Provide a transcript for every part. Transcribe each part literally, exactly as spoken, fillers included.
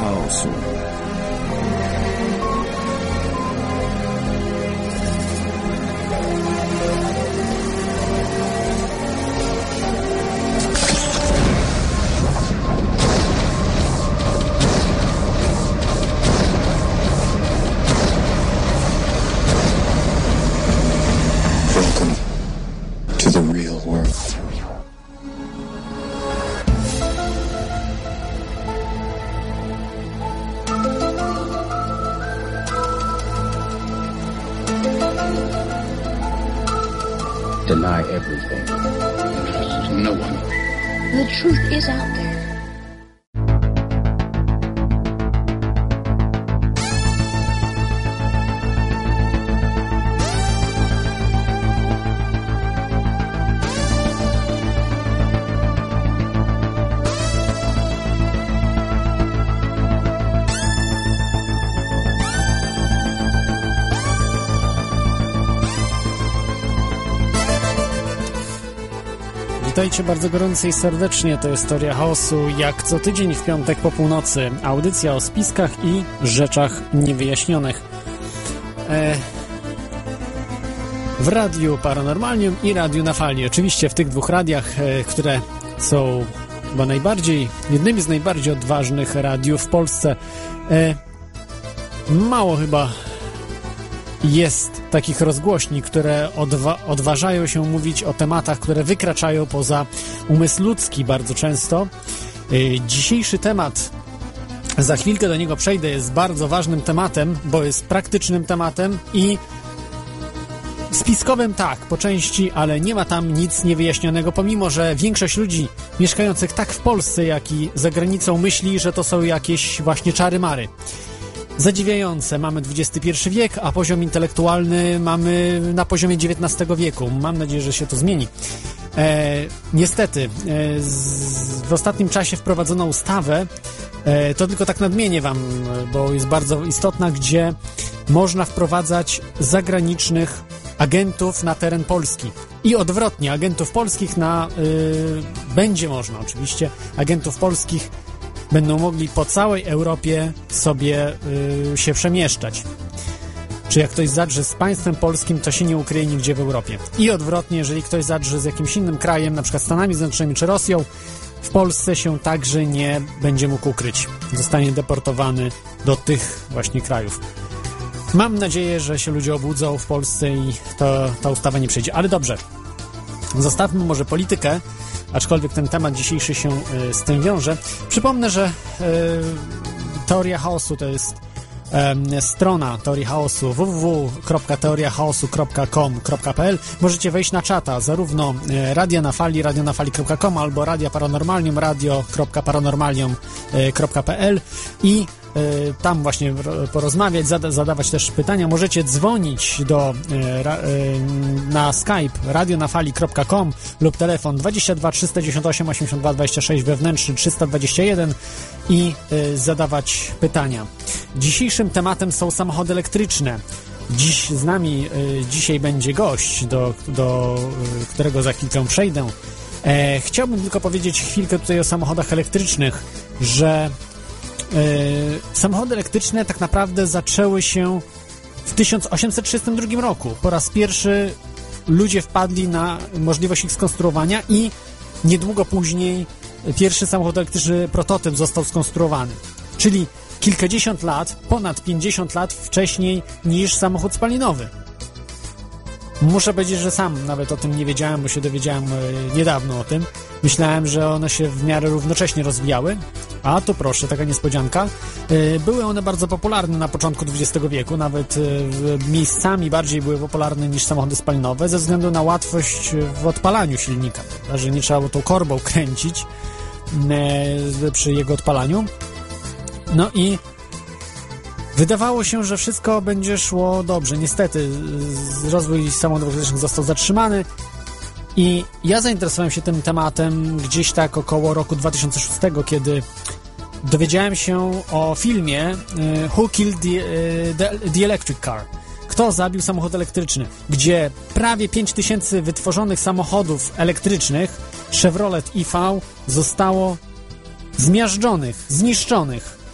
chaosu. Deny everything. Trust no one. The truth is out there. Witajcie bardzo gorąco i serdecznie, to jest Teoria Chaosu, jak co tydzień w piątek po północy. Audycja o spiskach i rzeczach niewyjaśnionych. E... W Radiu Paranormalium i Radiu na Fali. Oczywiście w tych dwóch radiach, e, które są chyba najbardziej, jednymi z najbardziej odważnych radiów w Polsce. E... Mało chyba jest takich rozgłośni, które odwa- odważają się mówić o tematach, które wykraczają poza umysł ludzki bardzo często. Yy, dzisiejszy temat, za chwilkę do niego przejdę, jest bardzo ważnym tematem, bo jest praktycznym tematem i spiskowym tak, po części, ale nie ma tam nic niewyjaśnionego, pomimo że większość ludzi mieszkających tak w Polsce, jak i za granicą myśli, że to są jakieś właśnie czary-mary. Zadziwiające. Mamy dwudziesty pierwszy wiek, a poziom intelektualny mamy na poziomie dziewiętnastego wieku. Mam nadzieję, że się to zmieni. E, niestety, e, z, w ostatnim czasie wprowadzono ustawę, e, to tylko tak nadmienię wam, bo jest bardzo istotna, gdzie można wprowadzać zagranicznych agentów na teren Polski. I odwrotnie, agentów polskich na... Y, będzie można oczywiście, agentów polskich będą mogli po całej Europie sobie y, się przemieszczać. Czy jak ktoś zadrze z państwem polskim, to się nie ukryje nigdzie w Europie. I odwrotnie, jeżeli ktoś zadrze z jakimś innym krajem, na przykład Stanami Zjednoczonymi czy Rosją, w Polsce się także nie będzie mógł ukryć. Zostanie deportowany do tych właśnie krajów. Mam nadzieję, że się ludzie obudzą w Polsce i to, ta ustawa nie przejdzie. Ale dobrze, zostawmy może politykę, aczkolwiek ten temat dzisiejszy się y, z tym wiąże. Przypomnę, że y, Teoria Chaosu to jest y, strona Teorii Chaosu w w w kropka teoria chaosu kropka com kropka p l. Możecie wejść na czata zarówno y, Radia na Fali, radionafali kropka com albo Radia Paranormalium, radio kropka paranormalium kropka p l i y, tam właśnie porozmawiać, zada, zadawać też pytania. Możecie dzwonić do, y, ra, y, na Skype radionafali kropka com lub telefon dwadzieścia dwa trzysta dziewięćdziesiąt osiem osiemdziesiąt dwa dwadzieścia sześć wewnętrzny trzysta dwadzieścia jeden i y, zadawać pytania. Dzisiejszym tematem są samochody elektryczne. Dziś z nami y, dzisiaj będzie gość, do, do y, którego za chwilkę przejdę. E, chciałbym tylko powiedzieć chwilkę tutaj o samochodach elektrycznych, że Yy, samochody elektryczne tak naprawdę zaczęły się w tysiąc osiemset trzydziestym drugim roku. Po raz pierwszy ludzie wpadli na możliwość ich skonstruowania i niedługo później pierwszy samochód elektryczny prototyp został skonstruowany. Czyli kilkadziesiąt lat, ponad pięćdziesiąt lat wcześniej niż samochód spalinowy. Muszę powiedzieć, że sam nawet o tym nie wiedziałem, bo się dowiedziałem e, niedawno o tym. Myślałem, że one się w miarę równocześnie rozwijały, a to proszę, taka niespodzianka. E, były one bardzo popularne na początku dwudziestego wieku, nawet e, miejscami bardziej były popularne niż samochody spalinowe, ze względu na łatwość w odpalaniu silnika, prawda, że nie trzeba było tą korbą kręcić e, przy jego odpalaniu. No i wydawało się, że wszystko będzie szło dobrze. Niestety rozwój samochodów elektrycznych został zatrzymany i ja zainteresowałem się tym tematem gdzieś tak około roku dwa tysiące szóstego, kiedy dowiedziałem się o filmie Who Killed the, the, the Electric Car? Kto zabił samochód elektryczny? Gdzie prawie pięć tysięcy wytworzonych samochodów elektrycznych Chevrolet I V zostało zmiażdżonych, zniszczonych.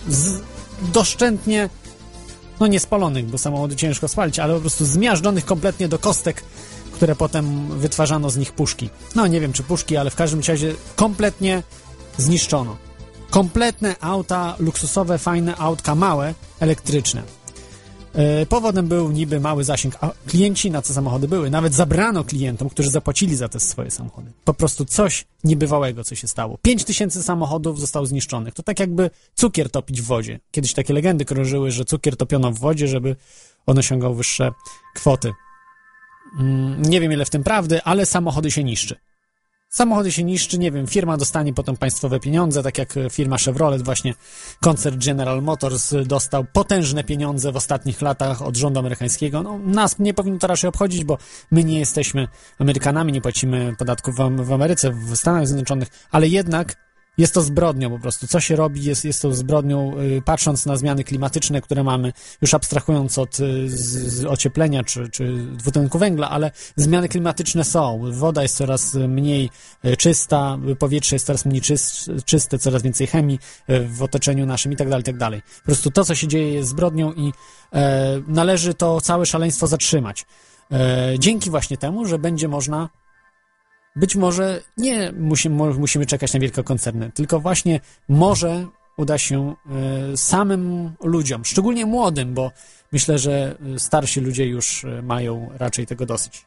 z, doszczętnie, no nie spalonych, bo samochody ciężko spalić, ale po prostu zmiażdżonych kompletnie do kostek, które potem wytwarzano z nich puszki. No nie wiem, czy puszki, ale w każdym razie kompletnie zniszczono. Kompletne auta, luksusowe, fajne autka, małe, elektryczne. Yy, powodem był niby mały zasięg, a klienci na co samochody były. Nawet zabrano klientom, którzy zapłacili za te swoje samochody. Po prostu coś niebywałego, co się stało. Pięć tysięcy samochodów zostało zniszczonych. To tak jakby cukier topić w wodzie. Kiedyś takie legendy krążyły, że cukier topiono w wodzie, żeby on osiągał wyższe kwoty. Yy, nie wiem, ile w tym prawdy, ale samochody się niszczy. Samochody się niszczy, nie wiem, firma dostanie potem państwowe pieniądze, tak jak firma Chevrolet, właśnie koncern General Motors dostał potężne pieniądze w ostatnich latach od rządu amerykańskiego. No, nas nie powinno to raczej obchodzić, bo my nie jesteśmy Amerykanami, nie płacimy podatków w, w Ameryce, w Stanach Zjednoczonych, ale jednak jest to zbrodnią po prostu. Co się robi, jest, jest to zbrodnią, yy, patrząc na zmiany klimatyczne, które mamy, już abstrahując od yy, z, z ocieplenia czy, czy dwutlenku węgla, ale zmiany klimatyczne są. Woda jest coraz mniej yy, czysta, powietrze jest coraz mniej czyst, czyste, coraz więcej chemii yy, w otoczeniu naszym i tak dalej, i tak dalej. Po prostu to, co się dzieje, jest zbrodnią i yy, należy to całe szaleństwo zatrzymać. Yy, dzięki właśnie temu, że będzie można być może nie musimy, musimy czekać na wielkie koncerny, tylko właśnie może uda się y, samym ludziom, szczególnie młodym, bo myślę, że starsi ludzie już mają raczej tego dosyć.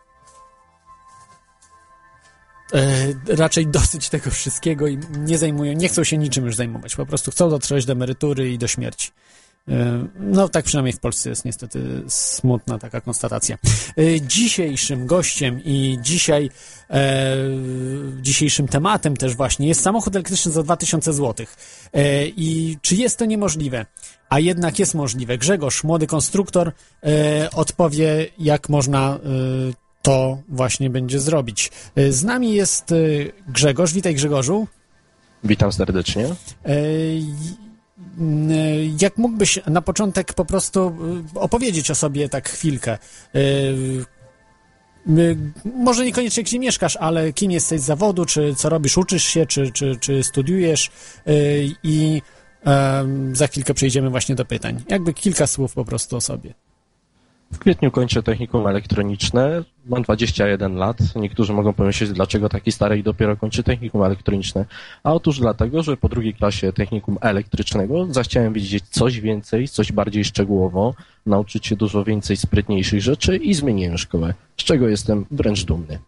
Y, raczej dosyć tego wszystkiego i nie zajmują, nie chcą się niczym już zajmować, po prostu chcą dotrzeć do emerytury i do śmierci. No tak przynajmniej w Polsce jest niestety smutna taka konstatacja. Dzisiejszym gościem i dzisiaj e, dzisiejszym tematem też właśnie jest samochód elektryczny za dwa tysiące złotych. E, I czy jest to niemożliwe? A jednak jest możliwe. Grzegorz, młody konstruktor, e, odpowie, jak można e, to właśnie będzie zrobić. E, z nami jest e, Grzegorz. Witaj, Grzegorzu. Witam serdecznie. E, Jak mógłbyś na początek po prostu opowiedzieć o sobie tak chwilkę? Może niekoniecznie gdzie mieszkasz, ale kim jesteś z zawodu, czy co robisz, uczysz się, czy, czy, czy studiujesz i za chwilkę przejdziemy właśnie do pytań. Jakby kilka słów po prostu o sobie. W kwietniu kończę technikum elektroniczne, mam dwadzieścia jeden lat. Niektórzy mogą pomyśleć, dlaczego taki stary i dopiero kończy technikum elektroniczne. A otóż dlatego, że po drugiej klasie technikum elektrycznego zachciałem wiedzieć coś więcej, coś bardziej szczegółowo, nauczyć się dużo więcej sprytniejszych rzeczy i zmieniłem szkołę, z czego jestem wręcz dumny.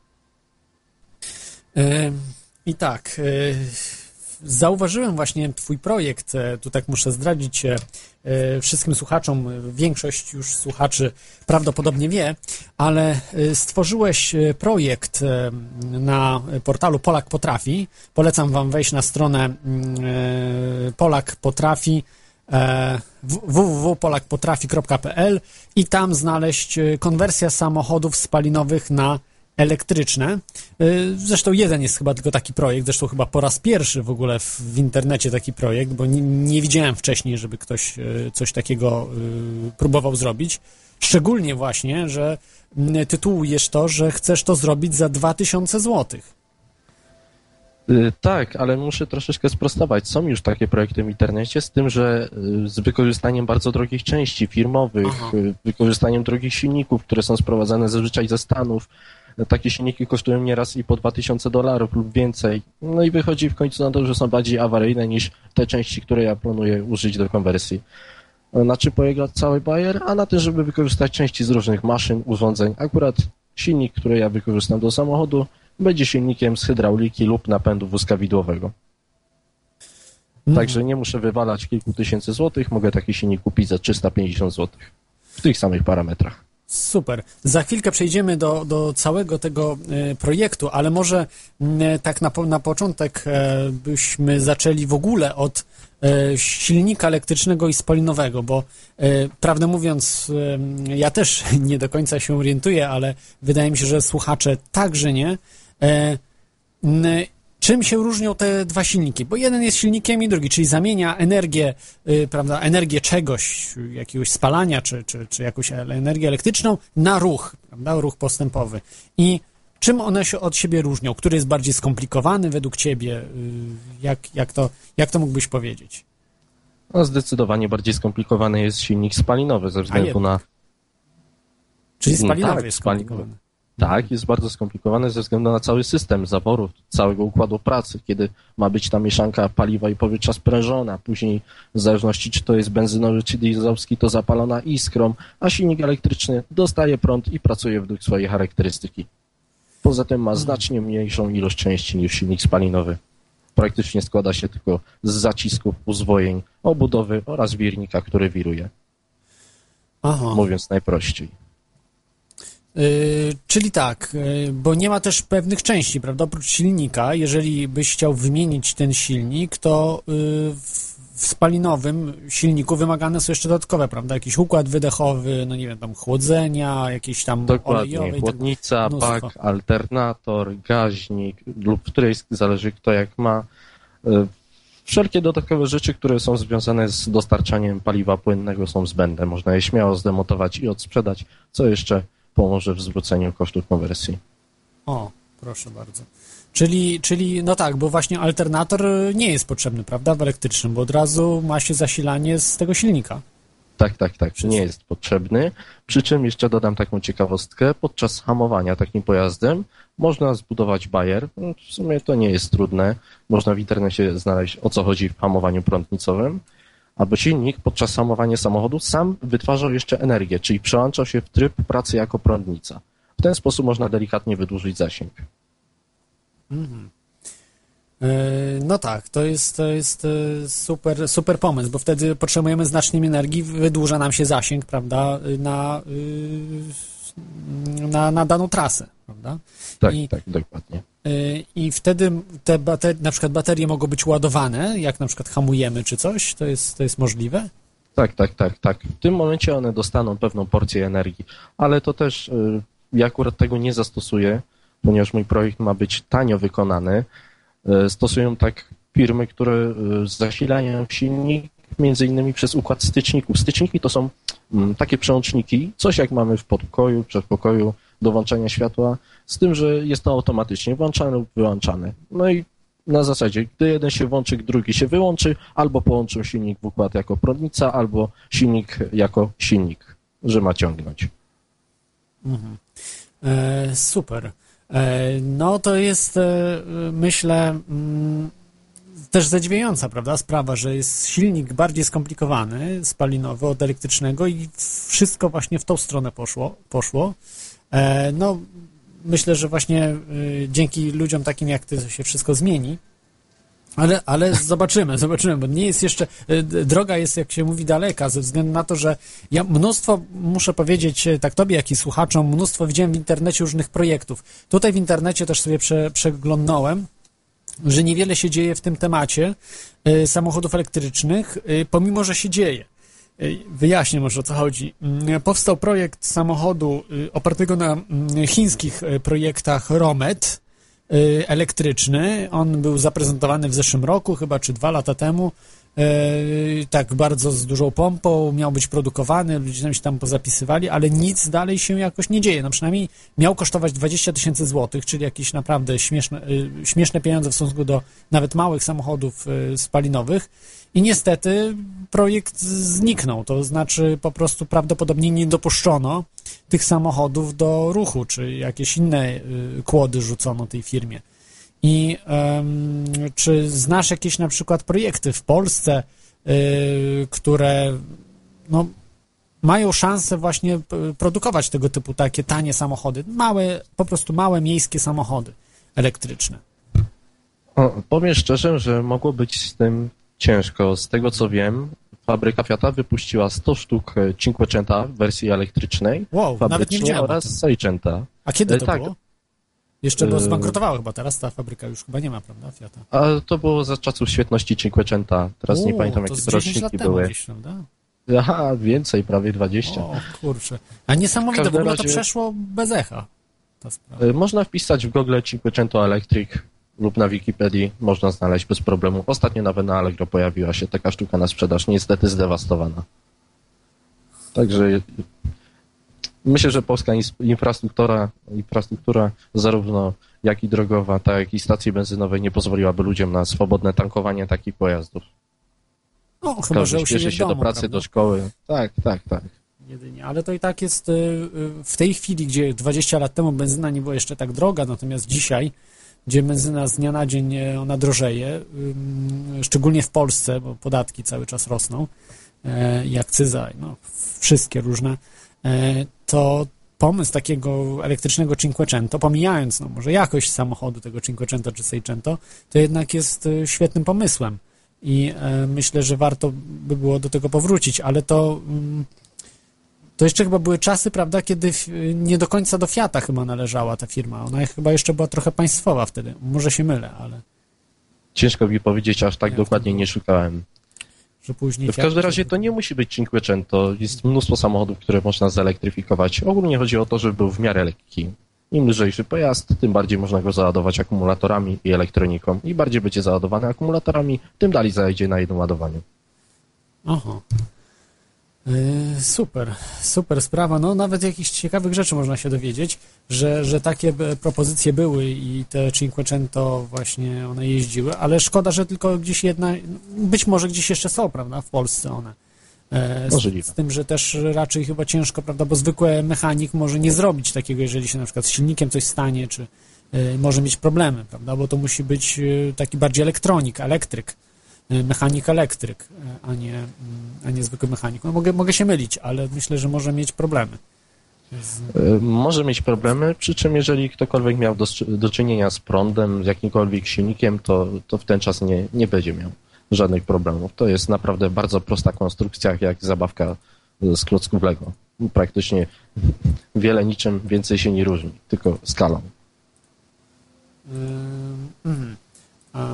Yy, I tak... Yy... Zauważyłem właśnie twój projekt, tu tak muszę zdradzić wszystkim słuchaczom, większość już słuchaczy prawdopodobnie wie, ale stworzyłeś projekt na portalu Polak Potrafi. Polecam wam wejść na stronę Polak Potrafi, w w w kropka polak potrafi kropka p l i tam znaleźć konwersja samochodów spalinowych na elektryczne. Zresztą jeden jest chyba tylko taki projekt, zresztą chyba po raz pierwszy w ogóle w, w internecie taki projekt, bo nie, nie widziałem wcześniej, żeby ktoś coś takiego y, próbował zrobić. Szczególnie właśnie, że tytułujesz to, że chcesz to zrobić za dwa tysiące złotych. Tak, ale muszę troszeczkę sprostować. Są już takie projekty w internecie z tym, że z wykorzystaniem bardzo drogich części firmowych, Aha. wykorzystaniem drogich silników, które są sprowadzane zazwyczaj ze Stanów. Takie silniki kosztują nieraz i po dwa tysiące dolarów lub więcej. No i wychodzi w końcu na to, że są bardziej awaryjne niż te części, które ja planuję użyć do konwersji. Na czym polega cały bajer? A na tym, żeby wykorzystać części z różnych maszyn, urządzeń. Akurat silnik, który ja wykorzystam do samochodu, będzie silnikiem z hydrauliki lub napędu wózka widłowego. Mm. Także nie muszę wywalać kilku tysięcy złotych, mogę taki silnik kupić za trzysta pięćdziesiąt złotych w tych samych parametrach. Super. Za chwilkę przejdziemy do, do całego tego e, projektu, ale może e, tak na, na początek e, byśmy zaczęli w ogóle od e, silnika elektrycznego i spalinowego, bo e, prawdę mówiąc e, ja też nie do końca się orientuję, ale wydaje mi się, że słuchacze także nie. E, n, Czym się różnią te dwa silniki? Bo jeden jest silnikiem i drugi, czyli zamienia energię, yy, prawda, energię czegoś, jakiegoś spalania, czy, czy, czy jakąś energię elektryczną na ruch, prawda, ruch postępowy. I czym one się od siebie różnią? Który jest bardziej skomplikowany według ciebie? Yy, jak, jak, to, jak to mógłbyś powiedzieć? No, zdecydowanie bardziej skomplikowany jest silnik spalinowy ze względu na... Czyli spalinowy tak, jest skomplikowany. Tak, jest bardzo skomplikowany ze względu na cały system zaworów, całego układu pracy, kiedy ma być ta mieszanka paliwa i powietrza sprężona, później w zależności czy to jest benzynowy czy dieslowski, to zapalona iskrą, a silnik elektryczny dostaje prąd i pracuje według swojej charakterystyki. Poza tym ma znacznie mniejszą ilość części niż silnik spalinowy. Praktycznie składa się tylko z zacisków, uzwojeń, obudowy oraz wirnika, który wiruje. Aha. Mówiąc najprościej. Yy, czyli tak, yy, bo nie ma też pewnych części, prawda, oprócz silnika. Jeżeli byś chciał wymienić ten silnik, to yy, w, w spalinowym silniku wymagane są jeszcze dodatkowe, prawda, jakiś układ wydechowy, no nie wiem, tam chłodzenia, jakieś tam Dokładnie, olejowe. chłodnica, bak, alternator, gaźnik, lub wtrysk, zależy kto jak ma. Yy, wszelkie dodatkowe rzeczy, które są związane z dostarczaniem paliwa płynnego są zbędne. Można je śmiało zdemontować i odsprzedać, co jeszcze pomoże w zwróceniu kosztów konwersji. O, proszę bardzo. Czyli, czyli, no tak, bo właśnie alternator nie jest potrzebny, prawda, w elektrycznym, bo od razu ma się zasilanie z tego silnika. Tak, tak, tak, nie jest potrzebny. Przy czym jeszcze dodam taką ciekawostkę. Podczas hamowania takim pojazdem można zbudować bajer. W sumie to nie jest trudne. Można w internecie znaleźć, o co chodzi w hamowaniu prądnicowym. Aby silnik podczas hamowania samochodu sam wytwarzał jeszcze energię, czyli przełączał się w tryb pracy jako prądnica. W ten sposób można delikatnie wydłużyć zasięg. Mhm. No tak, to jest, to jest super, super pomysł, bo wtedy potrzebujemy znacznie energii, wydłuża nam się zasięg, prawda, na, na, na daną trasę, prawda? Tak, I, tak, dokładnie. I wtedy te baterie, na przykład baterie mogą być ładowane, jak na przykład hamujemy czy coś, to jest, to jest możliwe? Tak, tak, tak, tak. W tym momencie one dostaną pewną porcję energii, ale to też ja akurat tego nie zastosuję, ponieważ mój projekt ma być tanio wykonany. Stosują tak firmy, które zasilają silnik między innymi przez układ styczników. Styczniki to są takie przełączniki, coś jak mamy w pokoju, przedpokoju do włączania światła, z tym, że jest to automatycznie włączane lub wyłączane. No i na zasadzie, gdy jeden się włączy, drugi się wyłączy, albo połączą silnik w układ jako prądnica, albo silnik jako silnik, że ma ciągnąć. Mhm. E, super. No to jest, myślę, też zadziwiająca, prawda, sprawa, że jest silnik bardziej skomplikowany, spalinowy od elektrycznego i wszystko właśnie w tą stronę poszło. poszło. No, myślę, że właśnie dzięki ludziom takim jak ty to się wszystko zmieni, ale, ale zobaczymy, zobaczymy, bo nie jest jeszcze, droga jest, jak się mówi, daleka, ze względu na to, że ja mnóstwo, muszę powiedzieć tak tobie, jak i słuchaczom, mnóstwo widziałem w internecie różnych projektów. Tutaj w internecie też sobie prze, przeglądnąłem, że niewiele się dzieje w tym temacie y, samochodów elektrycznych, y, pomimo, że się dzieje. Y, wyjaśnię może, o co chodzi. Y, powstał projekt samochodu y, opartego na y, chińskich y, projektach Romet, elektryczny. On był zaprezentowany w zeszłym roku, chyba czy dwa lata temu. Tak bardzo z dużą pompą, miał być produkowany, ludzie tam się tam pozapisywali, ale nic dalej się jakoś nie dzieje. No przynajmniej miał kosztować dwadzieścia tysięcy złotych, czyli jakieś naprawdę śmieszne, śmieszne pieniądze w stosunku do nawet małych samochodów spalinowych. I niestety projekt zniknął, to znaczy po prostu prawdopodobnie nie dopuszczono tych samochodów do ruchu, czy jakieś inne kłody rzucono tej firmie. I um, czy znasz jakieś na przykład projekty w Polsce, y, które no, mają szansę właśnie produkować tego typu takie tanie samochody, małe, po prostu małe miejskie samochody elektryczne? O, powiem szczerze, że mogło być z tym ciężko. Z tego co wiem, fabryka Fiata wypuściła sto sztuk Cinquecenta w wersji elektrycznej, wow, nawet nie wiedziałem oraz Seicenta. A kiedy to tak. było? Jeszcze bo zbankrutowała chyba, teraz ta fabryka już chyba nie ma, prawda, Fiata? A to było za czasów świetności Cinquecenta, teraz U, nie pamiętam jakie to roczniki były. Gdzieś, prawda? Aha, więcej, prawie dwadzieścia. O kurczę. A niesamowite, w, w ogóle razie... to przeszło bez echa. Ta sprawa. Można wpisać w Google Cinquecento Electric lub na Wikipedii, można znaleźć bez problemu. Ostatnio nawet na Allegro pojawiła się taka sztuka na sprzedaż, niestety zdewastowana. Także myślę, że polska infrastruktura, infrastruktura zarówno jak i drogowa, tak jak i stacje benzynowe nie pozwoliłaby ludziom na swobodne tankowanie takich pojazdów. No, chyba, że u siebie śpieszy w się domu, do pracy, prawda? do szkoły. Tak, tak, tak. Jedynie, ale to i tak jest y, y, w tej chwili, gdzie dwadzieścia lat temu benzyna nie była jeszcze tak droga, natomiast dzisiaj, gdzie benzyna z dnia na dzień y, ona drożeje, y, szczególnie w Polsce, bo podatki cały czas rosną, y, i akcyza, no, wszystkie różne, y, to pomysł takiego elektrycznego Cinquecento, pomijając no, może jakość samochodu tego Cinquecento czy Seicento, to jednak jest y, świetnym pomysłem i y, myślę, że warto by było do tego powrócić, ale to... Y, To jeszcze chyba były czasy, prawda, kiedy nie do końca do Fiata chyba należała ta firma. Ona chyba jeszcze była trochę państwowa wtedy. Może się mylę, ale... Ciężko mi powiedzieć, aż tak Jak dokładnie nie szukałem. Że później W każdym razie to nie musi być Cinquecento. Jest mnóstwo samochodów, które można zelektryfikować. Ogólnie chodzi o to, żeby był w miarę lekki. Im lżejszy pojazd, tym bardziej można go załadować akumulatorami i elektroniką. Im bardziej będzie załadowany akumulatorami, tym dalej zajdzie na jednym ładowaniu. Aha. Yy, super, super sprawa. No nawet jakichś ciekawych rzeczy można się dowiedzieć, że, że takie propozycje były i te Cinquecento właśnie one jeździły, ale szkoda, że tylko gdzieś jedna, być może gdzieś jeszcze są, prawda, w Polsce one. E, z, z tym, że też raczej chyba ciężko, prawda, bo zwykły mechanik może nie zrobić takiego, jeżeli się na przykład z silnikiem coś stanie, czy e, może mieć problemy, prawda, bo to musi być e, taki bardziej elektronik, elektryk. Mechanik elektryk, a nie, a nie zwykły mechanik. No mogę, mogę się mylić, ale myślę, że może mieć problemy. Z... Może mieć problemy, przy czym jeżeli ktokolwiek miał do, do czynienia z prądem, z jakimkolwiek silnikiem, to, to w ten czas nie, nie będzie miał żadnych problemów. To jest naprawdę bardzo prosta konstrukcja, jak zabawka z klocków Lego. Praktycznie wiele niczym więcej się nie różni, tylko skalą. Yy, yy, a...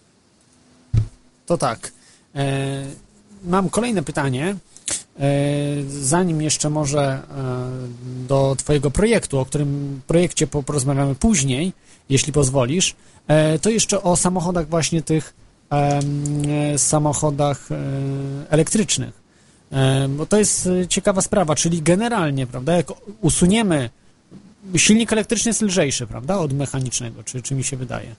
To tak. E, mam kolejne pytanie. E, zanim jeszcze może e, do twojego projektu, o którym projekcie porozmawiamy później, jeśli pozwolisz, e, to jeszcze o samochodach właśnie tych e, samochodach e, elektrycznych. E, bo to jest ciekawa sprawa, czyli generalnie, prawda, jak usuniemy silnik elektryczny jest lżejszy, prawda, od mechanicznego, czy, czy mi się wydaje?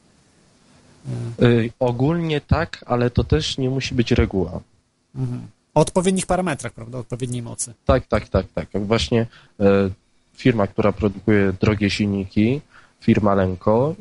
Y, ogólnie tak, ale to też nie musi być reguła. Mhm. O odpowiednich parametrach, prawda? O odpowiedniej mocy. Tak, tak, tak, tak. Właśnie y, firma, która produkuje drogie silniki, firma Lenko,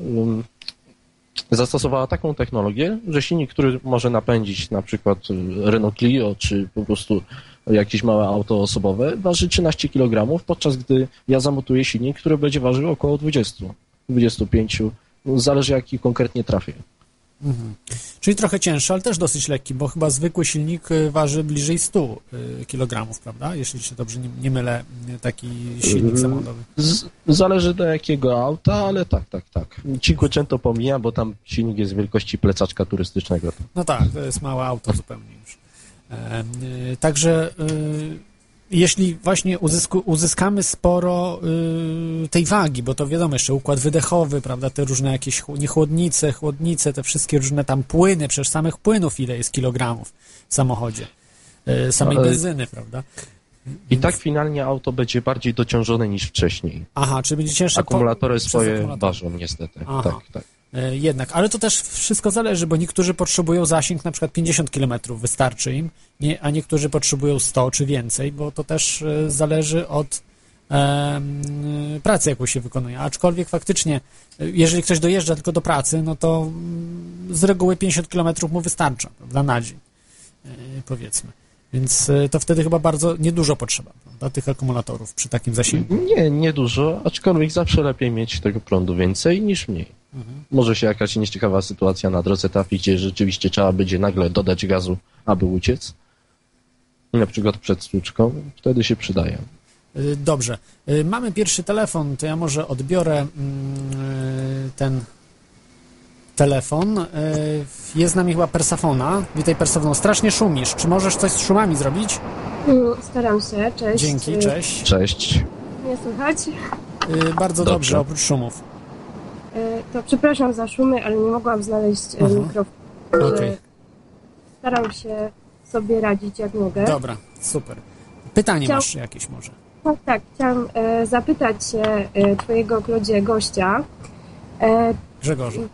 y, zastosowała taką technologię, że silnik, który może napędzić na przykład Renault Clio, czy po prostu jakieś małe auto osobowe, waży trzynaście kilogramów, podczas gdy ja zamontuję silnik, który będzie ważył około dwadzieścia, dwadzieścia pięć, zależy jaki konkretnie trafię. Mhm. Czyli trochę cięższy, ale też dosyć lekki, bo chyba zwykły silnik waży bliżej stu kilogramów, prawda? Jeśli się dobrze nie, nie mylę, taki silnik samochodowy. Z, zależy do jakiego auta, ale tak, tak, tak. Cinquecento pomija, bo tam silnik jest wielkości plecaczka turystycznego. No tak, to jest małe auto zupełnie już. E, y, także y, jeśli właśnie uzysku, uzyskamy sporo y, tej wagi, bo to wiadomo, jeszcze układ wydechowy, prawda, te różne jakieś nie chłodnice, chłodnice, te wszystkie różne tam płyny, przecież samych płynów ile jest kilogramów w samochodzie, y, samej Ale... benzyny, prawda. I tak finalnie auto będzie bardziej dociążone niż wcześniej. Aha, czy będzie cięższe... Akumulatory po... swoje akumulatory. ważą niestety. Aha. Tak, tak. Jednak, ale to też wszystko zależy, bo niektórzy potrzebują zasięg na przykład pięćdziesiąt kilometrów, wystarczy im, nie, a niektórzy potrzebują sto czy więcej, bo to też e, zależy od e, pracy, jaką się wykonuje. Aczkolwiek faktycznie, jeżeli ktoś dojeżdża tylko do pracy, no to z reguły pięćdziesiąt kilometrów mu wystarcza, prawda, na dzień, e, powiedzmy. Więc e, to wtedy chyba bardzo niedużo potrzeba, prawda, tych akumulatorów przy takim zasięgu. Nie, nie dużo, aczkolwiek zawsze lepiej mieć tego prądu więcej niż mniej. Mhm. Może się jakaś nieciekawa sytuacja na drodze trafi, gdzie rzeczywiście trzeba będzie nagle dodać gazu, aby uciec. Na przykład przed stłuczką, wtedy się przydaje. Dobrze. Mamy pierwszy telefon, to ja może odbiorę ten telefon. Jest z nami chyba Persafona. Witaj, Persafona. Strasznie szumisz. Czy możesz coś z szumami zrobić? Staram się. Cześć. Dzięki, cześć. Cześć. Nie słychać? Bardzo dobrze, dobrze oprócz szumów. To przepraszam za szumy, ale nie mogłam znaleźć Aha. mikrofonu. Okay. Staram się sobie radzić jak mogę. Dobra, super. Pytanie Chciał... masz jakieś może? Tak, tak. Chciałam e, zapytać się e, twojego Klodzie gościa. E, Grzegorza.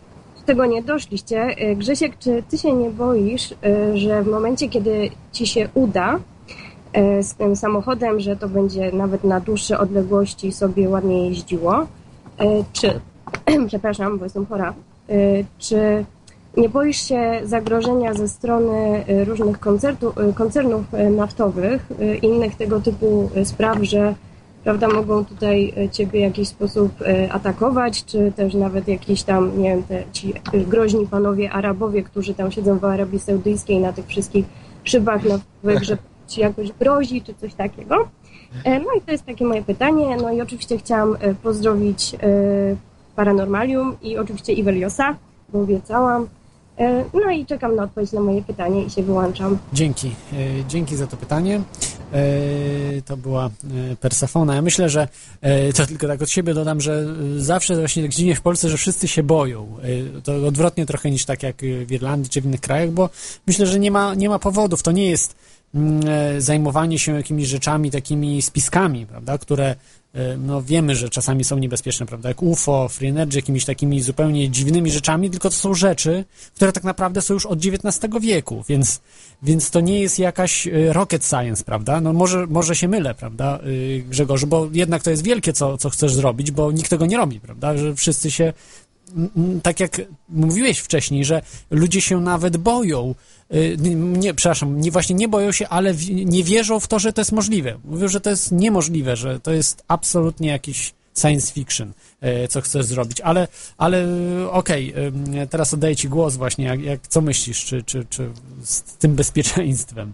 tego nie doszliście. Grzesiek, czy ty się nie boisz, że w momencie, kiedy ci się uda z tym samochodem, że to będzie nawet na dłuższe odległości sobie ładnie jeździło, czy, przepraszam, bo jestem chora, czy nie boisz się zagrożenia ze strony różnych koncertu, koncernów naftowych, innych tego typu spraw, że prawda, mogą tutaj ciebie w jakiś sposób atakować, czy też nawet jakiś tam, nie wiem, te, ci groźni panowie Arabowie, którzy tam siedzą w Arabii Saudyjskiej na tych wszystkich szybach naftowych, że ci jakoś grozi, czy coś takiego. No i to jest takie moje pytanie. No i oczywiście chciałam pozdrowić Paranormalium i oczywiście Iweliosa, bo obiecałam. No i czekam na odpowiedź na moje pytanie i się wyłączam. Dzięki. Dzięki za to pytanie. To była Persefona. Ja myślę, że to tylko tak od siebie dodam, że zawsze właśnie tak dziwnie w Polsce, że wszyscy się boją. To odwrotnie trochę niż tak jak w Irlandii czy w innych krajach, bo myślę, że nie ma, nie ma powodów. To nie jest zajmowanie się jakimiś rzeczami, takimi spiskami, prawda, które no wiemy, że czasami są niebezpieczne, prawda, jak U F O, Free Energy, jakimiś takimi zupełnie dziwnymi rzeczami, tylko to są rzeczy, które tak naprawdę są już od dziewiętnastego wieku, więc, więc to nie jest jakaś rocket science, prawda, no może, może się mylę, prawda, Grzegorzu, bo jednak to jest wielkie, co, co chcesz zrobić, bo nikt tego nie robi, prawda, że wszyscy się, tak jak mówiłeś wcześniej, że ludzie się nawet boją, nie, przepraszam, nie, właśnie nie boją się, ale w, nie wierzą w to, że to jest możliwe. Mówią, że to jest niemożliwe, że to jest absolutnie jakiś science fiction, co chcesz zrobić, ale, ale okej, okay, teraz oddaję ci głos właśnie, jak, jak, co myślisz, czy, czy, czy z tym bezpieczeństwem?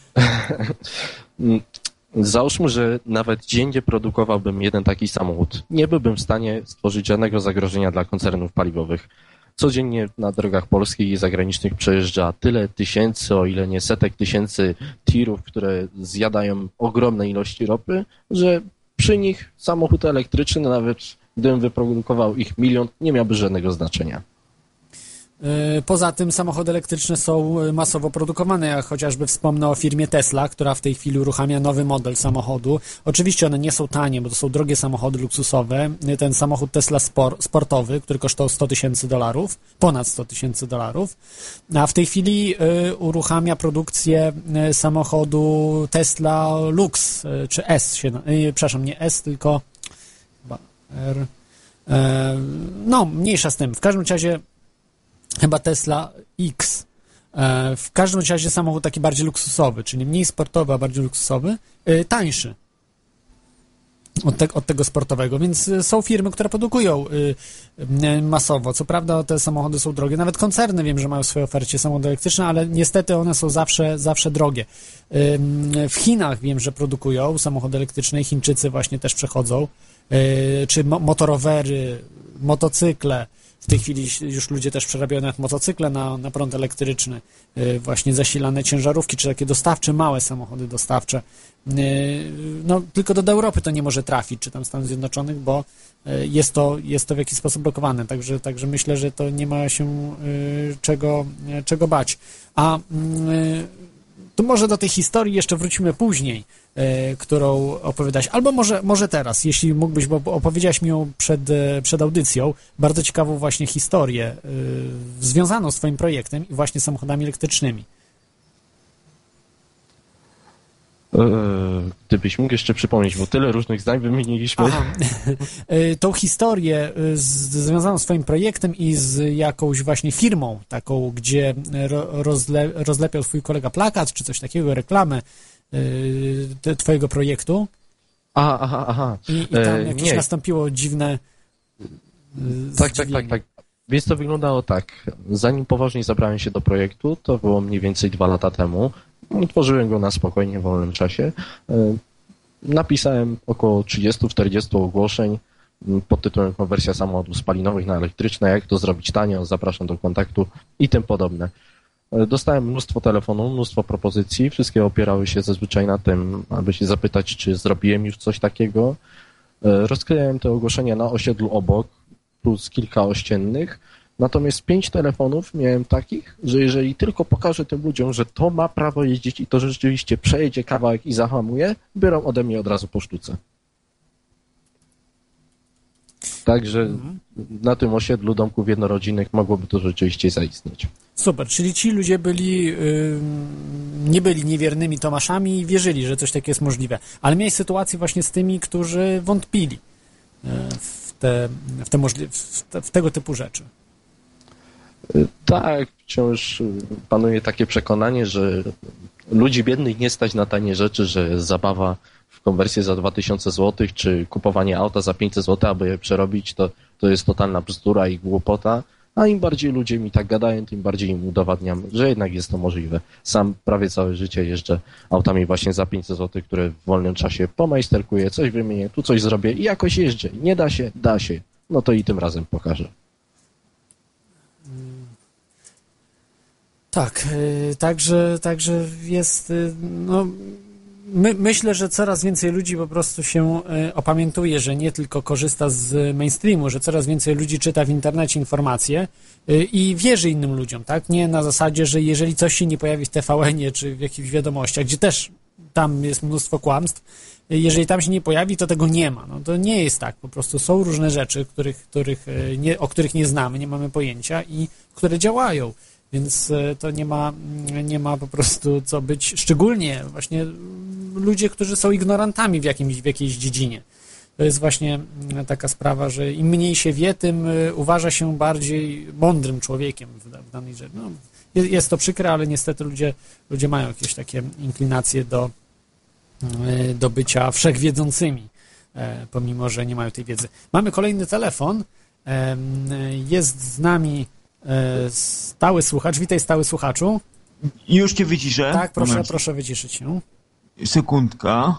Załóżmy, że nawet dziennie produkowałbym jeden taki samochód. Nie byłbym w stanie stworzyć żadnego zagrożenia dla koncernów paliwowych. Codziennie na drogach polskich i zagranicznych przejeżdża tyle tysięcy, o ile nie setek tysięcy tirów, które zjadają ogromne ilości ropy, że przy nich samochód elektryczny, nawet gdybym wyprodukował ich milion, nie miałby żadnego znaczenia. Poza tym samochody elektryczne są masowo produkowane. Ja chociażby wspomnę o firmie Tesla, która w tej chwili uruchamia nowy model samochodu. Oczywiście one nie są tanie, bo to są drogie samochody luksusowe. Ten samochód Tesla Sport, sportowy, który kosztował sto tysięcy dolarów, ponad sto tysięcy dolarów, a w tej chwili y, uruchamia produkcję y, samochodu Tesla Lux, y, czy S się, y, przepraszam, nie S, tylko chyba R. Y, no, mniejsza z tym. W każdym razie chyba Tesla X. W każdym razie samochód taki bardziej luksusowy, czyli mniej sportowy, a bardziej luksusowy, tańszy od, te, od tego sportowego, więc są firmy, które produkują masowo. Co prawda te samochody są drogie, nawet koncerny wiem, że mają w swojej ofercie samochody elektryczne, ale niestety one są zawsze, zawsze drogie. W Chinach wiem, że produkują samochody elektryczne i Chińczycy właśnie też przechodzą, czy motorowery, motocykle. W tej chwili już ludzie też przerabiają nawet motocykle na, na prąd elektryczny, właśnie zasilane ciężarówki, czy takie dostawcze, małe samochody dostawcze. No, tylko do Europy to nie może trafić, czy tam Stanów Zjednoczonych, bo jest to, jest to w jakiś sposób blokowane, także, także myślę, że to nie ma się czego, czego bać. A tu może do tej historii jeszcze wrócimy później, e, którą opowiadałeś, albo może, może teraz, jeśli mógłbyś, bo opowiedziałeś mi ją przed, przed audycją, bardzo ciekawą właśnie historię e, związaną z twoim projektem i właśnie samochodami elektrycznymi. Gdybyś mógł jeszcze przypomnieć, bo tyle różnych zdań wymieniliśmy. Aha. Tą historię z, związaną z swoim projektem i z jakąś właśnie firmą taką, gdzie rozle, rozlepiał twój kolega plakat, czy coś takiego, reklamę te, twojego projektu. Aha, aha, aha. I, i tam jakieś nie. nastąpiło dziwne Tak, tak, tak, tak. Więc to wyglądało tak. Zanim poważnie zabrałem się do projektu, to było mniej więcej dwa lata temu. Tworzyłem go na spokojnie, w wolnym czasie. Napisałem około trzydzieści czterdzieści ogłoszeń pod tytułem konwersja samochodów spalinowych na elektryczne, jak to zrobić tanio, zapraszam do kontaktu i tym podobne. Dostałem mnóstwo telefonów, mnóstwo propozycji, wszystkie opierały się zazwyczaj na tym, aby się zapytać, czy zrobiłem już coś takiego. Rozklejałem te ogłoszenia na osiedlu obok, plus kilka ościennych. Natomiast pięć telefonów miałem takich, że jeżeli tylko pokażę tym ludziom, że to ma prawo jeździć i to rzeczywiście przejedzie kawałek i zahamuje, biorą ode mnie od razu po sztuce. Także Mhm. na tym osiedlu domków jednorodzinnych mogłoby to rzeczywiście zaistnieć. Super, czyli ci ludzie byli, y, nie byli niewiernymi Tomaszami i wierzyli, że coś takiego jest możliwe. Ale miałeś sytuację właśnie z tymi, którzy wątpili y, w, te, w, te możli- w, te, w tego typu rzeczy. Tak, wciąż panuje takie przekonanie, że ludzi biednych nie stać na tanie rzeczy, że zabawa w konwersję za dwa tysiące złotych, czy kupowanie auta za pięćset złotych, aby je przerobić, to, to jest totalna bzdura i głupota. A im bardziej ludzie mi tak gadają, tym bardziej im udowadniam, że jednak jest to możliwe. Sam prawie całe życie jeżdżę autami właśnie za pięćset złotych, które w wolnym czasie pomajsterkuję, coś wymienię, tu coś zrobię i jakoś jeżdżę. Nie da się, da się. No to i tym razem pokażę. Tak, y, także, także jest, y, no, my, myślę, że coraz więcej ludzi po prostu się y, opamiętuje, że nie tylko korzysta z mainstreamu, że coraz więcej ludzi czyta w internecie informacje y, i wierzy innym ludziom, tak? Nie na zasadzie, że jeżeli coś się nie pojawi w T V N-ie czy w jakichś wiadomościach, gdzie też tam jest mnóstwo kłamstw, y, jeżeli tam się nie pojawi, to tego nie ma. No to nie jest tak, po prostu są różne rzeczy, których, których, y, nie, o których nie znamy, nie mamy pojęcia i które działają. Więc to nie ma, nie ma po prostu co być, szczególnie właśnie ludzie, którzy są ignorantami w, jakimś, w jakiejś dziedzinie. To jest właśnie taka sprawa, że im mniej się wie, tym uważa się bardziej mądrym człowiekiem w, w danej rzeczy. No, jest, jest to przykre, ale niestety ludzie, ludzie mają jakieś takie inklinacje do, do bycia wszechwiedzącymi, pomimo że nie mają tej wiedzy. Mamy kolejny telefon. Jest z nami stały słuchacz. Witaj, stały słuchaczu. Już cię wyciszę. Tak, proszę, Moment. proszę wyciszyć się. Sekundka.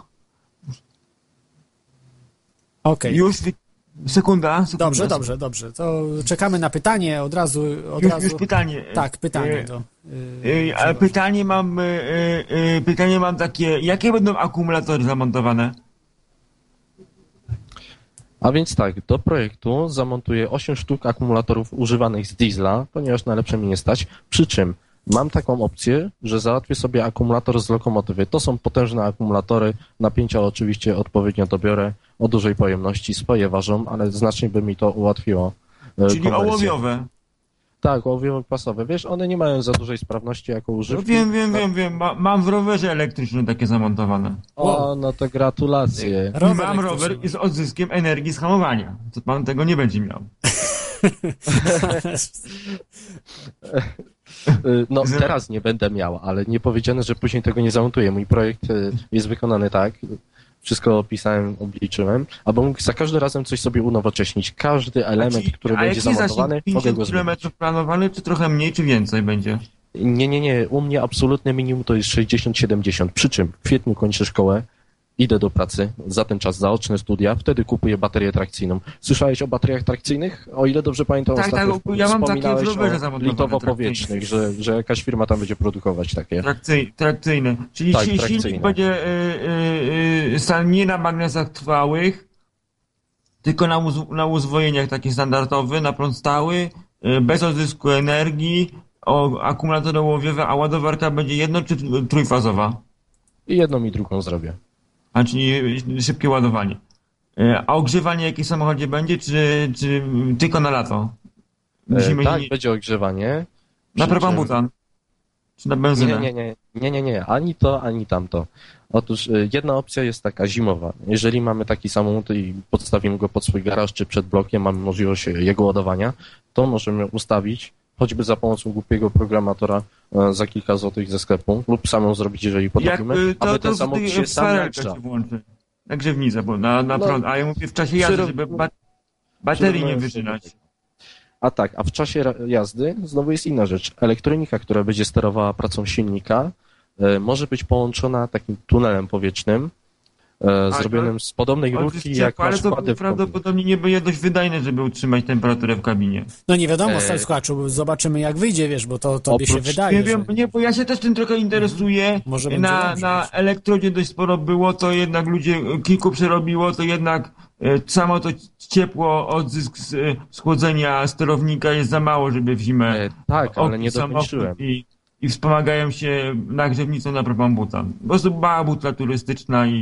Okej. Już wy... Sekunda, sekunda. Dobrze, dobrze, dobrze. To czekamy na pytanie od razu. Od Już, razu... już pytanie. Tak, pytanie. Do, Yy, yy, ale pytanie mam, yy, yy, pytanie mam takie, jakie będą akumulatory zamontowane? A więc tak, do projektu zamontuję osiem sztuk akumulatorów używanych z diesla, ponieważ na lepsze mi nie stać, przy czym mam taką opcję, że załatwię sobie akumulator z lokomotywy. To są potężne akumulatory, napięcia oczywiście odpowiednio dobiorę, o dużej pojemności, swoje ważą, ale znacznie by mi to ułatwiło e, Czyli konwersję. ołowiowe. Tak, ołowiowe pasowe. Wiesz, one nie mają za dużej sprawności jako No używki. wiem, wiem, wiem, wiem. Ma, mam w rowerze elektrycznym takie zamontowane. O, no to gratulacje. I Rower mam elektryczny. rower z odzyskiem energii z hamowania. To pan tego nie będzie miał. No teraz nie będę miał, ale nie powiedziane, że później tego nie zamontuję. Mój projekt y, jest wykonany tak, wszystko opisałem, obliczyłem, aby mógł za każdym razem coś sobie unowocześnić. Każdy element, Czyli- który a będzie jaki zamontowany, zasięg? mogę pięćdziesiąt go zmienić. kilometrów planowany, czy trochę mniej, czy więcej będzie? Nie, nie, nie. U mnie absolutne minimum to jest sześćdziesiąt siedemdziesiąt. Przy czym w kwietniu kończę szkołę, idę do pracy, za ten czas zaoczne studia, wtedy kupuję baterię trakcyjną. Słyszałeś o bateriach trakcyjnych? O ile dobrze pamiętam, Tak, ostatnio tak, ja mam takie w wspominałeś rowerze o zamontowane, litowo-powietrznych, że, że jakaś firma tam będzie produkować takie. Trakcyj, trakcyjne. Czyli Tak, si- trakcyjne. silnik będzie y, y, y, stan nie na magnesach trwałych, tylko na, uz- na uzwojeniach taki standardowy, na prąd stały, y, bez odzysku energii, o, akumulatory ołowiowe, a ładowarka będzie jedno czy trójfazowa? I jedną i drugą zrobię. A czyli szybkie ładowanie. Y, a ogrzewanie w jakim samochodzie będzie, czy, czy tylko na lato? Musimy E, tak, nie- będzie ogrzewanie. na Przy czym- propan-butan? Czy na benzynę? Nie, nie, nie, nie, nie, nie, ani to, ani tamto. Otóż y, jedna opcja jest taka zimowa. Jeżeli mamy taki samochód i podstawimy go pod swój garaż czy przed blokiem, mamy możliwość jego ładowania, to możemy ustawić choćby za pomocą głupiego programatora e, za kilka złotych ze sklepu lub samą zrobić, jeżeli potrafimy, Jak, y, to, aby to, ten samochód się w sam farelkę nagrzał. się włączy. Na grzewnicę, bo na, na No, prąd. A ja mówię w czasie jazdy, przy- żeby ba baterii nie przy- wyżynać. A tak, a w czasie ra- jazdy znowu jest inna rzecz. Elektronika, która będzie sterowała pracą silnika, e, może być połączona takim tunelem powietrznym, e, Tak, zrobionym z podobnej Odzysk rurki, ciepła, jak ale masz to kłady w kombinie. prawdopodobnie nie będzie dość wydajne, żeby utrzymać temperaturę w kabinie. No nie wiadomo, E, stary słuchaczu, zobaczymy jak wyjdzie, wiesz, bo to tobie się oprócz- wydaje, Nie wiem, że... nie, bo ja się też tym trochę interesuję. Może będzie Na, dobrze, na wiesz. elektrodzie dość sporo było, to jednak ludzie kilku przerobiło, to jednak e, samo to ciepło, odzysk z, e, schłodzenia sterownika jest za mało, żeby w zimę E, tak, ale opić nie samochód dokończyłem. I, i wspomagają się nagrzewnicą na propan-butan. Po prostu mała butla turystyczna i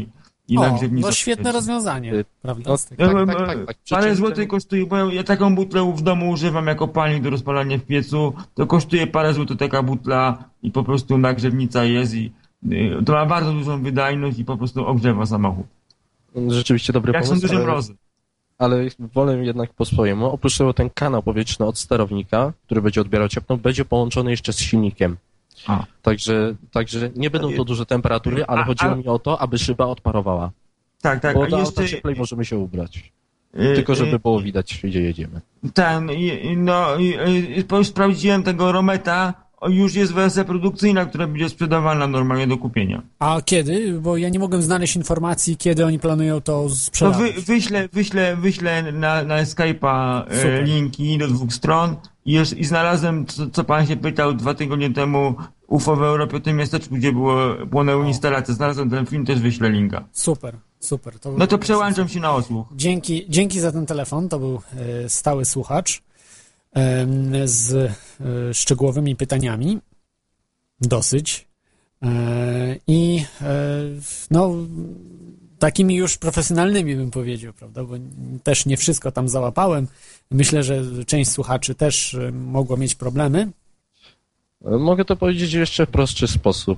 i O, nagrzewnica. no świetne rozwiązanie, prawda? No, Z tego- tak, Ja, tak, e, tak, tak. Parę Przeciętnym- złotych kosztuje, bo ja taką butlę w domu używam jako palnik do rozpalania w piecu, to kosztuje parę złotych taka butla i po prostu nagrzewnica jest i y, to ma bardzo dużą wydajność i po prostu ogrzewa samochód. Rzeczywiście dobry Jak są pomysł, duże ale, mrozy. ale wolę jednak po swojemu. Oprócz tego ten kanał powietrzny od sterownika, który będzie odbierał ciepło, będzie połączony jeszcze z silnikiem. A. Także, także nie będą to duże temperatury, ale A- chodziło a- mi o to, aby szyba odparowała. Tak, tak, Bo a do jeszcze... auta cieplej możemy się ubrać. y, Tylko żeby y, było widać, gdzie jedziemy. Ten, i- i no, i- i- bo już sprawdziłem tego Rometa, o, już jest wersja produkcyjna, która będzie sprzedawana normalnie do kupienia. A kiedy? Bo ja nie mogłem znaleźć informacji, kiedy oni planują to To sprzedawać. wy, wyślę, wyślę, wyślę na, na Skype'a e, Super. linki do dwóch stron i, jeszcze, i znalazłem, co, co pan się pytał dwa tygodnie temu, U F O w Europie, w tym miasteczku, gdzie było, płonęły instalacje. Znalazłem ten film, też wyślę linka. Super, super. To No to przełączam się na odsłuch. Dzięki, dzięki za ten telefon, to był e, stały słuchacz e, z e, szczegółowymi pytaniami, dosyć, e, i e, no takimi już profesjonalnymi bym powiedział, prawda, bo też nie wszystko tam załapałem. Myślę, że część słuchaczy też e, mogło mieć problemy. Mogę to powiedzieć w jeszcze prostszy sposób.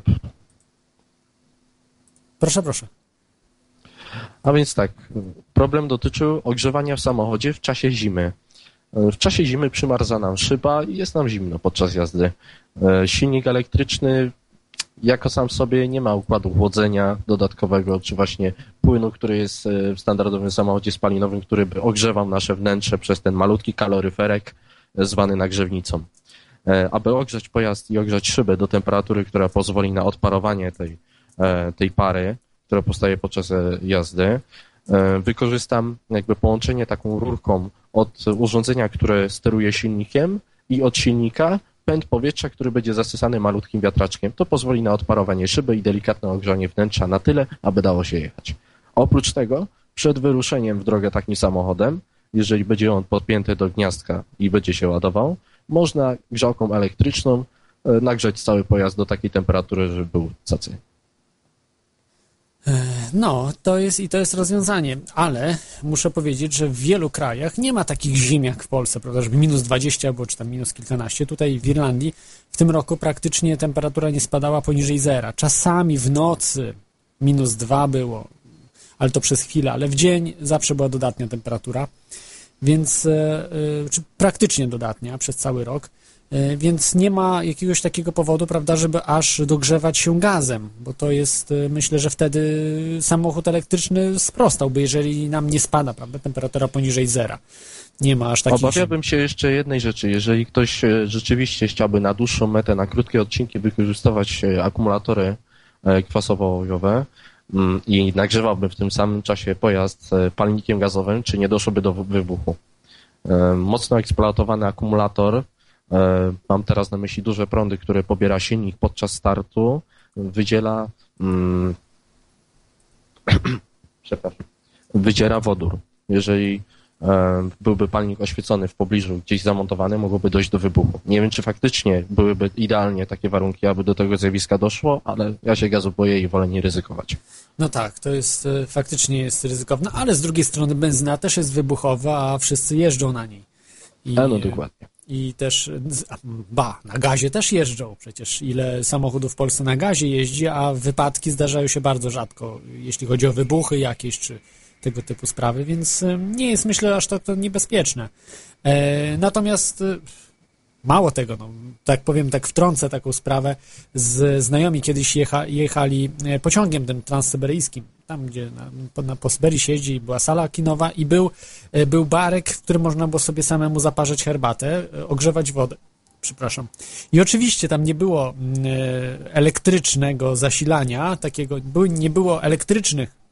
Proszę, proszę. A więc tak, problem dotyczył ogrzewania w samochodzie w czasie zimy. W czasie zimy przymarza nam szyba i jest nam zimno podczas jazdy. Silnik elektryczny jako sam w sobie nie ma układu chłodzenia dodatkowego, czy właśnie płynu, który jest w standardowym samochodzie spalinowym, który by ogrzewał nasze wnętrze przez ten malutki kaloryferek zwany nagrzewnicą. Aby ogrzać pojazd i ogrzać szybę do temperatury, która pozwoli na odparowanie tej, tej pary, która powstaje podczas jazdy, wykorzystam jakby połączenie taką rurką od urządzenia, które steruje silnikiem i od silnika pęd powietrza, który będzie zasysany malutkim wiatraczkiem. To pozwoli na odparowanie szyby i delikatne ogrzanie wnętrza na tyle, aby dało się jechać. Oprócz tego, przed wyruszeniem w drogę takim samochodem, jeżeli będzie on podpięty do gniazdka i będzie się ładował, można grzałką elektryczną nagrzać cały pojazd do takiej temperatury, żeby był cacy. No, to jest i to jest rozwiązanie, ale muszę powiedzieć, że w wielu krajach nie ma takich zim jak w Polsce, prawda, żeby minus dwadzieścia było, czy tam minus kilkanaście. Tutaj w Irlandii w tym roku praktycznie temperatura nie spadała poniżej zera. Czasami w nocy minus dwa było, ale to przez chwilę, ale w dzień zawsze była dodatnia temperatura, więc yy, czy praktycznie dodatnia przez cały rok. Więc nie ma jakiegoś takiego powodu, prawda, żeby aż dogrzewać się gazem, bo to jest, myślę, że wtedy samochód elektryczny sprostałby, jeżeli nam nie spada, prawda, temperatura poniżej zera. Nie ma aż takich... Obawiałbym się jeszcze jednej rzeczy. Jeżeli ktoś rzeczywiście chciałby na dłuższą metę, na krótkie odcinki wykorzystywać akumulatory kwasowo-olejowe i nagrzewałby w tym samym czasie pojazd palnikiem gazowym, czy nie doszłoby do wybuchu. Mocno eksploatowany akumulator, mam teraz na myśli duże prądy, które pobiera silnik podczas startu, wydziela mm, przepraszam, wydziera wodór. Jeżeli e, byłby palnik oświecony w pobliżu, gdzieś zamontowany, mogłoby dojść do wybuchu. Nie wiem, czy faktycznie byłyby idealnie takie warunki, aby do tego zjawiska doszło, ale ja się gazu boję i wolę nie ryzykować. No tak, to jest faktycznie jest ryzykowne, ale z drugiej strony benzyna też jest wybuchowa, a wszyscy jeżdżą na niej. I, A no dokładnie. I też, ba, na gazie też jeżdżą. Przecież ile samochodów w Polsce na gazie jeździ, a wypadki zdarzają się bardzo rzadko, jeśli chodzi o wybuchy jakieś, czy tego typu sprawy, więc nie jest, myślę, aż tak to niebezpieczne. E, natomiast mało tego, no, tak powiem, tak wtrącę taką sprawę, z znajomi kiedyś jecha, jechali pociągiem tym transsyberyjskim, tam gdzie na, na, po Syberii się jeździ, była sala kinowa i był, był barek, w którym można było sobie samemu zaparzać herbatę, ogrzewać wodę. Przepraszam. I oczywiście tam nie było elektrycznego zasilania, takiego, nie było elektrycznych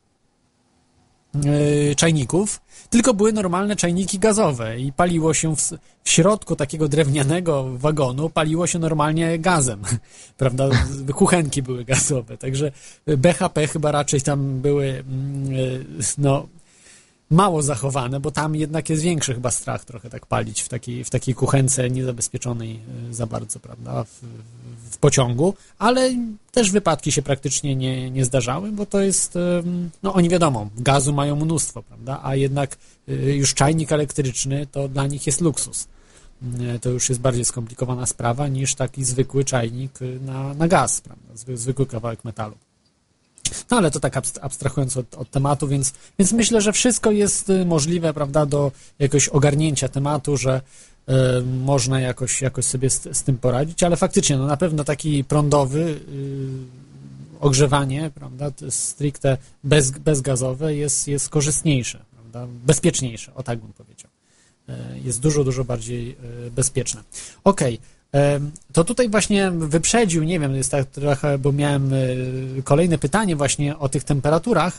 czajników, tylko były normalne czajniki gazowe i paliło się w, w środku takiego drewnianego wagonu, paliło się normalnie gazem, prawda, kuchenki były gazowe, także B H P chyba raczej tam były, no, mało zachowane, bo tam jednak jest większy chyba strach trochę tak palić w takiej, w takiej kuchence niezabezpieczonej za bardzo, prawda, w, w pociągu, ale też wypadki się praktycznie nie, nie zdarzały, bo to jest, no oni wiadomo, gazu mają mnóstwo, prawda, a jednak już czajnik elektryczny to dla nich jest luksus. To już jest bardziej skomplikowana sprawa niż taki zwykły czajnik na, na gaz, prawda, zwykły kawałek metalu. No ale to tak abstrahując od, od tematu, więc, więc myślę, że wszystko jest możliwe, prawda, do jakoś ogarnięcia tematu, że y, można jakoś, jakoś sobie z, z tym poradzić, ale faktycznie, no na pewno taki prądowy y, ogrzewanie, prawda, stricte bez, bezgazowe jest, jest korzystniejsze, prawda, bezpieczniejsze, o tak bym powiedział. Y, jest dużo, dużo bardziej y, bezpieczne. Okej. Okay. To tutaj właśnie wyprzedził, nie wiem, jest tak trochę, bo miałem kolejne pytanie właśnie o tych temperaturach,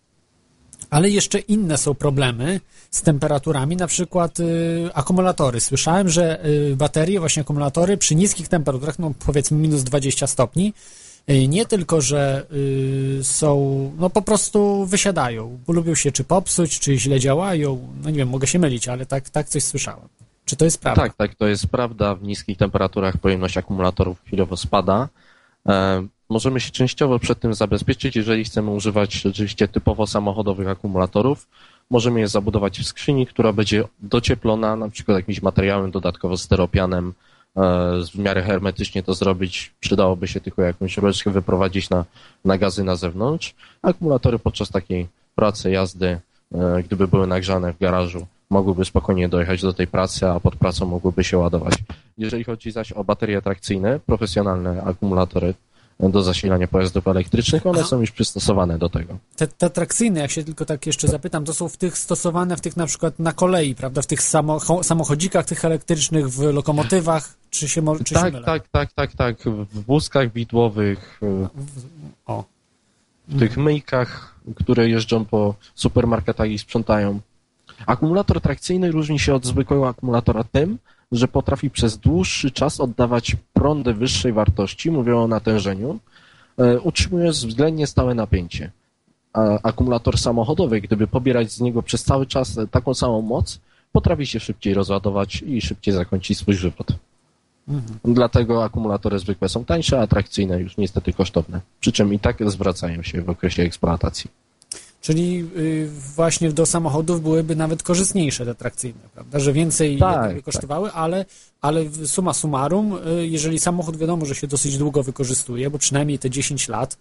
ale jeszcze inne są problemy z temperaturami, na przykład y, akumulatory. Słyszałem, że y, baterie, właśnie akumulatory przy niskich temperaturach, no powiedzmy minus dwadzieścia stopni, y, nie tylko, że y, są, no po prostu wysiadają, bo lubią się czy popsuć, czy źle działają, no nie wiem, mogę się mylić, ale tak, tak coś słyszałem. Czy to jest prawda? Tak, tak, to jest prawda. W niskich temperaturach pojemność akumulatorów chwilowo spada. E, możemy się częściowo przed tym zabezpieczyć, jeżeli chcemy używać rzeczywiście typowo samochodowych akumulatorów. Możemy je zabudować w skrzyni, która będzie docieplona, na przykład jakimś materiałem, dodatkowo styropianem, e, w miarę hermetycznie to zrobić. Przydałoby się tylko jakąś rureczkę wyprowadzić na, na gazy na zewnątrz. Akumulatory podczas takiej pracy, jazdy, e, gdyby były nagrzane w garażu, mogłyby spokojnie dojechać do tej pracy, a pod pracą mogłyby się ładować. Jeżeli chodzi zaś o baterie trakcyjne, profesjonalne akumulatory do zasilania pojazdów elektrycznych, one Aha. są już przystosowane do tego. Te, te trakcyjne, jak się tylko tak jeszcze zapytam, to są w tych stosowane w tych na przykład na kolei, prawda, w tych samo, samochodzikach tych elektrycznych, w lokomotywach, czy się może Tak, się tak, tak, tak, tak, w wózkach widłowych, o. w tych myjkach, które jeżdżą po supermarketach i sprzątają. Akumulator trakcyjny różni się od zwykłego akumulatora tym, że potrafi przez dłuższy czas oddawać prądy wyższej wartości, mówię o natężeniu, utrzymując względnie stałe napięcie. A akumulator samochodowy, gdyby pobierać z niego przez cały czas taką samą moc, potrafi się szybciej rozładować i szybciej zakończyć swój żywot. Mhm. Dlatego akumulatory zwykłe są tańsze, a trakcyjne już niestety kosztowne. Przy czym i tak zwracają się w okresie eksploatacji. Czyli właśnie do samochodów byłyby nawet korzystniejsze te trakcyjne, prawda? Że więcej tak, by kosztowały, tak. ale, ale summa summarum, jeżeli samochód wiadomo, że się dosyć długo wykorzystuje, bo przynajmniej te dziesięć lat,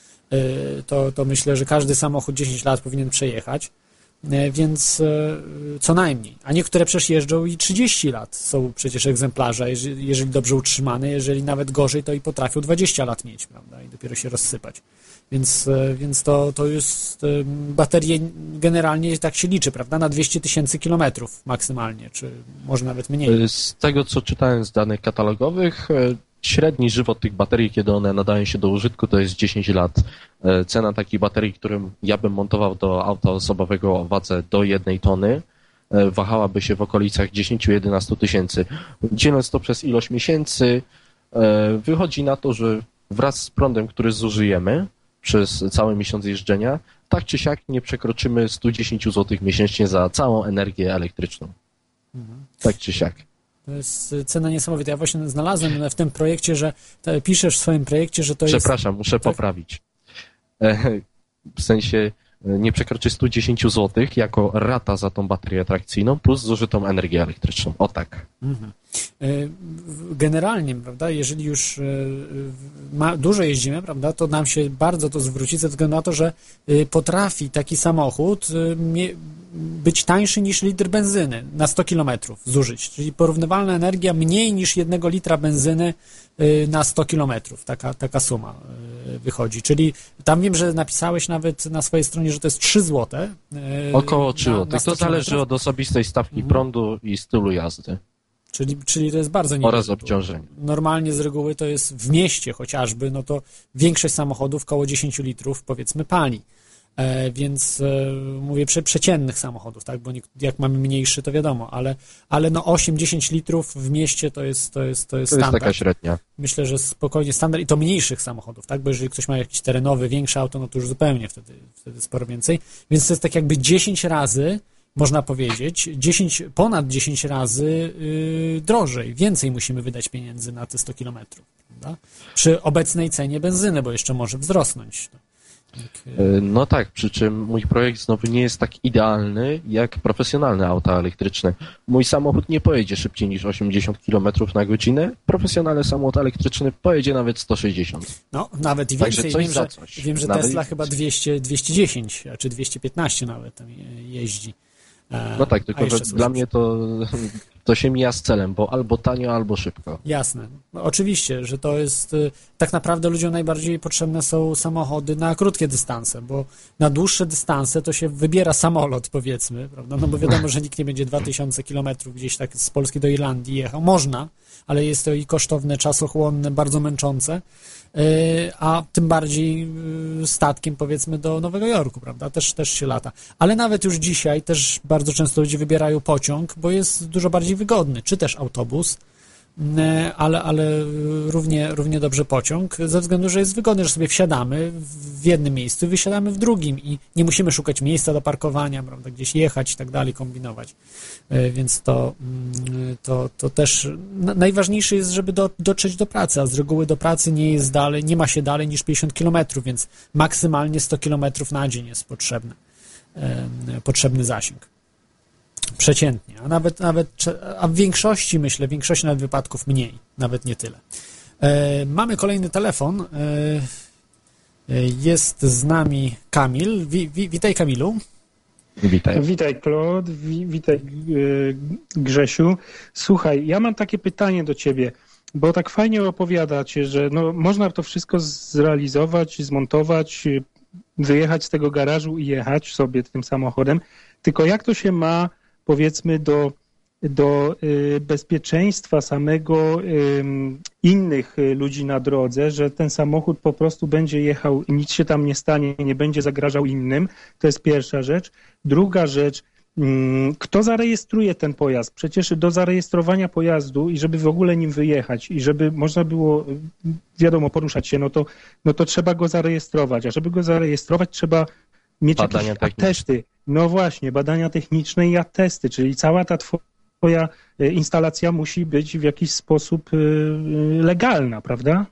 to, to myślę, że każdy samochód dziesięć lat powinien przejechać, więc co najmniej. A niektóre przecież jeżdżą i trzydzieści lat. Są przecież egzemplarze, jeżeli, jeżeli dobrze utrzymane, jeżeli nawet gorzej, to i potrafią dwadzieścia lat mieć, prawda? I dopiero się rozsypać. Więc, więc to, to jest baterie generalnie tak się liczy, prawda? Na dwieście tysięcy kilometrów maksymalnie, czy może nawet mniej. Z tego, co czytałem z danych katalogowych, średni żywot tych baterii, kiedy one nadają się do użytku, to jest dziesięć lat. Cena takiej baterii, którą ja bym montował do auta osobowego o wadze do jednej tony, wahałaby się w okolicach dziesięć do jedenastu tysięcy. Dzieląc to przez ilość miesięcy, wychodzi na to, że wraz z prądem, który zużyjemy przez cały miesiąc jeżdżenia, tak czy siak nie przekroczymy sto dziesięć złotych miesięcznie za całą energię elektryczną. Mhm. Tak czy siak. To jest cena niesamowita. Ja właśnie znalazłem w tym projekcie, że piszesz w swoim projekcie, że to Przepraszam, jest... Przepraszam, muszę tak? poprawić. W sensie nie przekroczy sto dziesięć złotych jako rata za tą baterię atrakcyjną plus zużytą energię elektryczną. O tak. Mhm. Generalnie, prawda, jeżeli już ma, dużo jeździmy, prawda, to nam się bardzo to zwróci ze względu na to, że potrafi taki samochód być tańszy niż litr benzyny na sto kilometrów zużyć, czyli porównywalna energia mniej niż jednego litra benzyny na sto kilometrów, taka, taka suma wychodzi, czyli tam wiem, że napisałeś nawet na swojej stronie, że to jest trzy złote. Około trzy złote, to zależy od osobistej stawki mhm. prądu i stylu jazdy. Czyli, czyli to jest bardzo niewiele. Oraz obciążenie. Normalnie z reguły to jest w mieście chociażby, no to większość samochodów koło dziesięć litrów powiedzmy pali. E, więc e, mówię prze, przeciętnych samochodów, tak, bo nie, jak mamy mniejszy, to wiadomo, ale, ale no osiem do dziesięciu litrów w mieście to jest, to jest, to jest to standard. jest taka średnia. Myślę, że spokojnie standard i to mniejszych samochodów, tak, bo jeżeli ktoś ma jakiś terenowy, większe auto, no to już zupełnie wtedy, wtedy sporo więcej, więc to jest tak jakby dziesięć razy, można powiedzieć, dziesięć, ponad dziesięć razy yy, drożej, więcej musimy wydać pieniędzy na te sto kilometrów, prawda? Przy obecnej cenie benzyny, bo jeszcze może wzrosnąć. No. Tak, yy. No tak, przy czym mój projekt znowu nie jest tak idealny jak profesjonalne auta elektryczne. Mój samochód nie pojedzie szybciej niż osiemdziesiąt kilometrów na godzinę, profesjonalny samochód elektryczny pojedzie nawet sto sześćdziesiąt. No, nawet i Także więcej. coś wiem, za że, coś. wiem, że Nawet Tesla i- chyba dwieście, dwieście dziesięć, a czy dwieście piętnaście nawet tam je- jeździ. E, No tak, a tylko że jeszcze dla słyszę- mnie to, to się mija z celem, bo albo tanio, albo szybko. Jasne. No, oczywiście, że to jest... y, Tak naprawdę ludziom najbardziej potrzebne są samochody na krótkie dystanse, bo na dłuższe dystanse to się wybiera samolot, powiedzmy, prawda? No bo wiadomo, że nikt nie będzie dwa tysiące kilometrów gdzieś tak z Polski do Irlandii jechał. Można, ale jest to i kosztowne, czasochłonne, bardzo męczące, y, a tym bardziej y, statkiem, powiedzmy, do Nowego Jorku, prawda? Też, też się lata. Ale nawet już dzisiaj też bardzo często ludzie wybierają pociąg, bo jest dużo bardziej wygodny, czy też autobus, ale, ale równie, równie dobrze pociąg, ze względu, że jest wygodny, że sobie wsiadamy w jednym miejscu, wysiadamy w drugim i nie musimy szukać miejsca do parkowania, prawda, gdzieś jechać i tak dalej, kombinować. Więc to, to, to też najważniejsze jest, żeby do, dotrzeć do pracy, a z reguły do pracy nie jest dalej, nie ma się dalej niż pięćdziesiąt kilometrów, więc maksymalnie sto kilometrów na dzień jest potrzebny, potrzebny zasięg. Przeciętnie, a nawet, nawet a w większości, myślę, w większości nawet wypadków mniej, nawet nie tyle. E, mamy kolejny telefon. E, jest z nami Kamil. Wi, wi, witaj, Kamilu. Witaj. Witaj, Claude. Wi, witaj, yy, Grzesiu. Słuchaj, ja mam takie pytanie do ciebie, bo tak fajnie opowiadacie, że no, można to wszystko zrealizować, zmontować, wyjechać z tego garażu i jechać sobie tym samochodem, tylko jak to się ma, powiedzmy, do, do y, bezpieczeństwa samego y, innych ludzi na drodze, że ten samochód po prostu będzie jechał i nic się tam nie stanie, nie będzie zagrażał innym. To jest pierwsza rzecz. Druga rzecz, y, kto zarejestruje ten pojazd? Przecież do zarejestrowania pojazdu i żeby w ogóle nim wyjechać i żeby można było, wiadomo, poruszać się, no to, no to trzeba go zarejestrować, a żeby go zarejestrować, trzeba mieć Badania jakieś techniczne. atesty. No właśnie, badania techniczne i atesty, czyli cała ta twoja instalacja musi być w jakiś sposób legalna, prawda?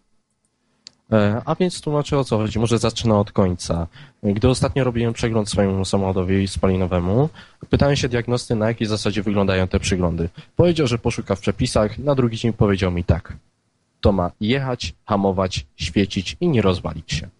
A więc tłumaczę, o co chodzi. Może zacznę od końca. Gdy ostatnio robiłem przegląd swojemu samochodowi spalinowemu, pytałem się diagnosty, na jakiej zasadzie wyglądają te przyglądy. Powiedział, że poszuka w przepisach, na drugi dzień powiedział mi tak. To ma jechać, hamować, świecić i nie rozwalić się.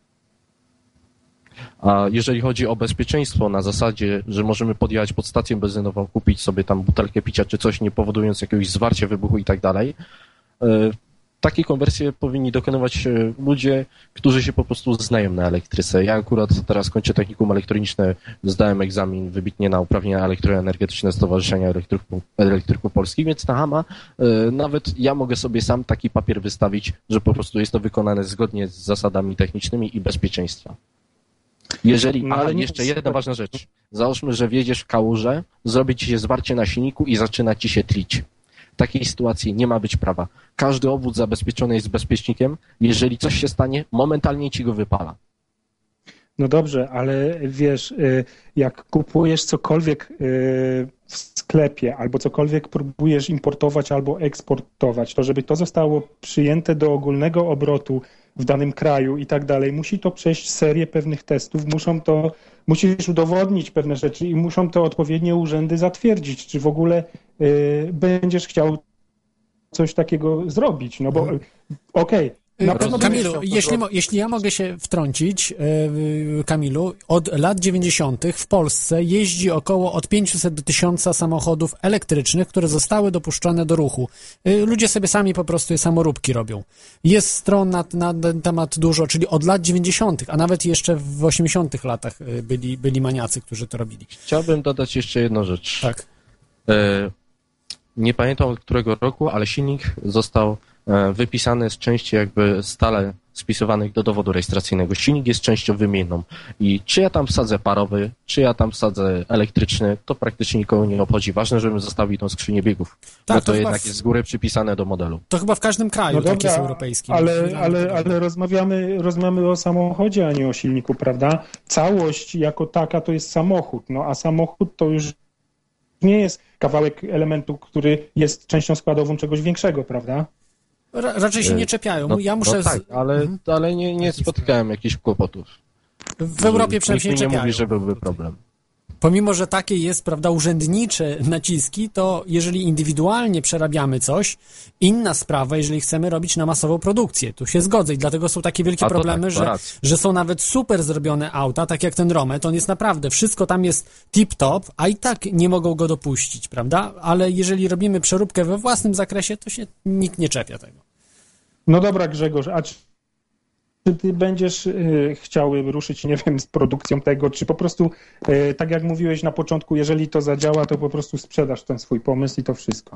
A jeżeli chodzi o bezpieczeństwo na zasadzie, że możemy podjechać pod stację benzynową, kupić sobie tam butelkę picia czy coś, nie powodując jakiegoś zwarcia, wybuchu i tak dalej, takie konwersje powinni dokonywać ludzie, którzy się po prostu znają na elektryce. Ja akurat teraz kończę technikum elektroniczne, zdałem egzamin wybitnie na uprawnienia elektroenergetyczne Stowarzyszenia Elektryków, Elektryków Polskich, więc na Hama nawet ja mogę sobie sam taki papier wystawić, że po prostu jest to wykonane zgodnie z zasadami technicznymi i bezpieczeństwa. Jeżeli, No, ale ale nie- jeszcze jedna ważna rzecz. Załóżmy, że wjedziesz w kałużę, zrobi ci się zwarcie na silniku i zaczyna ci się tlić. W takiej sytuacji nie ma być prawa. Każdy obwód zabezpieczony jest bezpiecznikiem. Jeżeli coś się stanie, momentalnie ci go wypala. No dobrze, ale wiesz, jak kupujesz cokolwiek w sklepie albo cokolwiek próbujesz importować albo eksportować, to żeby to zostało przyjęte do ogólnego obrotu w danym kraju i tak dalej, musi to przejść serię pewnych testów, muszą to, musisz udowodnić pewne rzeczy i muszą to odpowiednie urzędy zatwierdzić, czy w ogóle y, będziesz chciał coś takiego zrobić, no bo okej, okay, na pewno będziesz Kamilu, chciał to jeśli, mo, zrobić. jeśli ja mogę się wtrącić, yy, Kamilu, od lat dziewięćdziesiątych w Polsce jeździ około od pięćset do tysiąca samochodów elektrycznych, które zostały dopuszczone do ruchu. Yy, ludzie sobie sami po prostu samoróbki robią. Jest stron na, na ten temat dużo, czyli od lat dziewięćdziesiątych, a nawet jeszcze w osiemdziesiątych latach byli, byli maniacy, którzy to robili. Chciałbym dodać jeszcze jedną rzecz. Tak. E, nie pamiętam od którego roku, ale silnik został wypisany z części jakby stale spisywanych do dowodu rejestracyjnego. Silnik jest częścią wymienną i czy ja tam wsadzę parowy, czy ja tam wsadzę elektryczny, to praktycznie nikogo nie obchodzi. Ważne, żebym zostawił tą skrzynię biegów, tak, bo to, to jednak w... jest z góry przypisane do modelu. To chyba w każdym kraju no tak dobra, jest europejskim. Ale, ale, ale rozmawiamy, rozmawiamy o samochodzie, a nie o silniku, prawda? Całość jako taka to jest samochód, no a samochód to już nie jest kawałek elementu, który jest częścią składową czegoś większego, prawda? Ra- raczej się nie czepiają. No, ja muszę... no tak, ale, mhm. ale nie, nie spotykałem jakichś kłopotów. W Europie przynajmniej się nie czepiają. Nie mówi, że byłby problem. Pomimo, że takie jest, prawda, urzędnicze naciski, to jeżeli indywidualnie przerabiamy coś, inna sprawa, jeżeli chcemy robić na masową produkcję. Tu się zgodzę i dlatego są takie wielkie problemy, tak, że, że są nawet super zrobione auta, tak jak ten Romet, on jest naprawdę, wszystko tam jest tip-top, a i tak nie mogą go dopuścić, prawda? Ale jeżeli robimy przeróbkę we własnym zakresie, to się nikt nie czepia tego. No dobra, Grzegorz, a czy Czy ty będziesz y, chciał ruszyć, nie wiem, z produkcją tego, czy po prostu, y, tak jak mówiłeś na początku, jeżeli to zadziała, to po prostu sprzedasz ten swój pomysł i to wszystko?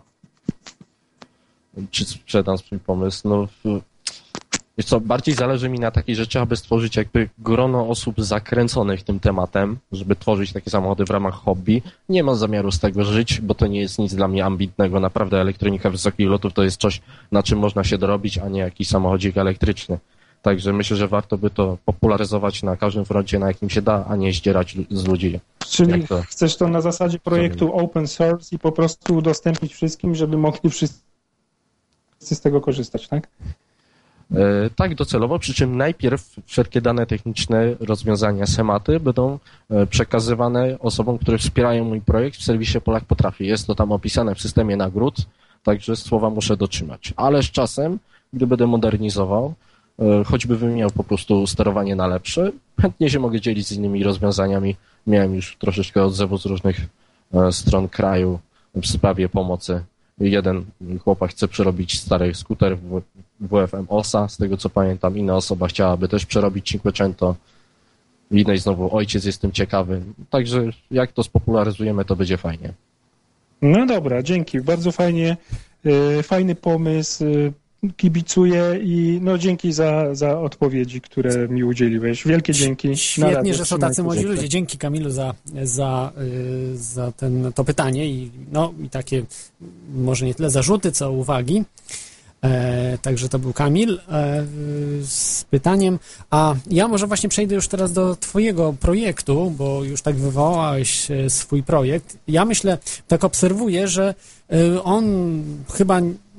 Czy sprzedam swój pomysł? No, wiesz co, bardziej zależy mi na takiej rzeczy, aby stworzyć jakby grono osób zakręconych tym tematem, żeby tworzyć takie samochody w ramach hobby. Nie mam zamiaru z tego żyć, bo to nie jest nic dla mnie ambitnego. Naprawdę elektronika wysokich lotów to jest coś, na czym można się dorobić, a nie jakiś samochodzik elektryczny. Także myślę, że warto by to popularyzować na każdym froncie, na jakim się da, a nie zdzierać z ludzi. Czyli to chcesz to na zasadzie projektu open source i po prostu udostępnić wszystkim, żeby mogli wszyscy z tego korzystać, tak? E, tak, docelowo, przy czym najpierw wszelkie dane techniczne, rozwiązania, schematy będą e, przekazywane osobom, które wspierają mój projekt w serwisie Polak Potrafi. Jest to tam opisane w systemie nagród, także słowa muszę dotrzymać. Ale z czasem, gdy będę modernizował, choćby wymieniał po prostu sterowanie na lepsze, chętnie się mogę dzielić z innymi rozwiązaniami. Miałem już troszeczkę odzewu z różnych stron kraju w sprawie pomocy. Jeden chłopak chce przerobić stary skuter w W F M Osa, z tego co pamiętam. Inna osoba chciałaby też przerobić Cinquecento. Innej znowu ojciec jest tym ciekawy. Także jak to spopularyzujemy, to będzie fajnie. No dobra, dzięki. Bardzo fajnie, fajny pomysł. Kibicuję i no dzięki za, za odpowiedzi, które mi udzieliłeś. Wielkie dzięki. Świetnie, że są tacy młodzi ludzie. Dzięki, Kamilu, za, za, za ten, to pytanie i, no, i takie może nie tyle zarzuty, co uwagi. E, także to był Kamil e, z pytaniem. A ja może właśnie przejdę już teraz do twojego projektu, bo już tak wywołałeś swój projekt. Ja myślę, tak obserwuję, że on chyba...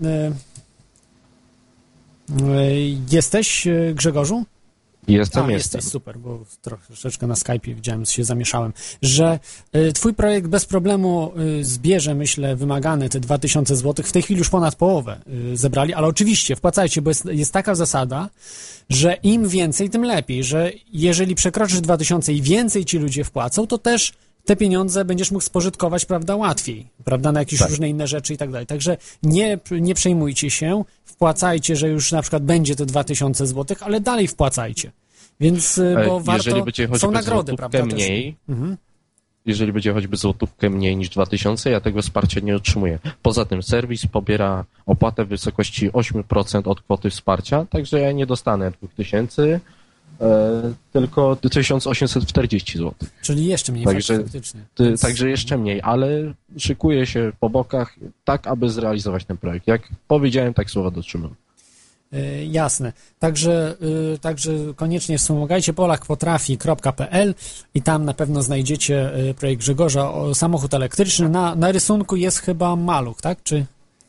Jesteś, Grzegorzu? Jestem, A, jestem. Jesteś, super, bo troszeczkę na Skype'ie widziałem, się zamieszałem, że y, twój projekt bez problemu y, zbierze, myślę, wymagane te dwa tysiące złotych. W tej chwili już ponad połowę y, zebrali, ale oczywiście wpłacajcie, bo jest, jest taka zasada, że im więcej, tym lepiej, że jeżeli przekroczysz dwa tysiące i więcej ci ludzie wpłacą, to też te pieniądze będziesz mógł spożytkować, prawda, łatwiej, prawda, na jakieś tak. różne inne rzeczy i tak dalej. Także nie, nie przejmujcie się, wpłacajcie, że już na przykład będzie te dwa tysiące złotych, ale dalej wpłacajcie. Więc, bo warto, jeżeli będzie choćby są nagrody, prawda, mniej, mhm. jeżeli będzie choćby złotówkę mniej niż dwa tysiące, ja tego wsparcia nie otrzymuję. Poza tym serwis pobiera opłatę w wysokości osiem procent od kwoty wsparcia, także ja nie dostanę dwa tysiące, E, tylko tysiąc osiemset czterdzieści złotych. Czyli jeszcze mniej także, faktycznie. Ty, Więc... Także jeszcze mniej, ale szykuję się po bokach tak, aby zrealizować ten projekt. Jak powiedziałem, tak słowa dotrzymam. E, jasne. Także, e, także koniecznie wspomagajcie polak potrafi kropka p l i tam na pewno znajdziecie projekt Grzegorza o samochód elektryczny. Na, na rysunku jest chyba maluch, tak? Czy...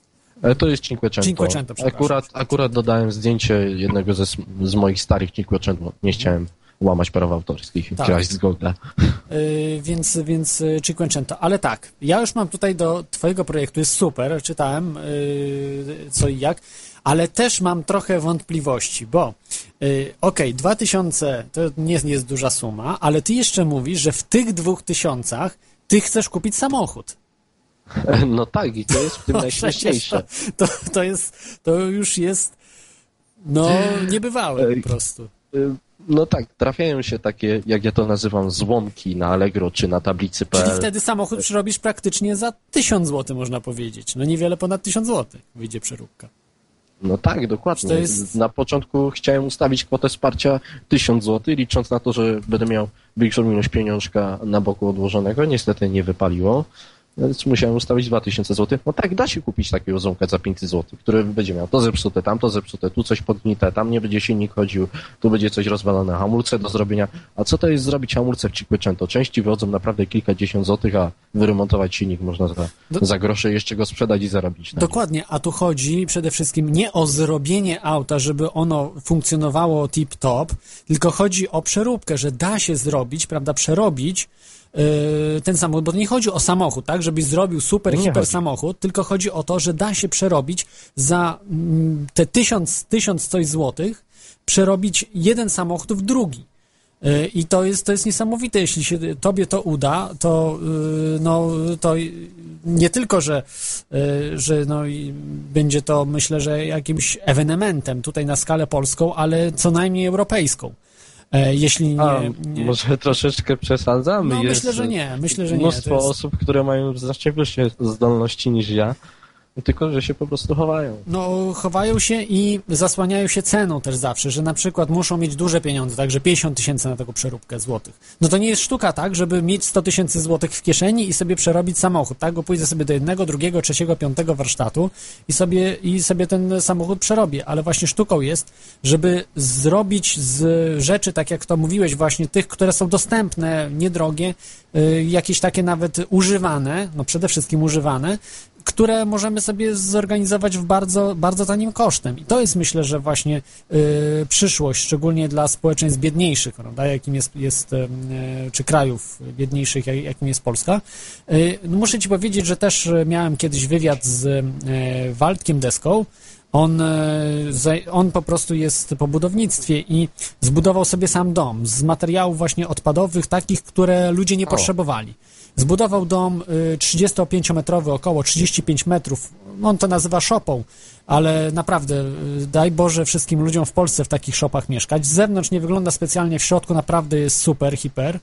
To jest Cinquecento. Cinquecento, akurat, akurat dodałem zdjęcie jednego ze, z moich starych Cinquecento. Nie chciałem łamać praw autorskich, tak. Kraść z Google'a. Yy, więc, więc Cinquecento. Ale tak, ja już mam tutaj do twojego projektu, jest super, czytałem yy, co i jak, ale też mam trochę wątpliwości, bo yy, okej, okay, dwa tysiące to nie jest duża suma, ale ty jeszcze mówisz, że w tych dwóch tysiącach ty chcesz kupić samochód. No tak, i to jest w tym no, najśmieszniejsze. To, to, to jest, to już jest, no, niebywałe po prostu. No tak, trafiają się takie, jak ja to nazywam, złomki na Allegro czy na tablicy kropka p l. Czyli wtedy samochód przerobisz praktycznie za tysiąc złotych, można powiedzieć. No niewiele ponad tysiąc złotych wyjdzie przeróbka. No tak, dokładnie. To jest... Na początku chciałem ustawić kwotę wsparcia tysiąc złotych, licząc na to, że będę miał większą ilość pieniążka na boku odłożonego. Niestety nie wypaliło. Więc musiałem ustawić dwa tysiące złotych. No tak, da się kupić takiego ząbka za pięćset złotych, który będzie miał to zepsute, tam to zepsute, tu coś podgnite, tam nie będzie silnik chodził, tu będzie coś rozwalone, hamulce do zrobienia. A co to jest zrobić hamulce w Cinquecento? Części wychodzą naprawdę kilkadziesiąt złotych, a wyremontować silnik można za, Do... za grosze jeszcze go sprzedać i zarobić. Tak? Dokładnie, a tu chodzi przede wszystkim nie o zrobienie auta, żeby ono funkcjonowało tip-top, tylko chodzi o przeróbkę, że da się zrobić, prawda, przerobić ten samochód, bo to nie chodzi o samochód, tak, żebyś zrobił super, nie hiper chodzi. samochód, tylko chodzi o to, że da się przerobić za te tysiąc, tysiąc coś złotych, przerobić jeden samochód w drugi. I to jest, to jest niesamowite, jeśli się tobie to uda, to, no, to nie tylko, że, że no, będzie to, myślę, że jakimś ewenementem tutaj na skalę polską, ale co najmniej europejską. Jeśli nie, A, nie... może troszeczkę przesadzamy. No, jest myślę, że nie. Myślę, że nie. mnóstwo jest... osób, które mają znacznie wyższe zdolności niż ja, tylko że się po prostu chowają. No, chowają się i zasłaniają się ceną też zawsze, że na przykład muszą mieć duże pieniądze, także pięćdziesiąt tysięcy na taką przeróbkę złotych. No to nie jest sztuka, tak, żeby mieć sto tysięcy złotych w kieszeni i sobie przerobić samochód, tak, bo pójdę sobie do jednego, drugiego, trzeciego, piątego warsztatu i sobie, i sobie ten samochód przerobię, ale właśnie sztuką jest, żeby zrobić z rzeczy, tak jak to mówiłeś właśnie, tych, które są dostępne, niedrogie, y, jakieś takie nawet używane, no przede wszystkim używane, które możemy sobie zorganizować w bardzo, bardzo tanim kosztem. I to jest, myślę, że właśnie y, przyszłość, szczególnie dla społeczeństw biedniejszych, prawda, jakim jest, jest y, czy krajów biedniejszych, jak, jakim jest Polska. Y, muszę ci powiedzieć, że też miałem kiedyś wywiad z y, Waldkiem Deską. On, on po prostu jest po budownictwie i zbudował sobie sam dom z materiałów właśnie odpadowych, takich, które ludzie nie potrzebowali. Zbudował dom trzydziestopięciometrowy, około trzydzieści pięć metrów. On to nazywa szopą, ale naprawdę daj Boże wszystkim ludziom w Polsce w takich szopach mieszkać. Z zewnątrz nie wygląda specjalnie, w środku naprawdę jest super, hiper.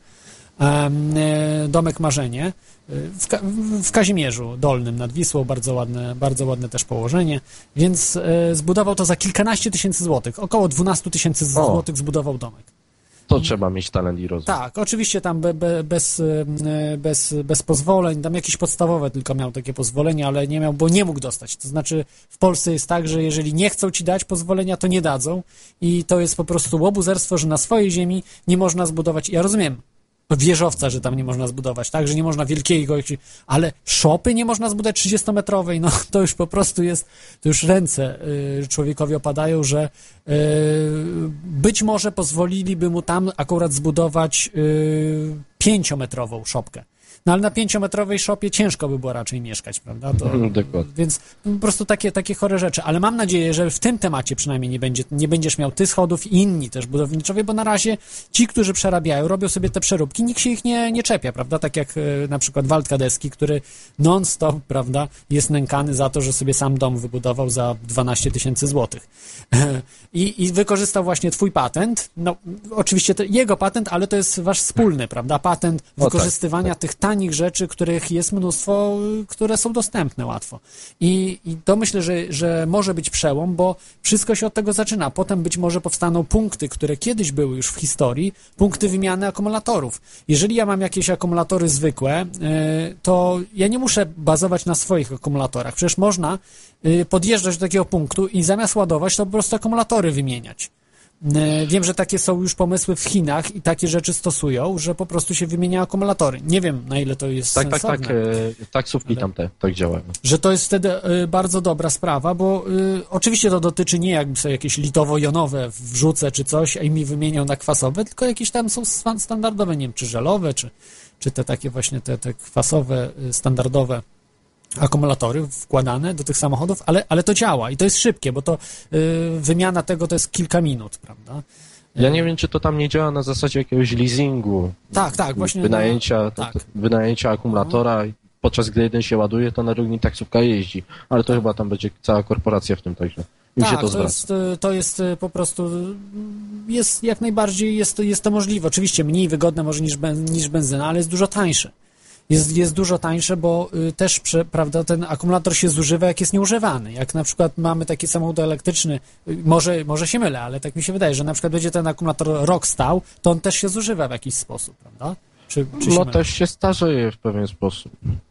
Domek Marzenie w, Ka- w Kazimierzu Dolnym nad Wisłą, bardzo ładne, bardzo ładne też położenie, więc zbudował to za kilkanaście tysięcy złotych, około dwanaście tysięcy złotych zbudował domek. To trzeba mieć talent i rozum. Tak, oczywiście tam be, be, bez, bez, bez pozwoleń, tam jakieś podstawowe tylko miał takie pozwolenia, ale nie miał, bo nie mógł dostać. To znaczy w Polsce jest tak, że jeżeli nie chcą ci dać pozwolenia, to nie dadzą i to jest po prostu łobuzerstwo, że na swojej ziemi nie można zbudować. Ja rozumiem wieżowca, że tam nie można zbudować, tak, że nie można wielkiego, ale szopy nie można zbudować trzydziestometrowej, no to już po prostu jest, to już ręce y, człowiekowi opadają, że y, być może pozwoliliby mu tam akurat zbudować y, pięciometrową szopkę. No ale na pięciometrowej szopie ciężko by było raczej mieszkać, prawda? To, Dokładnie. Więc po prostu takie, takie chore rzeczy. Ale mam nadzieję, że w tym temacie przynajmniej nie, będzie, nie będziesz miał ty schodów i inni też budowniczowie, bo na razie ci, którzy przerabiają, robią sobie te przeróbki, nikt się ich nie, nie czepia, prawda? Tak jak e, na przykład Waldka Deski, który non-stop, prawda, jest nękany za to, że sobie sam dom wybudował za dwanaście tysięcy złotych. I, I wykorzystał właśnie twój patent, no oczywiście to jego patent, ale to jest wasz wspólny, prawda? Patent wykorzystywania tak, tak. tych tanich rzeczy, których jest mnóstwo, które są dostępne łatwo. I, i to myślę, że, że może być przełom, bo wszystko się od tego zaczyna. Potem być może powstaną punkty, które kiedyś były już w historii, punkty wymiany akumulatorów. Jeżeli ja mam jakieś akumulatory zwykłe, to ja nie muszę bazować na swoich akumulatorach. Przecież można podjeżdżać do takiego punktu i zamiast ładować, to po prostu akumulatory wymieniać. Wiem, że takie są już pomysły w Chinach i takie rzeczy stosują, że po prostu się wymienia akumulatory. Nie wiem, na ile to jest tak, sensowne. Tak, tak, tak. Taksówki tamte tak działają. Że to jest wtedy bardzo dobra sprawa, bo y, oczywiście to dotyczy nie jakby sobie jakieś litowo-jonowe wrzucę czy coś, a i mi wymienią na kwasowe, tylko jakieś tam są standardowe, nie wiem, czy żelowe, czy, czy te takie właśnie te, te kwasowe, standardowe akumulatory wkładane do tych samochodów, ale, ale to działa i to jest szybkie, bo to y, wymiana tego to jest kilka minut, prawda? Ja nie wiem, czy to tam nie działa na zasadzie jakiegoś leasingu. Tak, tak, właśnie. Wynajęcia, no, to, tak. to, wynajęcia akumulatora, podczas gdy jeden się ładuje, to na drugi taksówka jeździ. Ale to tak. chyba tam będzie cała korporacja w tym także. Im tak, się to, to zwraca. jest, to jest po prostu, jest jak najbardziej, jest to, jest to możliwe. Oczywiście mniej wygodne może niż, ben, niż benzyna, ale jest dużo tańsze. Jest, jest dużo tańsze, bo y, też, prze, prawda, ten akumulator się zużywa, jak jest nieużywany. Jak na przykład mamy taki samochód elektryczny, y, może, może się mylę, ale tak mi się wydaje, że na przykład będzie ten akumulator rok stał, to on też się zużywa w jakiś sposób, prawda? Czy, czy No mylę? też się starzeje w pewien sposób.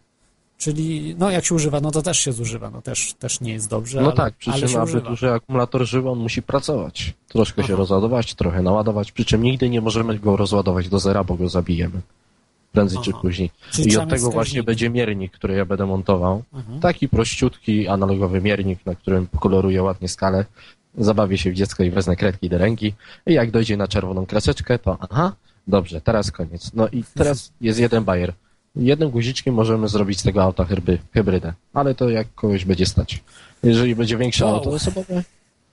Czyli, no jak się używa, no to też się zużywa, no też, też nie jest dobrze, No ale, tak, przy ale czym się aby używa. duży akumulator żył, on musi pracować. Troszkę Aha. się rozładować, trochę naładować, przy czym nigdy nie możemy go rozładować do zera, bo go zabijemy. Prędzej Aha. czy później. Czyli I trzeba od mieć tego właśnie wskaźniki. będzie miernik, który ja będę montował. Mhm. Taki prościutki, analogowy miernik, na którym pokoloruję ładnie skalę. Zabawię się w dziecko i wezmę kredki do ręki. I jak dojdzie na czerwoną kreseczkę, to aha, dobrze, teraz koniec. No i teraz jest jeden bajer. Jednym guziczkiem możemy zrobić z tego auta hybry, hybrydę. Ale to jak kogoś będzie stać. Jeżeli będzie większe Wow. auto osobowe,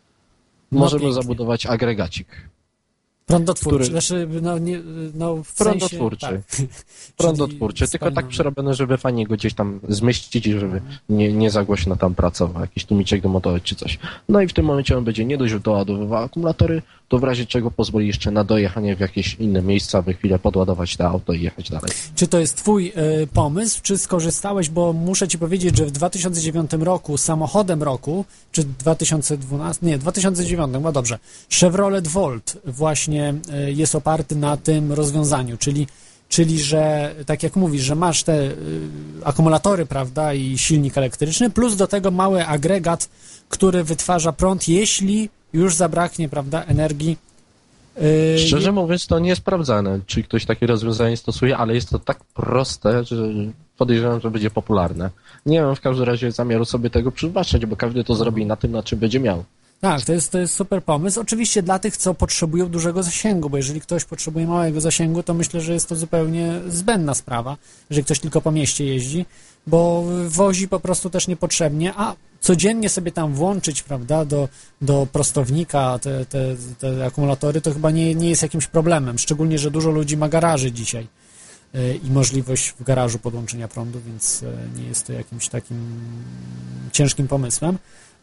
No możemy pięknie. zabudować agregacik. Prądotwórczy, który- znaczy, no, nie, no w Prądotwórczy. sensie, tak. Prądotwórczy, Czyli tylko tak spalinowy. przerobione, żeby fajnie go gdzieś tam zmieścić i żeby nie, nie za głośno tam pracował, jakiś tłumiczek domontować czy coś. No i w tym momencie on będzie nie dość doładowywał akumulatory, to w razie czego pozwoli jeszcze na dojechanie w jakieś inne miejsca, aby chwilę podładować to auto i jechać dalej. Czy to jest twój y, pomysł, czy skorzystałeś, bo muszę ci powiedzieć, że w dwa tysiące dziewiątym roku samochodem roku, czy dwa tysiące dwunastym, nie, dwa tysiące dziewiątym, no dobrze, Chevrolet Volt właśnie y, jest oparty na tym rozwiązaniu, czyli Czyli, że tak jak mówisz, że masz te y, akumulatory, prawda, i silnik elektryczny, plus do tego mały agregat, który wytwarza prąd, jeśli już zabraknie, prawda, energii. Y, Szczerze mówiąc, to nie jest sprawdzane, czy ktoś takie rozwiązanie stosuje, ale jest to tak proste, że podejrzewam, że będzie popularne. Nie mam w każdym razie zamiaru sobie tego przybaczać, bo każdy to zrobi na tym, na czym będzie miał. Tak, to jest, to jest super pomysł. Oczywiście dla tych, co potrzebują dużego zasięgu, bo jeżeli ktoś potrzebuje małego zasięgu, to myślę, że jest to zupełnie zbędna sprawa, jeżeli ktoś tylko po mieście jeździ, bo wozi po prostu też niepotrzebnie, a codziennie sobie tam włączyć, prawda, do, do prostownika te, te, te akumulatory, to chyba nie, nie jest jakimś problemem, szczególnie, że dużo ludzi ma garaży dzisiaj y, i możliwość w garażu podłączenia prądu, więc y, nie jest to jakimś takim ciężkim pomysłem.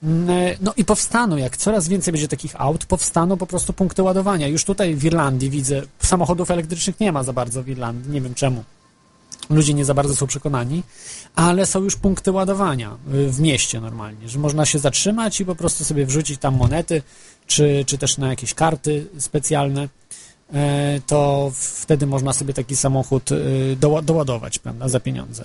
No i powstaną, jak coraz więcej będzie takich aut, powstaną po prostu punkty ładowania. Już tutaj w Irlandii widzę, samochodów elektrycznych nie ma za bardzo w Irlandii, nie wiem czemu. Ludzie nie za bardzo są przekonani, ale są już punkty ładowania w mieście normalnie, że można się zatrzymać i po prostu sobie wrzucić tam monety, czy, czy też na jakieś karty specjalne, to wtedy można sobie taki samochód doładować, prawda, za pieniądze.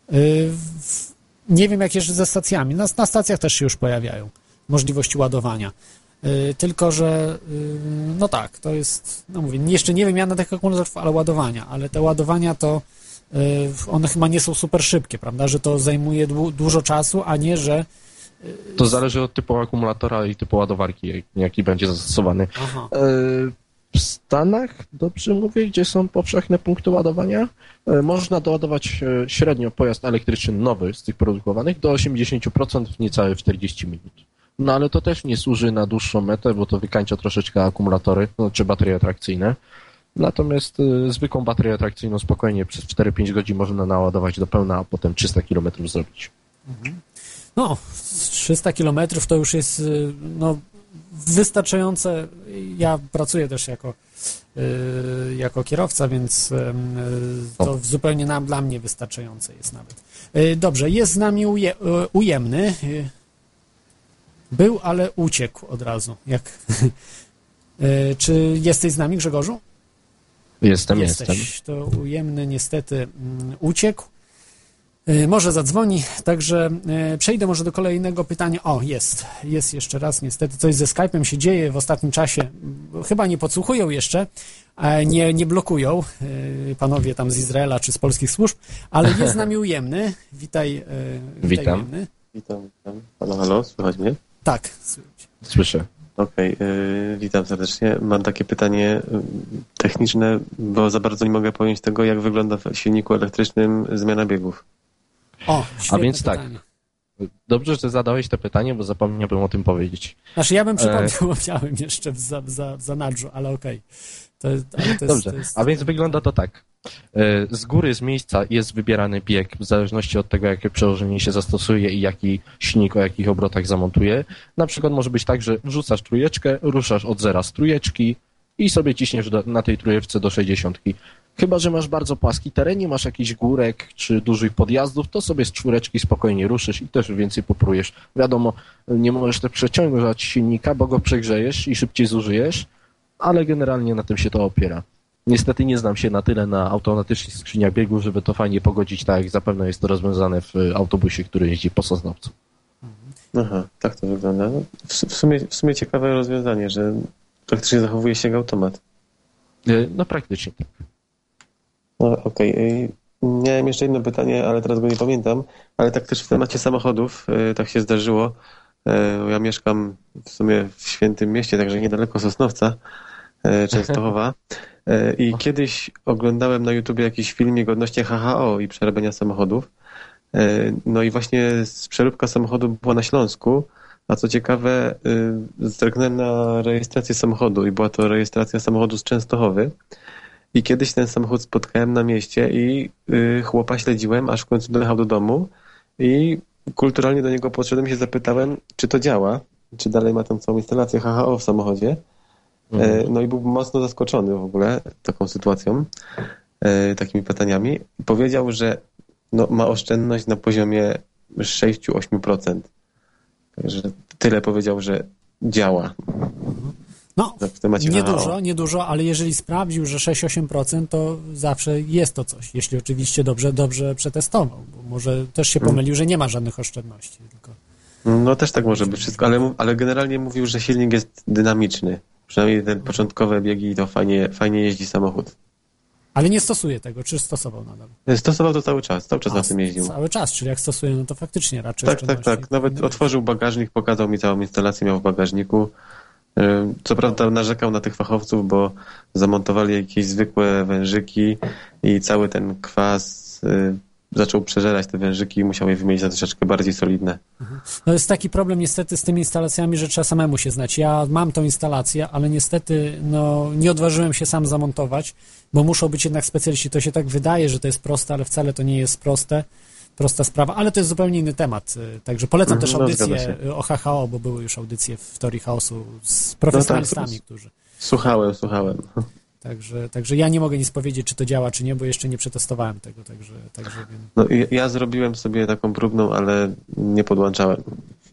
Nie wiem, jak jeszcze ze stacjami. Na, na stacjach też się już pojawiają możliwości ładowania. Yy, tylko, że yy, no tak, to jest, no mówię, jeszcze nie wiem ja na tych akumulatorów, ale ładowania, ale te ładowania to yy, one chyba nie są super szybkie, prawda, że to zajmuje du- dużo czasu, a nie, że yy, To zależy od typu akumulatora i typu ładowarki, jaki będzie zastosowany. Aha. W Stanach, dobrze mówię, gdzie są powszechne punkty ładowania, można doładować średnio pojazd elektryczny nowy z tych produkowanych do osiemdziesiąt procent w niecałe czterdzieści minut. No ale to też nie służy na dłuższą metę, bo to wykańcza troszeczkę akumulatory, no, czy baterie atrakcyjne. Natomiast y, zwykłą baterię atrakcyjną spokojnie przez cztery pięć godzin można naładować do pełna, a potem trzysta kilometrów zrobić. No, trzysta kilometrów to już jest, no, wystarczające. Ja pracuję też jako, yy, jako kierowca, więc yy, to zupełnie nam, dla mnie wystarczające jest nawet. Yy, dobrze, jest z nami uje, yy, ujemny. Yy, był, ale uciekł od razu. Jak, yy, czy jesteś z nami, Grzegorzu? Jestem, Jesteś. jestem. To ujemny niestety yy, uciekł. Może zadzwoni, także przejdę może do kolejnego pytania. O, jest, jest jeszcze raz, niestety coś ze Skype'em się dzieje w ostatnim czasie. Chyba nie podsłuchują jeszcze, nie, nie blokują panowie tam z Izraela czy z polskich służb, ale jest z nami ujemny. Witaj, witaj Witam. Ujemny. Witam, witam. Halo, halo, słychać mnie? Tak, słychać. Słyszę. Okej, okay, yy, witam serdecznie. Mam takie pytanie yy, techniczne, bo za bardzo nie mogę pojąć tego, jak wygląda w silniku elektrycznym zmiana biegów. O, A więc tak, pytanie. dobrze, że zadałeś to pytanie, bo zapomniałbym o tym powiedzieć. Znaczy ja bym przypomniał, e... bo miałem jeszcze w, za, za, za nadrzu, ale okej. Okay. To, ale to Dobrze, jest, to jest... a więc wygląda to tak. Z góry, z miejsca jest wybierany bieg w zależności od tego, jakie przełożenie się zastosuje i jaki silnik o jakich obrotach zamontuje. Na przykład może być tak, że wrzucasz trójeczkę, ruszasz od zera z trójeczki i sobie ciśniesz do, na tej trójeczce do sześćdziesiątki. Chyba że masz bardzo płaski teren, nie masz jakichś górek czy dużych podjazdów, to sobie z czwóreczki spokojnie ruszysz i też więcej poprujesz. Wiadomo, nie możesz też przeciągać silnika, bo go przegrzejesz i szybciej zużyjesz, ale generalnie na tym się to opiera. Niestety nie znam się na tyle na automatycznych skrzyniach biegów, żeby to fajnie pogodzić, tak jak zapewne jest to rozwiązane w autobusie, który jeździ po Sosnowcu. Aha, tak to wygląda. No, w, w, sumie, w sumie ciekawe rozwiązanie, że praktycznie zachowuje się jak automat. No praktycznie tak. No okej. Okay. Miałem jeszcze jedno pytanie, ale teraz go nie pamiętam, ale tak też w temacie samochodów tak się zdarzyło. Ja mieszkam w sumie w Świętym Mieście, także niedaleko Sosnowca, Częstochowa. I kiedyś oglądałem na YouTubie jakiś filmik odnośnie H H O i przerabiania samochodów. No i właśnie przeróbka samochodu była na Śląsku, a co ciekawe, zerknąłem na rejestrację samochodu i była to rejestracja samochodu z Częstochowy. I kiedyś ten samochód spotkałem na mieście i chłopa śledziłem, aż w końcu dojechał do domu i kulturalnie do niego podszedłem i się zapytałem, czy to działa, czy dalej ma tam całą instalację H H O w samochodzie. No i był mocno zaskoczony w ogóle taką sytuacją, takimi pytaniami. Powiedział, że no, ma oszczędność na poziomie sześć do ośmiu procent. Także tyle powiedział, że działa. No, niedużo, niedużo, ale jeżeli sprawdził, że sześć do ośmiu procent, to zawsze jest to coś, jeśli oczywiście dobrze, dobrze przetestował, bo może też się pomylił, że nie ma żadnych oszczędności. Tylko... No też tak może być wszystko, ale, ale generalnie mówił, że silnik jest dynamiczny. Przynajmniej te początkowe biegi to fajnie, fajnie jeździ samochód. Ale nie stosuje tego, czy stosował nadal? Stosował to cały czas, cały czas A, na tym jeździł. Cały czas, czyli jak stosuje, no to faktycznie raczej... Tak, tak, tak. Nawet otworzył bagażnik, pokazał mi całą instalację, miał w bagażniku. Co prawda narzekał na tych fachowców, bo zamontowali jakieś zwykłe wężyki i cały ten kwas zaczął przeżerać te wężyki i musiał je wymienić za troszeczkę bardziej solidne. No jest taki problem niestety z tymi instalacjami, że trzeba samemu się znać. Ja mam tą instalację, ale niestety no, nie odważyłem się sam zamontować, bo muszą być jednak specjaliści. To się tak wydaje, że to jest proste, ale wcale to nie jest proste. Prosta sprawa, ale to jest zupełnie inny temat. Także polecam też audycję no, o H H O, bo były już audycje w Teorii Chaosu z profesjonalistami, no tak, którzy... Słuchałem, słuchałem. Także, także ja nie mogę nic powiedzieć, czy to działa, czy nie, bo jeszcze nie przetestowałem tego, także, także wiem. No, ja, ja zrobiłem sobie taką próbną, ale nie podłączałem.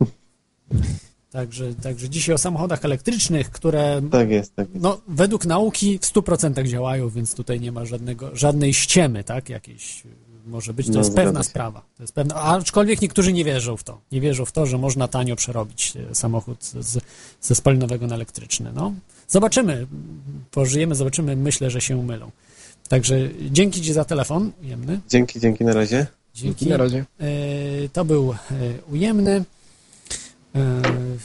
Także, także dzisiaj o samochodach elektrycznych, które tak jest, tak jest. No, według nauki w stu procentach działają, więc tutaj nie ma żadnego, żadnej ściemy, tak, jakiejś może być, to no, jest pewna się. sprawa. To jest pewna, aczkolwiek niektórzy nie wierzą w to. Nie wierzą w to, że można tanio przerobić samochód z, ze spalinowego na elektryczny. No, zobaczymy, pożyjemy, zobaczymy, myślę, że się mylą. Także dzięki Ci za telefon ujemny. Dzięki, dzięki na razie. Dzięki. Na razie. E, to był e, ujemny. E,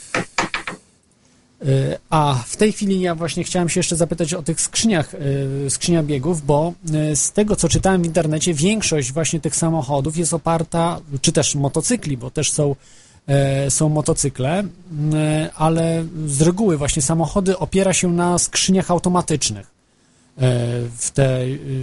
A w tej chwili ja właśnie chciałem się jeszcze zapytać o tych skrzyniach, skrzyniach biegów, bo z tego, co czytałem w internecie, większość właśnie tych samochodów jest oparta, czy też motocykli, bo też są, są motocykle, ale z reguły właśnie samochody opiera się na skrzyniach automatycznych. W te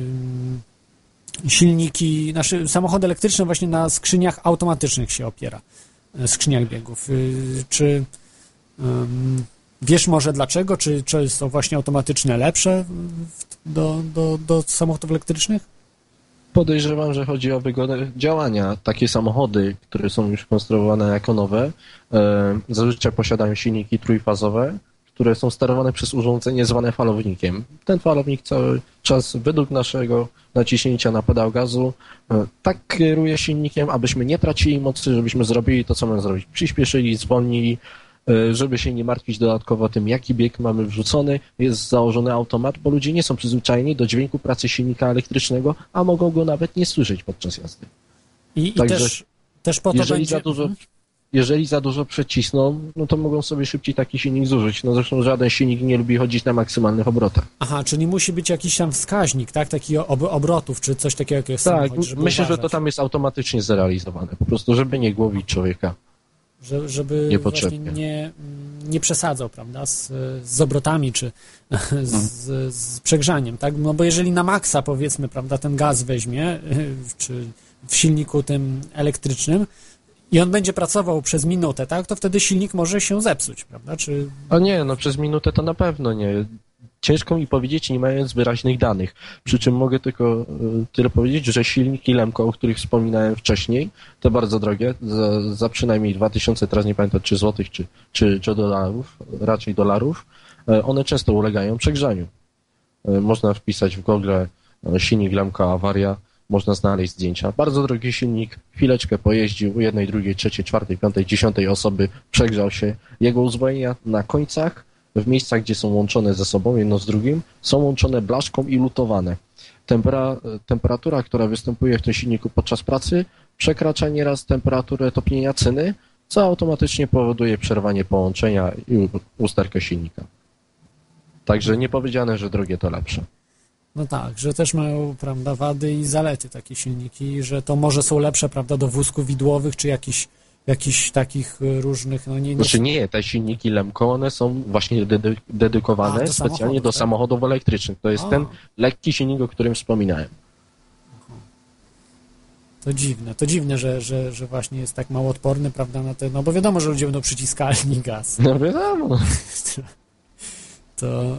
silniki, nasze samochody elektryczne właśnie na skrzyniach automatycznych się opiera, skrzyniach biegów. Czy wiesz może dlaczego? Czy, czy są właśnie automatyczne lepsze do, do, do samochodów elektrycznych? Podejrzewam, że chodzi o wygodę działania. Takie samochody, które są już konstruowane jako nowe, e, zazwyczaj posiadają silniki trójfazowe, które są sterowane przez urządzenie zwane falownikiem. Ten falownik cały czas według naszego naciśnięcia na pedał gazu e, tak kieruje silnikiem, abyśmy nie tracili mocy, żebyśmy zrobili to, co mamy zrobić. Przyspieszyli, zwolnili, żeby się nie martwić dodatkowo tym, jaki bieg mamy wrzucony, jest założony automat, bo ludzie nie są przyzwyczajeni do dźwięku pracy silnika elektrycznego, a mogą go nawet nie słyszeć podczas jazdy. I, Także, i też, też po to jeżeli będzie... Za dużo, jeżeli za dużo przecisną, no to mogą sobie szybciej taki silnik zużyć. No zresztą żaden silnik nie lubi chodzić na maksymalnych obrotach. Aha, czyli musi być jakiś tam wskaźnik, tak? Taki ob obrotów, czy coś takiego, jak jest tak, samochód, żeby myślę, uważać. że to tam jest automatycznie zrealizowane, po prostu, żeby nie głowić człowieka. Że, żeby właśnie nie, nie przesadzał, prawda, z, z obrotami czy z, z przegrzaniem, tak? No bo jeżeli na maksa, powiedzmy, prawda, ten gaz weźmie, czy w silniku tym elektrycznym i on będzie pracował przez minutę, tak, to wtedy silnik może się zepsuć, prawda? Czy... A nie, no przez minutę to na pewno nie. ciężko mi powiedzieć, nie mając wyraźnych danych. Przy czym mogę tylko tyle powiedzieć, że silniki Lemco, o których wspominałem wcześniej, te bardzo drogie, za, za przynajmniej dwa tysiące, teraz nie pamiętam, czy złotych, czy, czy, czy dolarów, raczej dolarów, one często ulegają przegrzaniu. Można wpisać w Google silnik Lemco awaria, można znaleźć zdjęcia. Bardzo drogi silnik, chwileczkę pojeździł u jednej, drugiej, trzeciej, czwartej, piątej, dziesiątej osoby, przegrzał się. Jego uzwolnienia na końcach, w miejscach, gdzie są łączone ze sobą, jedno z drugim, są łączone blaszką i lutowane. Tempera, temperatura, która występuje w tym silniku podczas pracy, przekracza nieraz temperaturę topnienia cyny, co automatycznie powoduje przerwanie połączenia i usterkę silnika. Także nie powiedziane, że drogie to lepsze. No tak, że też mają, prawda, wady i zalety takie silniki, że to może są lepsze, prawda, do wózków widłowych, czy jakichś jakichś takich różnych, no nie... nie... Znaczy nie, te silniki Lemco, one są właśnie dedy- dedykowane A, do specjalnie do tak? samochodów elektrycznych. To jest A. ten lekki silnik, o którym wspominałem. To dziwne, to dziwne, że, że, że właśnie jest tak mało odporny, prawda, na te, no bo wiadomo, że ludzie będą przyciskali gaz. No wiadomo. To... Yy...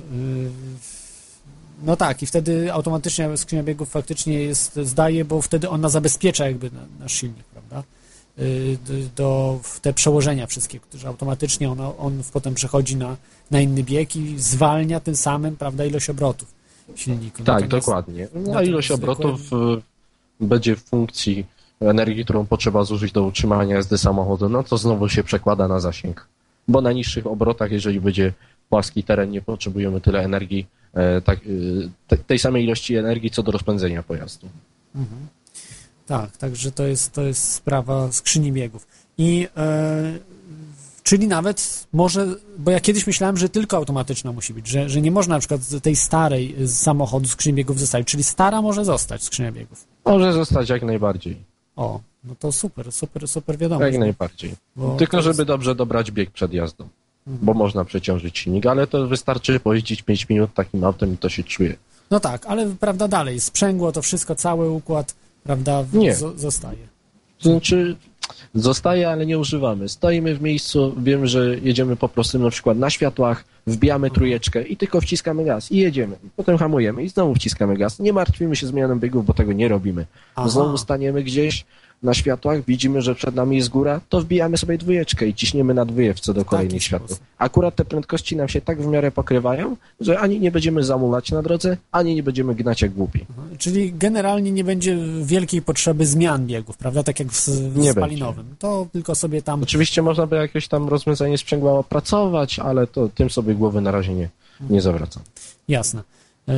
No tak, i wtedy automatycznie skrzynia biegów faktycznie jest, zdaje, bo wtedy ona zabezpiecza jakby nasz silnik, prawda? Do, do w te przełożenia wszystkie, które automatycznie ona, on potem przechodzi na, na inny bieg i zwalnia tym samym, prawda, ilość obrotów silniku. Tak, natomiast, dokładnie. No, ilość obrotów zwykłe... będzie w funkcji energii, którą potrzeba zużyć do utrzymania jazdy samochodu, no to znowu się przekłada na zasięg. Bo na niższych obrotach, jeżeli będzie płaski teren, nie potrzebujemy tyle energii, tak, te, tej samej ilości energii, co do rozpędzenia pojazdu. Mhm. Tak, także to jest, to jest sprawa skrzyni biegów. I e, czyli nawet może, bo ja kiedyś myślałem, że tylko automatyczna musi być, że, że nie można na przykład z tej starej z samochodu skrzyni biegów zostawić, czyli stara może zostać skrzynia biegów. Może zostać jak najbardziej. O, no to super, super, super wiadomość. Jak najbardziej. Tylko jest... żeby dobrze dobrać bieg przed jazdą. Mhm. Bo można przeciążyć silnik, ale to wystarczy pojeździć pięć minut takim autem i to się czuje. No tak, ale prawda dalej, sprzęgło, to wszystko, cały układ, prawda, nie. Z- zostaje. To znaczy, zostaje, ale nie używamy. Stoimy w miejscu, wiem, że jedziemy po prostu na przykład na światłach, wbijamy mhm. trójeczkę i tylko wciskamy gaz i jedziemy. Potem hamujemy i znowu wciskamy gaz. Nie martwimy się zmianą biegów, bo tego nie robimy. Aha. Znowu staniemy gdzieś na światłach, widzimy, że przed nami jest góra, to wbijamy sobie dwójeczkę i ciśniemy na dwójeczce do kolejnych światów. Akurat te prędkości nam się tak w miarę pokrywają, że ani nie będziemy zamulać na drodze, ani nie będziemy gnać jak głupi. Mhm. Czyli generalnie nie będzie wielkiej potrzeby zmian biegów, prawda? Tak jak w, w spalinowym. Będzie. To tylko sobie tam... Oczywiście można by jakieś tam rozwiązanie sprzęgła opracować, ale to tym sobie głowy na razie nie, nie zawracam. Jasne. E,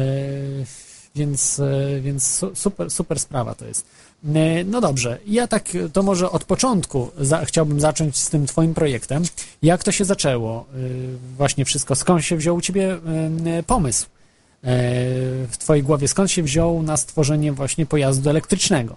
więc, e, więc super, super sprawa to jest. No dobrze, ja tak to może od początku za, chciałbym zacząć z tym twoim projektem. Jak to się zaczęło? Właśnie wszystko. Skąd się wziął u ciebie pomysł w twojej głowie? Skąd się wziął na stworzenie właśnie pojazdu elektrycznego?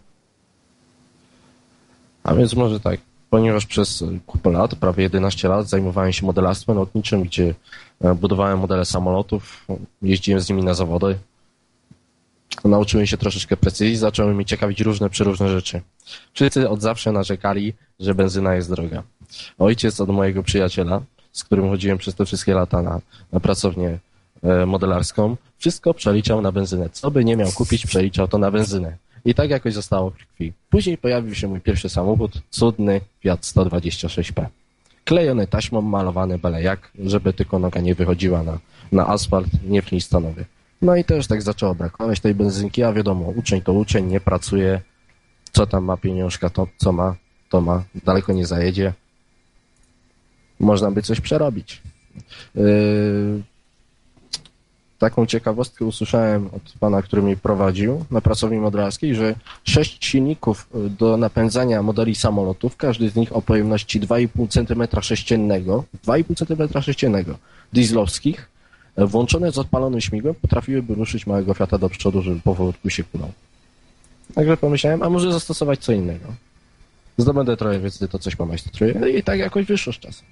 A więc może tak, ponieważ przez kupę lat, prawie jedenaście lat zajmowałem się modelarstwem lotniczym, gdzie budowałem modele samolotów, jeździłem z nimi na zawody. Nauczyłem się troszeczkę precyzji, zaczęły mnie ciekawić różne, przeróżne rzeczy. Wszyscy od zawsze narzekali, że benzyna jest droga. Ojciec od mojego przyjaciela, z którym chodziłem przez te wszystkie lata na, na pracownię e, modelarską, wszystko przeliczał na benzynę. Co by nie miał kupić, przeliczał to na benzynę. I tak jakoś zostało w krwi. Później pojawił się mój pierwszy samochód, cudny Fiat sto dwadzieścia sześć P. Klejony taśmą, malowany byle jak, żeby tylko noga nie wychodziła na, na asfalt, nie flintstonowy. No i też tak zaczęło brakować tej benzynki, a wiadomo, uczeń to uczeń, nie pracuje, co tam ma pieniążka, to co ma, to ma, daleko nie zajedzie. Można by coś przerobić. Yy... Taką ciekawostkę usłyszałem od pana, który mnie prowadził na pracowni modelarskiej, że sześć silników do napędzania modeli samolotów, każdy z nich o pojemności dwa i pół centymetra sześciennego, dwa i pół centymetra sześciennego dieslowskich, włączone z odpalonym śmigłem, potrafiłyby ruszyć małego Fiata do przodu, żeby powolutku się kulał. Także pomyślałem, a może zastosować co innego. Zdobędę trochę wiedzy, to coś pomajstruję i tak jakoś wyszło z czasem.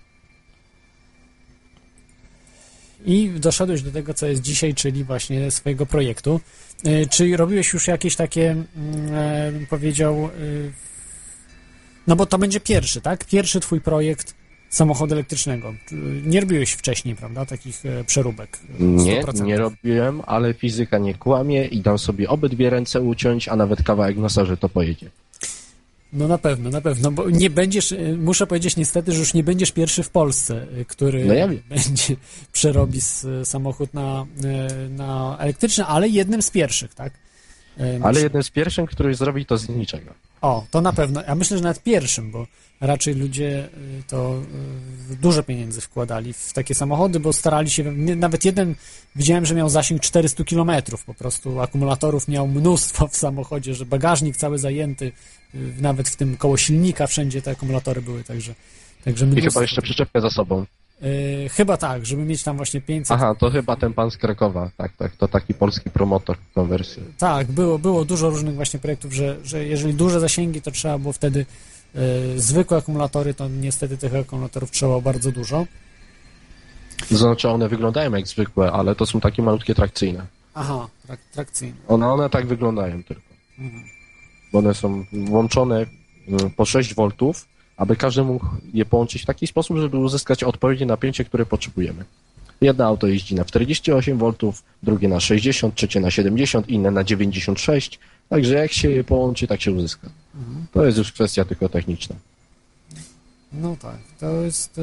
I doszedłeś do tego, co jest dzisiaj, czyli właśnie swojego projektu. Czy robiłeś już jakieś takie, bym powiedział, no bo to będzie pierwszy, tak? Pierwszy twój projekt samochodu elektrycznego. Nie robiłeś wcześniej, prawda, takich e, przeróbek? Nie, nie robiłem, ale fizyka nie kłamie i dam sobie obydwie ręce uciąć, a nawet kawałek nosa, że to pojedzie. No na pewno, na pewno, bo nie będziesz, muszę powiedzieć niestety, że już nie będziesz pierwszy w Polsce, który no ja wiem. będzie przerobi samochód na, na elektryczny, ale jednym z pierwszych, tak? Myślę. Ale jednym z pierwszych, który zrobi to z niczego. O, to na pewno. Ja myślę, że nawet pierwszym, bo raczej ludzie to dużo pieniędzy wkładali w takie samochody, bo starali się, nawet jeden widziałem, że miał zasięg czterysta kilometrów, po prostu akumulatorów miał mnóstwo w samochodzie, że bagażnik cały zajęty, nawet w tym koło silnika wszędzie te akumulatory były, także, także mnóstwo. I chyba jeszcze przyczepkę za sobą. Yy, chyba tak, żeby mieć tam właśnie pięćset. Aha, to chyba ten pan z Krakowa, tak, tak, to taki polski promotor konwersji. Tak, było, było dużo różnych właśnie projektów, że, że jeżeli duże zasięgi, to trzeba było wtedy yy, zwykłe akumulatory, to niestety tych akumulatorów trzeba było bardzo dużo. Znaczy one wyglądają jak zwykłe, ale to są takie malutkie trakcyjne. Aha, trak, trakcyjne. One, one tak wyglądają tylko. Mhm. One są włączone po sześć woltów, aby każdy mógł je połączyć w taki sposób, żeby uzyskać odpowiednie napięcie, które potrzebujemy. Jedno auto jeździ na czterdzieści osiem woltów, drugie na sześćdziesiąt, trzecie na siedemdziesiąt, inne na dziewięćdziesiąt sześć, także jak się je połączy, tak się uzyska. Mhm. To jest już kwestia tylko techniczna. No tak, to jest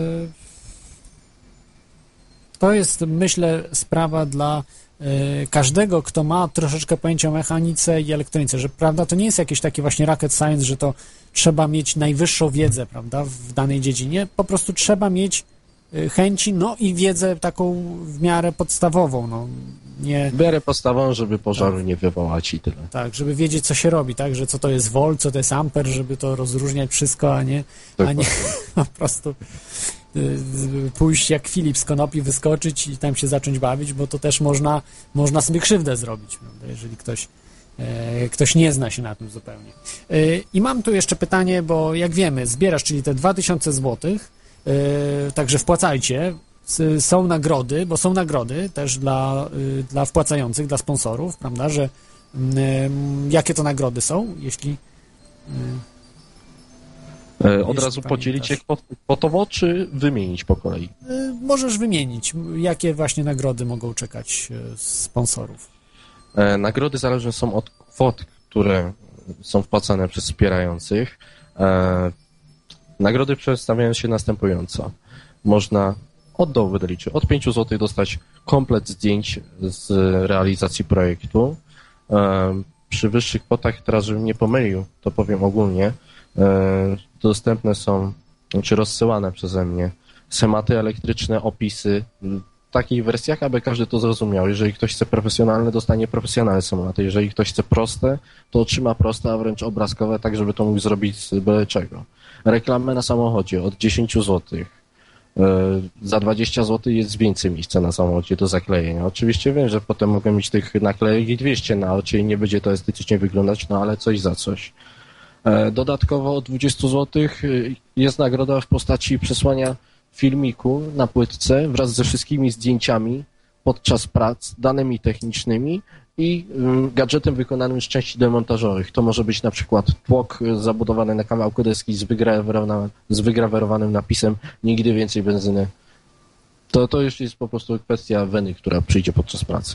to jest, myślę, sprawa dla każdego, kto ma troszeczkę pojęcia o mechanice i elektronice, że prawda, to nie jest jakieś takie właśnie rocket science, że to trzeba mieć najwyższą wiedzę, prawda, w danej dziedzinie, po prostu trzeba mieć chęci, no i wiedzę taką w miarę podstawową, no nie... W miarę podstawową, żeby pożaru tak. nie wywołać i tyle. Tak, żeby wiedzieć, co się robi, tak, że co to jest volt, co to jest amper, żeby to rozróżniać wszystko, a nie, a nie po prostu pójść jak Filip z konopi, wyskoczyć i tam się zacząć bawić, bo to też można, można sobie krzywdę zrobić, prawda, jeżeli ktoś, e, ktoś nie zna się na tym zupełnie. E, I mam tu jeszcze pytanie, bo jak wiemy, zbierasz, czyli te dwa tysiące złotych, e, także wpłacajcie, S, są nagrody, bo są nagrody też dla, y, dla wpłacających, dla sponsorów, prawda, że y, jakie to nagrody są, jeśli... Y, Od razu podzielić je kwotowo, czy wymienić po kolei? Możesz wymienić. Jakie właśnie nagrody mogą czekać sponsorów? Nagrody zależne są od kwot, które są wpłacane przez wspierających. Nagrody przedstawiają się następująco. Można od dołu wydalić. Od pięć złotych dostać komplet zdjęć z realizacji projektu. Przy wyższych kwotach, teraz żebym nie pomylił, to powiem ogólnie, dostępne są, czy rozsyłane przeze mnie schematy elektryczne, opisy w takich wersjach, aby każdy to zrozumiał. Jeżeli ktoś chce profesjonalne, dostanie profesjonalne schematy. Jeżeli ktoś chce proste, to otrzyma proste, a wręcz obrazkowe, tak żeby to mógł zrobić z byle czego. Reklamę na samochodzie od dziesięć złotych. Za dwadzieścia złotych jest więcej miejsca na samochodzie do zaklejenia. Oczywiście wiem, że potem mogę mieć tych naklejek i dwieście na oczy i nie będzie to estetycznie wyglądać, no ale coś za coś. Dodatkowo od dwadzieścia złotych jest nagroda w postaci przesłania filmiku na płytce wraz ze wszystkimi zdjęciami podczas prac, danymi technicznymi i gadżetem wykonanym z części demontażowych. To może być na przykład tłok zabudowany na kawałku deski z, wygrawerowanym, z wygrawerowanym napisem "Nigdy więcej benzyny". To, to już jest po prostu kwestia weny, która przyjdzie podczas pracy.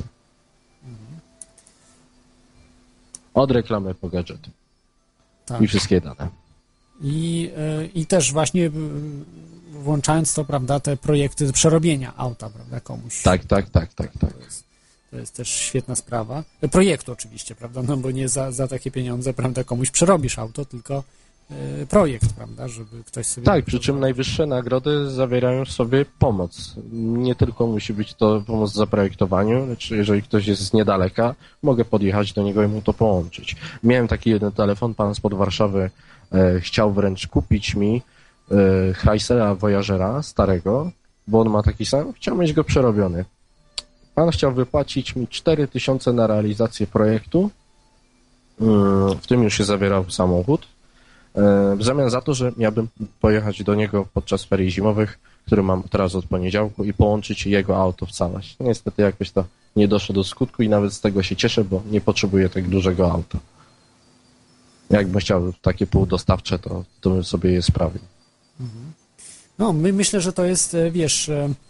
Od reklamy po gadżety. Tak. I wszystkie dane. I, I też właśnie włączając to, prawda, te projekty przerobienia auta, prawda, komuś. Tak, tak, tak, tak, tak. To jest, to jest też świetna sprawa. Projektu oczywiście, prawda, no bo nie za, za takie pieniądze, prawda, komuś przerobisz auto, tylko y, projekt, prawda, żeby ktoś sobie... Tak, przy czym najwyższe nagrody zawierają w sobie pomoc. Nie tylko musi być to pomoc w zaprojektowaniu, lecz jeżeli ktoś jest z niedaleka, mogę podjechać do niego i mu to połączyć. Miałem taki jeden telefon, pan spod Warszawy e, chciał wręcz kupić mi e, Chryslera Voyagera starego, bo on ma taki sam, chciał mieć go przerobiony. Pan chciał wypłacić mi cztery tysiące na realizację projektu, w tym już się zawierał samochód, w zamian za to, że miałbym pojechać do niego podczas ferii zimowych, który mam teraz od poniedziałku, i połączyć jego auto w całość. Niestety jakoś to nie doszło do skutku i nawet z tego się cieszę, bo nie potrzebuję tak dużego auta. Jakbym chciał takie półdostawcze, to, to bym sobie je sprawił. Mhm. No, my myślę, że to jest, wiesz,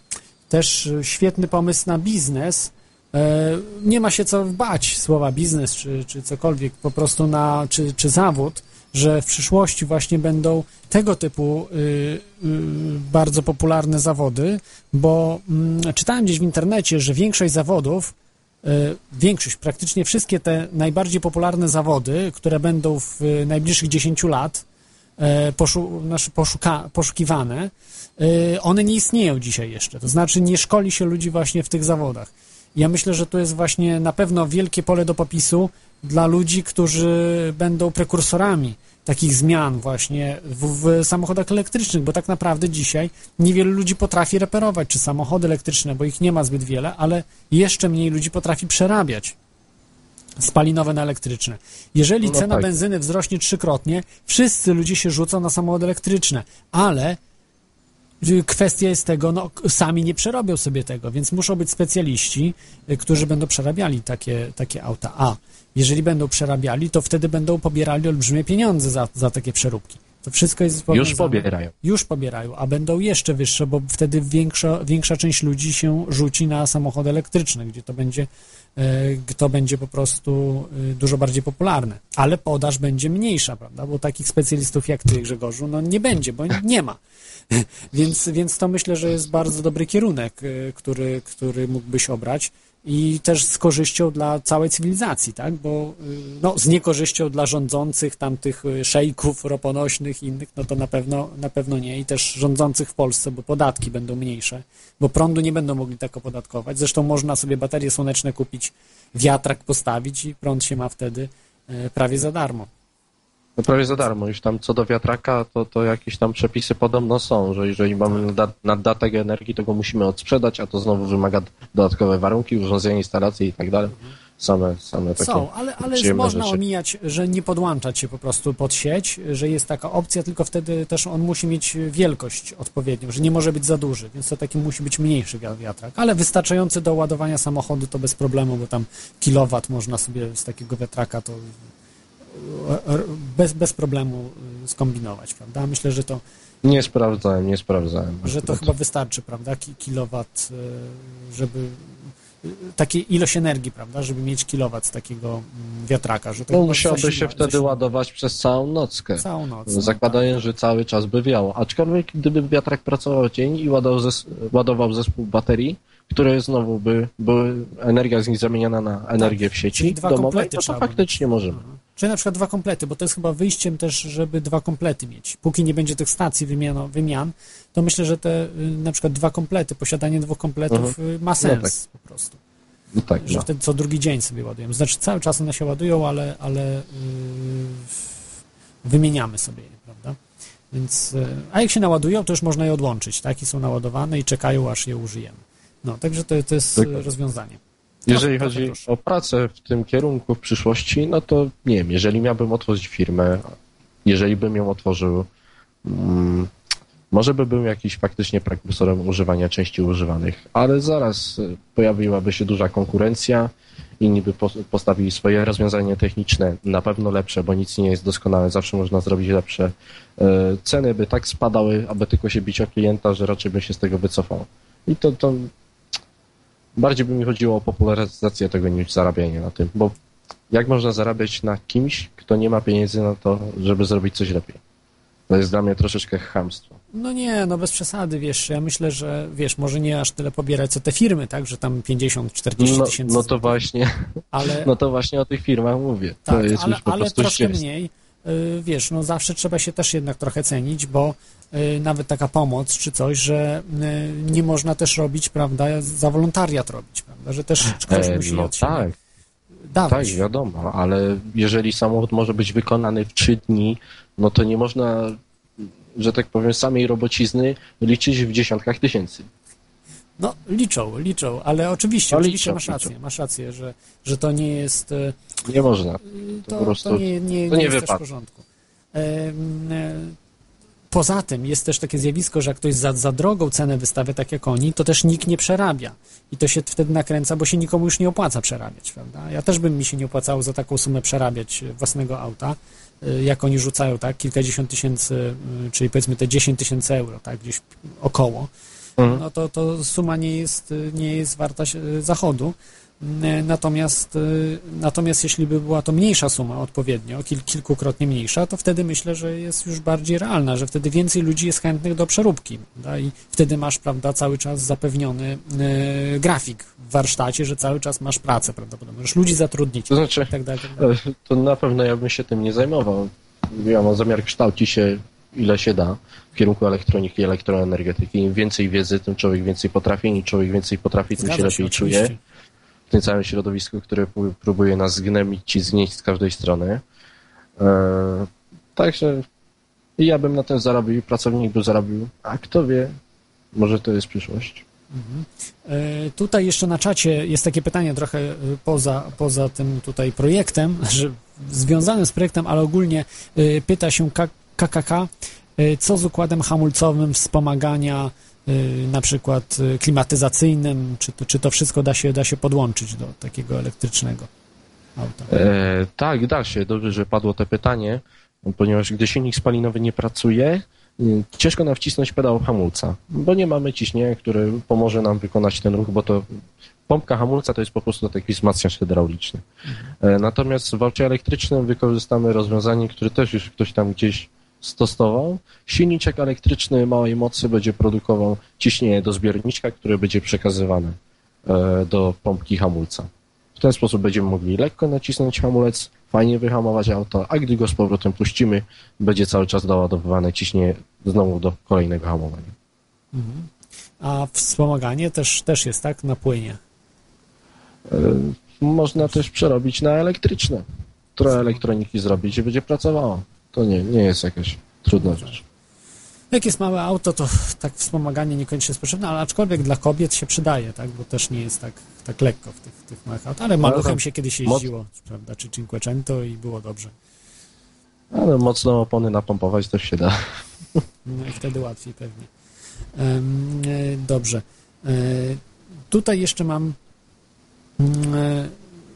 też świetny pomysł na biznes. Nie ma się co bać słowa biznes czy, czy cokolwiek, po prostu na, czy, czy zawód, że w przyszłości właśnie będą tego typu y, y, bardzo popularne zawody, bo y, czytałem gdzieś w internecie, że większość zawodów, y, większość, praktycznie wszystkie te najbardziej popularne zawody, które będą w y, najbliższych dziesięciu lat y, poszu, znaczy poszuka, poszukiwane, y, one nie istnieją dzisiaj jeszcze, to znaczy nie szkoli się ludzi właśnie w tych zawodach. Ja myślę, że to jest właśnie na pewno wielkie pole do popisu dla ludzi, którzy będą prekursorami takich zmian właśnie w, w samochodach elektrycznych, bo tak naprawdę dzisiaj niewielu ludzi potrafi reperować, czy samochody elektryczne, bo ich nie ma zbyt wiele, ale jeszcze mniej ludzi potrafi przerabiać spalinowe na elektryczne. Jeżeli no cena tak. benzyny wzrośnie trzykrotnie, wszyscy ludzie się rzucą na samochody elektryczne, ale kwestia jest tego, no sami nie przerobią sobie tego, więc muszą być specjaliści, którzy będą przerabiali takie, takie auta. A jeżeli będą przerabiali, to wtedy będą pobierali olbrzymie pieniądze za, za takie przeróbki. To wszystko jest powiązane. Już pobierają. Już pobierają, a będą jeszcze wyższe, bo wtedy większa, większa część ludzi się rzuci na samochody elektryczne, gdzie to będzie, e, to będzie po prostu e, dużo bardziej popularne. Ale podaż będzie mniejsza, prawda? Bo takich specjalistów jak ty, Grzegorzu, no nie będzie, bo nie ma. Więc, więc to myślę, że jest bardzo dobry kierunek, e, który, który mógłbyś obrać. I też z korzyścią dla całej cywilizacji, tak? Bo no, z niekorzyścią dla rządzących tamtych szejków roponośnych i innych, no to na pewno, na pewno nie. I też rządzących w Polsce, bo podatki będą mniejsze, bo prądu nie będą mogli tak opodatkować. Zresztą można sobie baterie słoneczne kupić, wiatrak postawić i prąd się ma wtedy prawie za darmo. No prawie za darmo. Już tam co do wiatraka, to, to jakieś tam przepisy podobno są, że jeżeli mamy naddatek energii, to go musimy odsprzedać, a to znowu wymaga dodatkowe warunki, urządzenia, instalacje i tak dalej. Same, same takie Są, ale, ale można rzeczy. omijać, że nie podłączać się po prostu pod sieć, że jest taka opcja, tylko wtedy też on musi mieć wielkość odpowiednią, że nie może być za duży, więc to taki musi być mniejszy wiatrak, ale wystarczający do ładowania samochodu to bez problemu, bo tam kilowat można sobie z takiego wiatraka to bez, bez problemu skombinować, prawda? Myślę, że to... Nie sprawdzałem, nie sprawdzałem. Że to chyba wystarczy, prawda? Kilowat, żeby... Takie ilość energii, prawda? Żeby mieć kilowat z takiego wiatraka. Że to no musiałby się wtedy zasilać. ładować przez całą nockę. Całą noc. Zakładając, no, tak. że cały czas by wiało. Aczkolwiek gdyby wiatrak pracował dzień i ładował, zes ładował zespół baterii, które znowu by były energia z nich zamieniana na energię tak, w sieci domowej, to, to faktycznie możemy. Czy na przykład dwa komplety, bo to jest chyba wyjściem też, żeby dwa komplety mieć. Póki nie będzie tych stacji wymian, wymian to myślę, że te na przykład dwa komplety, posiadanie dwóch kompletów mhm. ma sens no tak. po prostu. No tak, że no. wtedy co drugi dzień sobie ładujemy. Znaczy cały czas one się ładują, ale, ale yy, wymieniamy sobie je, prawda? Więc, yy, a jak się naładują, to już można je odłączyć, tak? I są naładowane i czekają, aż je użyjemy. No, także to, to jest tak. rozwiązanie. Jeżeli trochę, chodzi trochę o pracę w tym kierunku w przyszłości, no to nie wiem, jeżeli miałbym otworzyć firmę, jeżeli bym ją otworzył, um, może by był jakiś faktycznie prekursorem używania części używanych, ale zaraz pojawiłaby się duża konkurencja, inni by postawili swoje rozwiązanie techniczne, na pewno lepsze, bo nic nie jest doskonałe, zawsze można zrobić lepsze. Ceny by tak spadały, aby tylko się bić o klienta, że raczej bym się z tego wycofał. I to, to bardziej by mi chodziło o popularyzację tego niż zarabianie na tym, bo jak można zarabiać na kimś, kto nie ma pieniędzy na to, żeby zrobić coś lepiej? To jest dla mnie troszeczkę chamstwo. No nie, no bez przesady, wiesz, ja myślę, że wiesz, może nie aż tyle pobierać co te firmy, tak, że tam pięćdziesiąt czterdzieści no, tysięcy. No to właśnie, ale, no to właśnie o tych firmach mówię. Tak, to jest ale, już po ale prostu troszkę ścieżka. mniej, yy, wiesz, no zawsze trzeba się też jednak trochę cenić, bo yy, nawet taka pomoc czy coś, że yy, nie można też robić, prawda, za wolontariat robić, prawda, że też ktoś e, musi no od siebie tak. dawać. Tak, wiadomo, ale jeżeli samochód może być wykonany w trzy dni, no to nie można, że tak powiem, samej robocizny liczyć w dziesiątkach tysięcy. No, liczą, liczą, ale oczywiście, no, oczywiście liczą, masz rację, liczą. masz rację, że, że to nie jest... Nie można. To, to, po prostu, to nie, nie, to nie nie jest wypada. też w porządku. E, e, poza tym jest też takie zjawisko, że jak ktoś za, za drogą cenę wystawia, tak jak oni, to też nikt nie przerabia. I to się wtedy nakręca, bo się nikomu już nie opłaca przerabiać, prawda? Ja też bym mi się nie opłacało za taką sumę przerabiać własnego auta, jak oni rzucają, tak? Kilkadziesiąt tysięcy, czyli powiedzmy te dziesięć tysięcy euro, tak? Gdzieś około. No to, to suma nie jest, nie jest warta zachodu. Natomiast, natomiast jeśli by była to mniejsza suma odpowiednio, kil, kilkukrotnie mniejsza, to wtedy myślę, że jest już bardziej realna, że wtedy więcej ludzi jest chętnych do przeróbki, prawda? I wtedy masz, prawda, cały czas zapewniony e, grafik w warsztacie, że cały czas masz pracę, prawdopodobnie, możesz ludzi zatrudnić. To znaczy, i tak dalej, tak dalej. To na pewno ja bym się tym nie zajmował. Ja mam zamiar kształcić się ile się da w kierunku elektroniki i elektroenergetyki. Im więcej wiedzy, tym człowiek więcej potrafi, im człowiek więcej potrafi, tym Zgadza się lepiej się, czuje. oczywiście. W tym całym środowisku, które próbuje nas zgnębić i znieść z każdej strony. E, także ja bym na tym zarobił, pracownik by zarobił, a kto wie, może to jest przyszłość. Mhm. E, tutaj jeszcze na czacie jest takie pytanie trochę poza, poza tym tutaj projektem, że związanym z projektem, ale ogólnie e, pyta się K K K, e, co z układem hamulcowym wspomagania na przykład klimatyzacyjnym, czy to, czy to wszystko da się, da się podłączyć do takiego elektrycznego auta? E, tak, da się. Dobrze, że padło to pytanie, ponieważ gdy silnik spalinowy nie pracuje, ciężko nam wcisnąć pedał hamulca, bo nie mamy ciśnienia, które pomoże nam wykonać ten ruch, bo to pompka hamulca to jest po prostu taki wzmacniacz hydrauliczny. E, natomiast w aucie elektrycznym wykorzystamy rozwiązanie, które też już ktoś tam gdzieś stosował. Silniczek elektryczny małej mocy będzie produkował ciśnienie do zbiorniczka, które będzie przekazywane do pompki hamulca. W ten sposób będziemy mogli lekko nacisnąć hamulec, fajnie wyhamować auto, a gdy go z powrotem puścimy, będzie cały czas doładowywane ciśnienie znowu do kolejnego hamowania. Mhm. A wspomaganie też, też jest, tak? Na płynie. Można też przerobić na elektryczne. Trochę elektroniki zrobić i będzie pracowało. To nie, nie jest jakaś trudna rzecz. Jak jest małe auto, to tak wspomaganie niekoniecznie jest potrzebne, ale aczkolwiek dla kobiet się przydaje, tak? Bo też nie jest tak, tak lekko w tych, tych małych autach. Ale maluchem się kiedyś jeździło, moc... prawda? Czy Cinquecento i było dobrze. Ale mocno opony napompować też się da. No i wtedy łatwiej pewnie. Ehm, dobrze. Ehm, tutaj jeszcze mam ehm,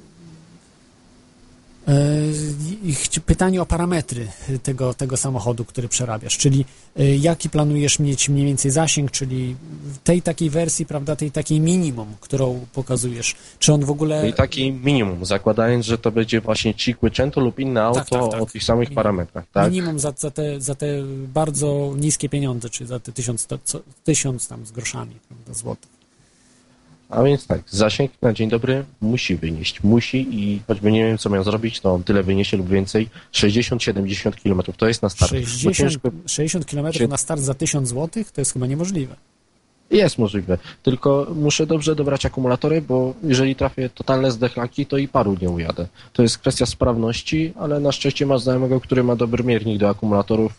pytanie o parametry tego, tego samochodu, który przerabiasz, czyli jaki planujesz mieć mniej więcej zasięg, czyli tej takiej wersji, prawda, tej takiej minimum, którą pokazujesz, czy on w ogóle... Tej takiej minimum, zakładając, że to będzie właśnie Cinquecento lub inne auto tak, tak, tak. o tych samych minimum. parametrach, tak? Minimum za, za, te, za te bardzo niskie pieniądze, czy za te tysiąc, to, co, tysiąc tam z groszami, prawda, złotych. A więc tak, zasięg na dzień dobry musi wynieść, musi i choćby nie wiem, co miał zrobić, to on tyle wyniesie lub więcej, sześćdziesiąt siedemdziesiąt kilometrów, to jest na start. sześćdziesiąt kilometrów na start za tysiąc złotych? To jest chyba niemożliwe. Jest możliwe, tylko muszę dobrze dobrać akumulatory, bo jeżeli trafię totalne zdechlaki, to i paru nie ujadę. To jest kwestia sprawności, ale na szczęście masz znajomego, który ma dobry miernik do akumulatorów,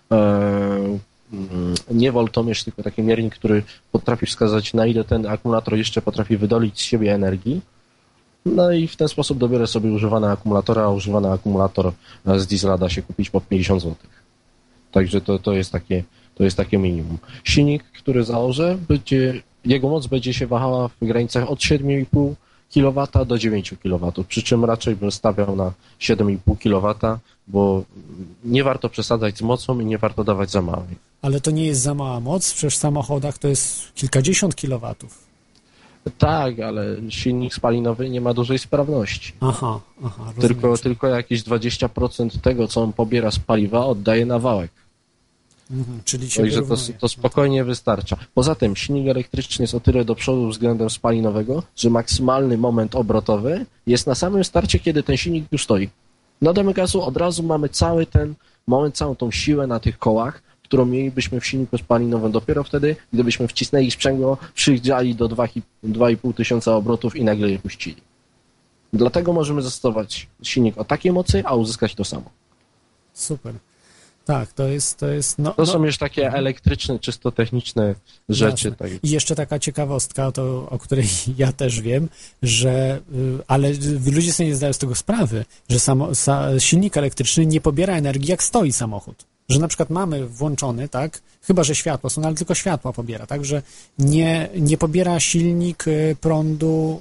eee, nie woltomierz, tylko taki miernik, który potrafi wskazać, na ile ten akumulator jeszcze potrafi wydolić z siebie energii. No i w ten sposób dobiorę sobie używane akumulatory, a używany akumulator z diesla da się kupić po pięćdziesiąt złotych. Także to, to, jest takie, to jest takie minimum. Silnik, który założę, będzie, jego moc będzie się wahała w granicach od siedem i pół kilowata do dziewięć kilowatów, przy czym raczej bym stawiał na siedem i pół kilowata, bo nie warto przesadzać z mocą i nie warto dawać za małej. Ale to nie jest za mała moc, przecież w samochodach to jest kilkadziesiąt kilowatów. Tak, ale silnik spalinowy nie ma dużej sprawności. Aha, aha. Tylko, tylko jakieś dwadzieścia procent tego, co on pobiera z paliwa, oddaje na wałek. Mhm, czyli się Także to, to spokojnie wystarcza. Poza tym silnik elektryczny jest o tyle do przodu względem spalinowego, że maksymalny moment obrotowy jest na samym starcie, kiedy ten silnik już stoi. Nadamy gazu, od razu mamy cały ten moment, całą tą siłę na tych kołach, którą mielibyśmy w silniku spalinowym dopiero wtedy, gdybyśmy wcisnęli sprzęgło, przyjrzeli do dwa i pół tysiąca obrotów i nagle je puścili. Dlatego możemy zastosować silnik o takiej mocy, a uzyskać to samo. Super. Tak, to jest... To, jest, no, to są no. już takie elektryczne, czysto techniczne rzeczy. Tak. I jeszcze taka ciekawostka, to, o której ja też wiem, że, ale ludzie sobie nie zdają z tego sprawy, że samo, sa, silnik elektryczny nie pobiera energii, jak stoi samochód. że na przykład mamy włączony, tak, chyba że światła są, ale tylko światła pobiera, tak, że nie, nie pobiera silnik prądu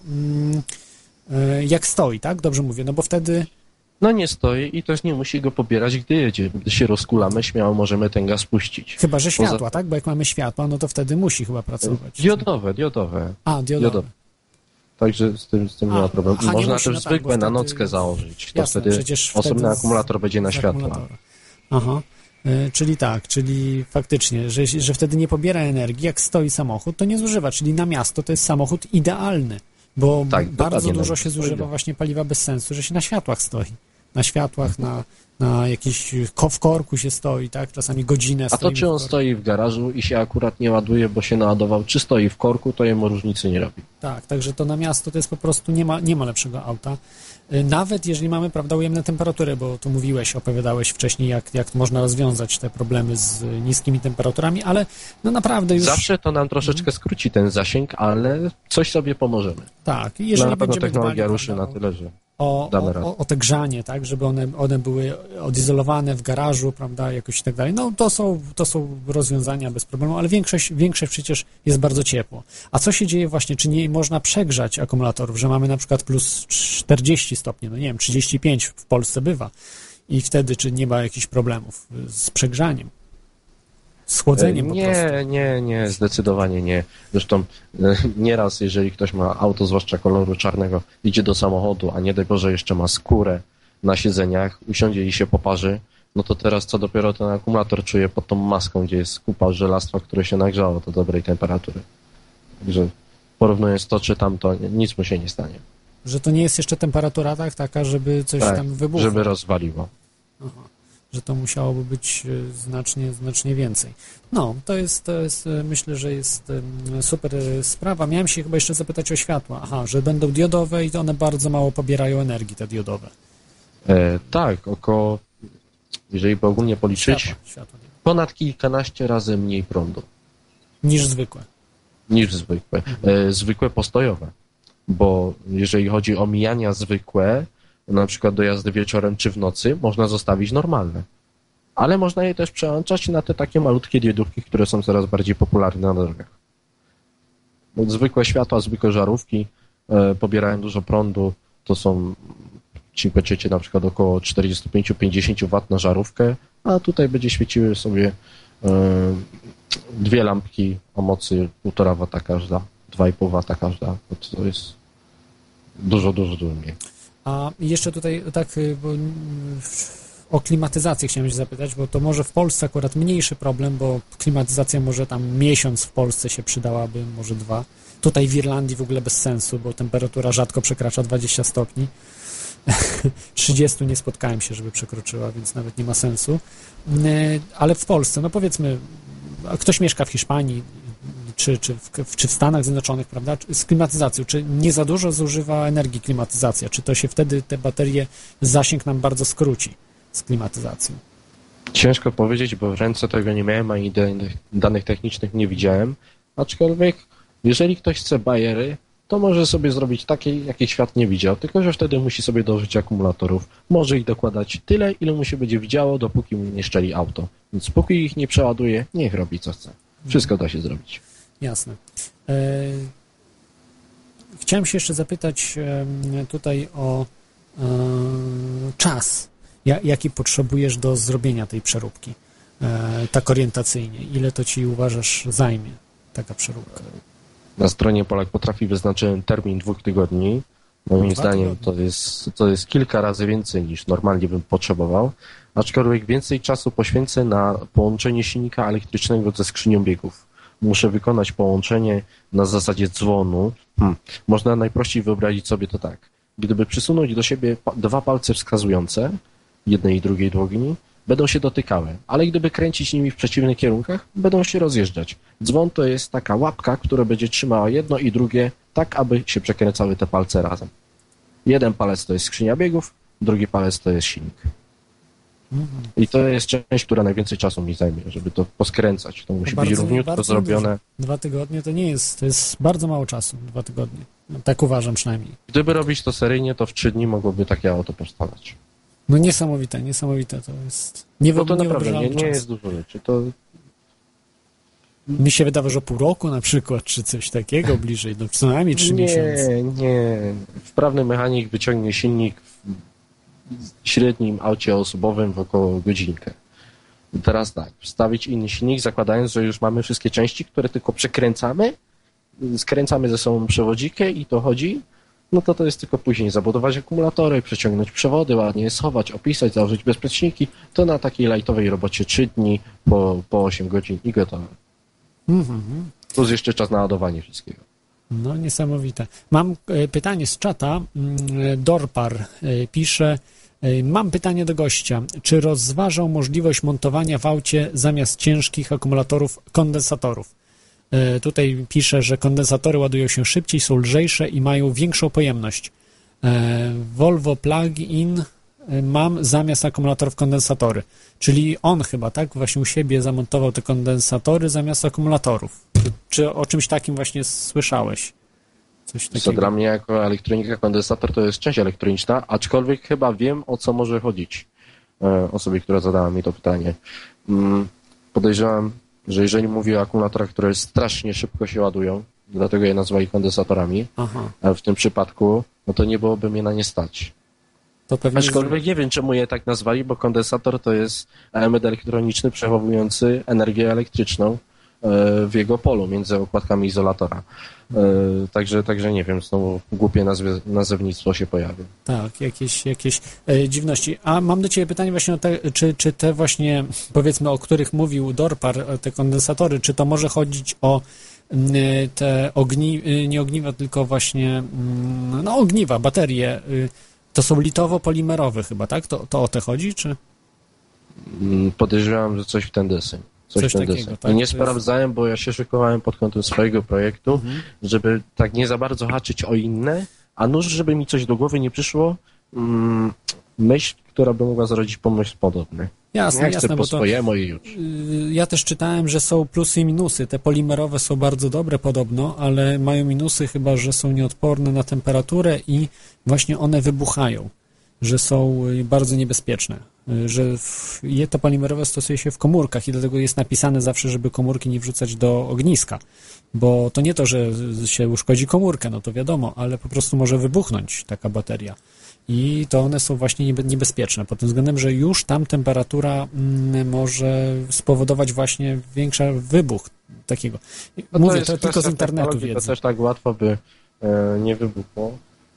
jak stoi, tak, dobrze mówię, no bo wtedy... No nie stoi i też nie musi go pobierać, gdy jedzie. Gdy się rozkulamy, śmiało możemy ten gaz puścić. Chyba że światła, Poza... tak, bo jak mamy światła, no to wtedy musi chyba pracować. Diodowe, diodowe. A, diodowe. diodowe. Także z tym, z tym A, nie ma problemu. aha, Można musi, też no tak, zwykłe na wtedy... nockę założyć. To Jasne, wtedy osobny wtedy akumulator będzie na światła. Akumulatora. Aha. Czyli tak, czyli faktycznie, że, że wtedy nie pobiera energii, jak stoi samochód, to nie zużywa, czyli na miasto to jest samochód idealny, bo tak, bardzo dużo się zużywa właśnie paliwa bez sensu, że się na światłach stoi. Na światłach, na, na jakiś w korku się stoi, tak? Czasami godzinę stoi. A to czy on stoi w garażu i się akurat nie ładuje, bo się naładował, czy stoi w korku, to jemu różnicy nie robi. Tak, także to na miasto to jest po prostu, nie ma, nie ma lepszego auta. Nawet jeżeli mamy, prawda, ujemne temperatury, bo tu mówiłeś, opowiadałeś wcześniej, jak, jak można rozwiązać te problemy z niskimi temperaturami, ale no naprawdę już... Zawsze to nam troszeczkę skróci ten zasięg, ale coś sobie pomożemy. Tak, i jeżeli no, na pewno będziemy technologia dbali, ruszy prawda, na tyle, że o, o, o te grzanie, tak, żeby one, one były odizolowane w garażu, prawda, jakoś i tak dalej. No to są, to są rozwiązania bez problemu, ale większość, większość przecież jest bardzo ciepło. A co się dzieje właśnie, czy nie można przegrzać akumulatorów, że mamy na przykład plus czterdzieści stopni, no nie wiem, trzydzieści pięć w Polsce bywa i wtedy czy nie ma jakichś problemów z przegrzaniem? Z chłodzeniem po nie, prostu. Nie, nie, nie, zdecydowanie nie. Zresztą nieraz, jeżeli ktoś ma auto, zwłaszcza koloru czarnego, idzie do samochodu, a nie daj Boże jeszcze ma skórę na siedzeniach, usiądzie i się poparzy, no to teraz co dopiero ten akumulator czuje pod tą maską, gdzie jest kupa żelastwa, które się nagrzało do dobrej temperatury. Także porównując to czy tamto, nic mu się nie stanie. Że to nie jest jeszcze temperatura tak, taka, żeby coś tak, tam wybuchło. żeby rozwaliło. Aha. Że to musiałoby być znacznie, znacznie więcej. No, to jest, to jest, myślę, że jest super sprawa. Miałem się chyba jeszcze zapytać o światła. Aha, że będą diodowe i one bardzo mało pobierają energii, te diodowe. E, tak, około, jeżeli by ogólnie policzyć, światła, światła. ponad kilkanaście razy mniej prądu. Niż zwykłe. Niż zwykłe. E, zwykłe postojowe. Bo jeżeli chodzi o mijania zwykłe, na przykład do jazdy wieczorem czy w nocy, można zostawić normalne. Ale można je też przełączać na te takie malutkie diodówki, które są coraz bardziej popularne na drogach. Bo zwykłe światła, zwykłe żarówki e, pobierają dużo prądu, to są cinque terre na przykład około czterdzieści pięć do pięćdziesięciu watów na żarówkę, a tutaj będzie świeciły sobie e, dwie lampki o mocy półtora wata każda, dwa i pół wata każda, to jest dużo, dużo, dużo mniej. A jeszcze tutaj tak bo o klimatyzację chciałem się zapytać, bo to może w Polsce akurat mniejszy problem, bo klimatyzacja może tam miesiąc w Polsce się przydałaby, może dwa. Tutaj w Irlandii w ogóle bez sensu, bo temperatura rzadko przekracza dwadzieścia stopni. trzydzieści nie spotkałem się, żeby przekroczyła, więc nawet nie ma sensu. Ale w Polsce, no powiedzmy, ktoś mieszka w Hiszpanii, czy, czy, w, czy w Stanach Zjednoczonych, prawda, z klimatyzacją, czy nie za dużo zużywa energii klimatyzacja, czy to się wtedy te baterie, zasięg nam bardzo skróci z klimatyzacją? Ciężko powiedzieć, bo w ręce tego nie miałem, ani danych technicznych nie widziałem, aczkolwiek jeżeli ktoś chce bajery, to może sobie zrobić takie, jakie świat nie widział, tylko że wtedy musi sobie dołożyć akumulatorów. Może ich dokładać tyle, ile mu się będzie widziało, dopóki mu nie szczeli auto. Więc póki ich nie przeładuje, niech robi co chce. Wszystko da się zrobić. Jasne. E, chciałem się jeszcze zapytać e, tutaj o e, czas, ja, jaki potrzebujesz do zrobienia tej przeróbki, e, tak orientacyjnie. Ile to ci uważasz zajmie taka przeróbka? Na stronie Polak Potrafi wyznaczyłem termin dwóch tygodni. Moim Dwa zdaniem tygodnie. to jest, to jest kilka razy więcej niż normalnie bym potrzebował, aczkolwiek więcej czasu poświęcę na połączenie silnika elektrycznego ze skrzynią biegów. Muszę wykonać połączenie na zasadzie dzwonu. Hmm. Można najprościej wyobrazić sobie to tak. Gdyby przysunąć do siebie pa- dwa palce wskazujące, jednej i drugiej dłoni, będą się dotykały, ale gdyby kręcić nimi w przeciwnych kierunkach, będą się rozjeżdżać. Dzwon to jest taka łapka, która będzie trzymała jedno i drugie tak, aby się przekręcały te palce razem. Jeden palec to jest skrzynia biegów, drugi palec to jest silnik. I to jest część, która najwięcej czasu mi zajmie, żeby to poskręcać. To musi bardzo, być równiutko bardzo zrobione. Dużo. Dwa tygodnie to nie jest, to jest bardzo mało czasu, dwa tygodnie. No, tak uważam przynajmniej. Gdyby robić to seryjnie, to w trzy dni mogłoby takie auto powstawać. No niesamowite, niesamowite to jest. Nie No to naprawdę nie, wyobrażalny nie czas. jest dużo rzeczy. To Mi się wydawało, że pół roku na przykład, czy coś takiego bliżej, no co najmniej trzy miesiące. Nie, nie. Wprawny mechanik wyciągnie silnik w średnim aucie osobowym w około godzinkę. I teraz tak, wstawić inny silnik, zakładając, że już mamy wszystkie części, które tylko przekręcamy, skręcamy ze sobą przewodzikę i to chodzi, no to to jest tylko później zabudować akumulatory, przeciągnąć przewody, ładnie je schować, opisać, założyć bezpieczniki, to na takiej lightowej robocie trzy dni po, po osiem godzin i gotowe. Mhm. Plus jeszcze czas na ładowanie wszystkiego. No niesamowite. Mam e, pytanie z czata. Mm, Dorpar e, pisze, e, mam pytanie do gościa. Czy rozważał możliwość montowania w aucie zamiast ciężkich akumulatorów kondensatorów? E, tutaj pisze, że kondensatory ładują się szybciej, są lżejsze i mają większą pojemność. E, Volvo Plug-in e, mam zamiast akumulatorów kondensatory. Czyli on chyba, tak, właśnie u siebie zamontował te kondensatory zamiast akumulatorów. Czy o czymś takim właśnie słyszałeś? Coś Co takiego? dla mnie jako elektronika kondensator to jest część elektroniczna, aczkolwiek chyba wiem, o co może chodzić e, osobie, która zadała mi to pytanie. Mm, podejrzewam, że jeżeli mówię o akumulatorach, które strasznie szybko się ładują, dlatego je nazwali kondensatorami, Aha. a w tym przypadku, no to nie byłoby mnie na nie stać. To pewnie Aczkolwiek nie wiem, czemu je tak nazwali, bo kondensator to jest element elektroniczny przechowujący energię elektryczną w jego polu między okładkami izolatora. Także, także nie wiem, znowu głupie nazwy, nazewnictwo się pojawi. Tak, jakieś, jakieś e, dziwności. A mam do Ciebie pytanie właśnie o te, czy, czy te właśnie, powiedzmy, o których mówił Dorpar, te kondensatory, czy to może chodzić o m, te ogni, nie ogniwa, tylko właśnie m, no ogniwa, baterie, y, to są litowo-polimerowe chyba, tak? To, to o te chodzi, czy? Podejrzewam, że coś w ten deseń. Coś, Coś w ten takiego, deseń. tak? I nie To jest- sprawdzałem, bo ja się szykowałem pod kątem swojego projektu, Mhm. żeby tak nie za bardzo haczyć o inne, a nuż, żeby mi coś do głowy nie przyszło, mm, myśl, która by mogła zrodzić pomysł podobny. Jasne, Ja chcę jasne, po bo to swojemu i już. y, ja też czytałem, że są plusy i minusy. Te polimerowe są bardzo dobre podobno, ale mają minusy chyba, że są nieodporne na temperaturę i właśnie one wybuchają, że są y, bardzo niebezpieczne, y, że w, je te polimerowe stosuje się w komórkach i dlatego jest napisane zawsze, żeby komórki nie wrzucać do ogniska, bo to nie to, że z- się uszkodzi komórkę, no to wiadomo, ale po prostu może wybuchnąć taka bateria. I to one są właśnie niebe- niebezpieczne pod tym względem, że już tam temperatura mm, może spowodować właśnie większy wybuch takiego. No to Mówię jest to tylko z kwestia internetu technologii, wiedzy. To też tak łatwo by e, nie wybuchło.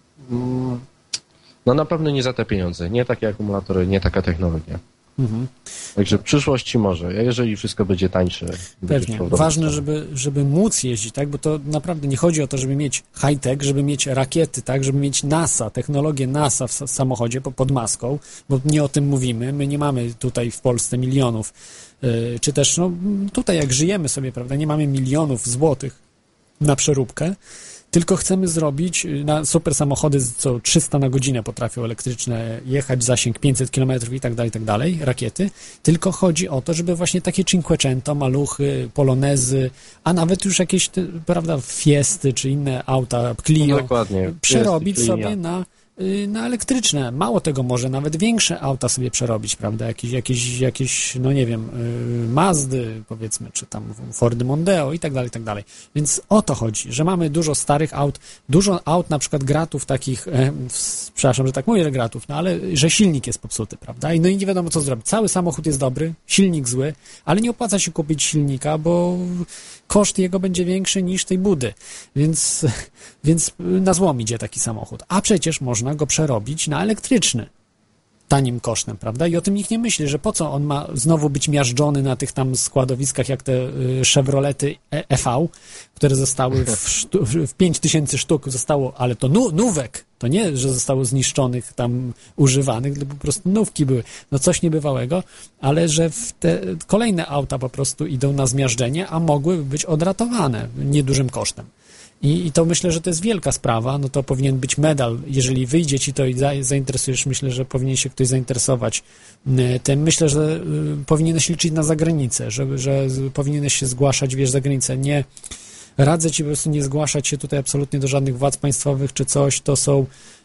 Mm, No na pewno nie za te pieniądze. Nie takie akumulatory, nie taka technologia. Mhm. Także w przyszłości może, a jeżeli wszystko będzie tańsze. będzie Pewnie. szło w dobrą Ważne, stronę. żeby, żeby móc jeździć, tak? Bo to naprawdę nie chodzi o to, żeby mieć high-tech, żeby mieć rakiety, tak? Żeby mieć NASA, technologię NASA w sa- samochodzie po- pod maską, bo nie o tym mówimy. My nie mamy tutaj w Polsce milionów, yy, czy też, no tutaj jak żyjemy sobie, prawda, nie mamy milionów złotych na przeróbkę, tylko chcemy zrobić y, na super samochody, co trzysta na godzinę potrafią elektryczne jechać, zasięg pięćset kilometrów i tak dalej, i tak dalej, rakiety. Tylko chodzi o to, żeby właśnie takie Cinquecento, maluchy, polonezy, a nawet już jakieś, ty- prawda, Fiesty czy inne auta, Clio, No dokładnie. przerobić Jest sobie linia. na, y, na elektryczne. Mało tego, może nawet większe auta sobie przerobić, prawda? Jakieś, jakieś, jakieś no nie wiem, y, Mazdy, powiedzmy, czy tam Fordy Mondeo i tak dalej, i tak dalej. Więc o to chodzi, że mamy dużo starych aut, dużo aut, na przykład gratów takich, e, w, przepraszam, że tak mówię, że gratów, no ale że silnik jest popsuty, prawda? I no i nie wiadomo, co zrobić. Cały samochód jest dobry, silnik zły, ale nie opłaca się kupić silnika, bo koszt jego będzie większy niż tej budy. Więc, więc na złom idzie taki samochód. A przecież można go przerobić na elektryczny. Tanim kosztem, prawda? I o tym nikt nie myśli, że po co on ma znowu być miażdżony na tych tam składowiskach, jak te y, Chevrolety E V, które zostały w, sztu, w pięć tysięcy sztuk zostało, ale to nu, nówek, to nie, że zostało zniszczonych tam, używanych, tylko po prostu nówki były. No coś niebywałego, ale że w te kolejne auta po prostu idą na zmiażdżenie, a mogłyby być odratowane niedużym kosztem. I, I to myślę, że to jest wielka sprawa, no to powinien być medal, jeżeli wyjdzie ci to i za, zainteresujesz, myślę, że powinien się ktoś zainteresować y, tym. Myślę, że y, powinieneś liczyć na zagranicę, żeby, że z, powinieneś się zgłaszać, wiesz, za granicę. Nie, radzę ci po prostu nie zgłaszać się tutaj absolutnie do żadnych władz państwowych czy coś, to są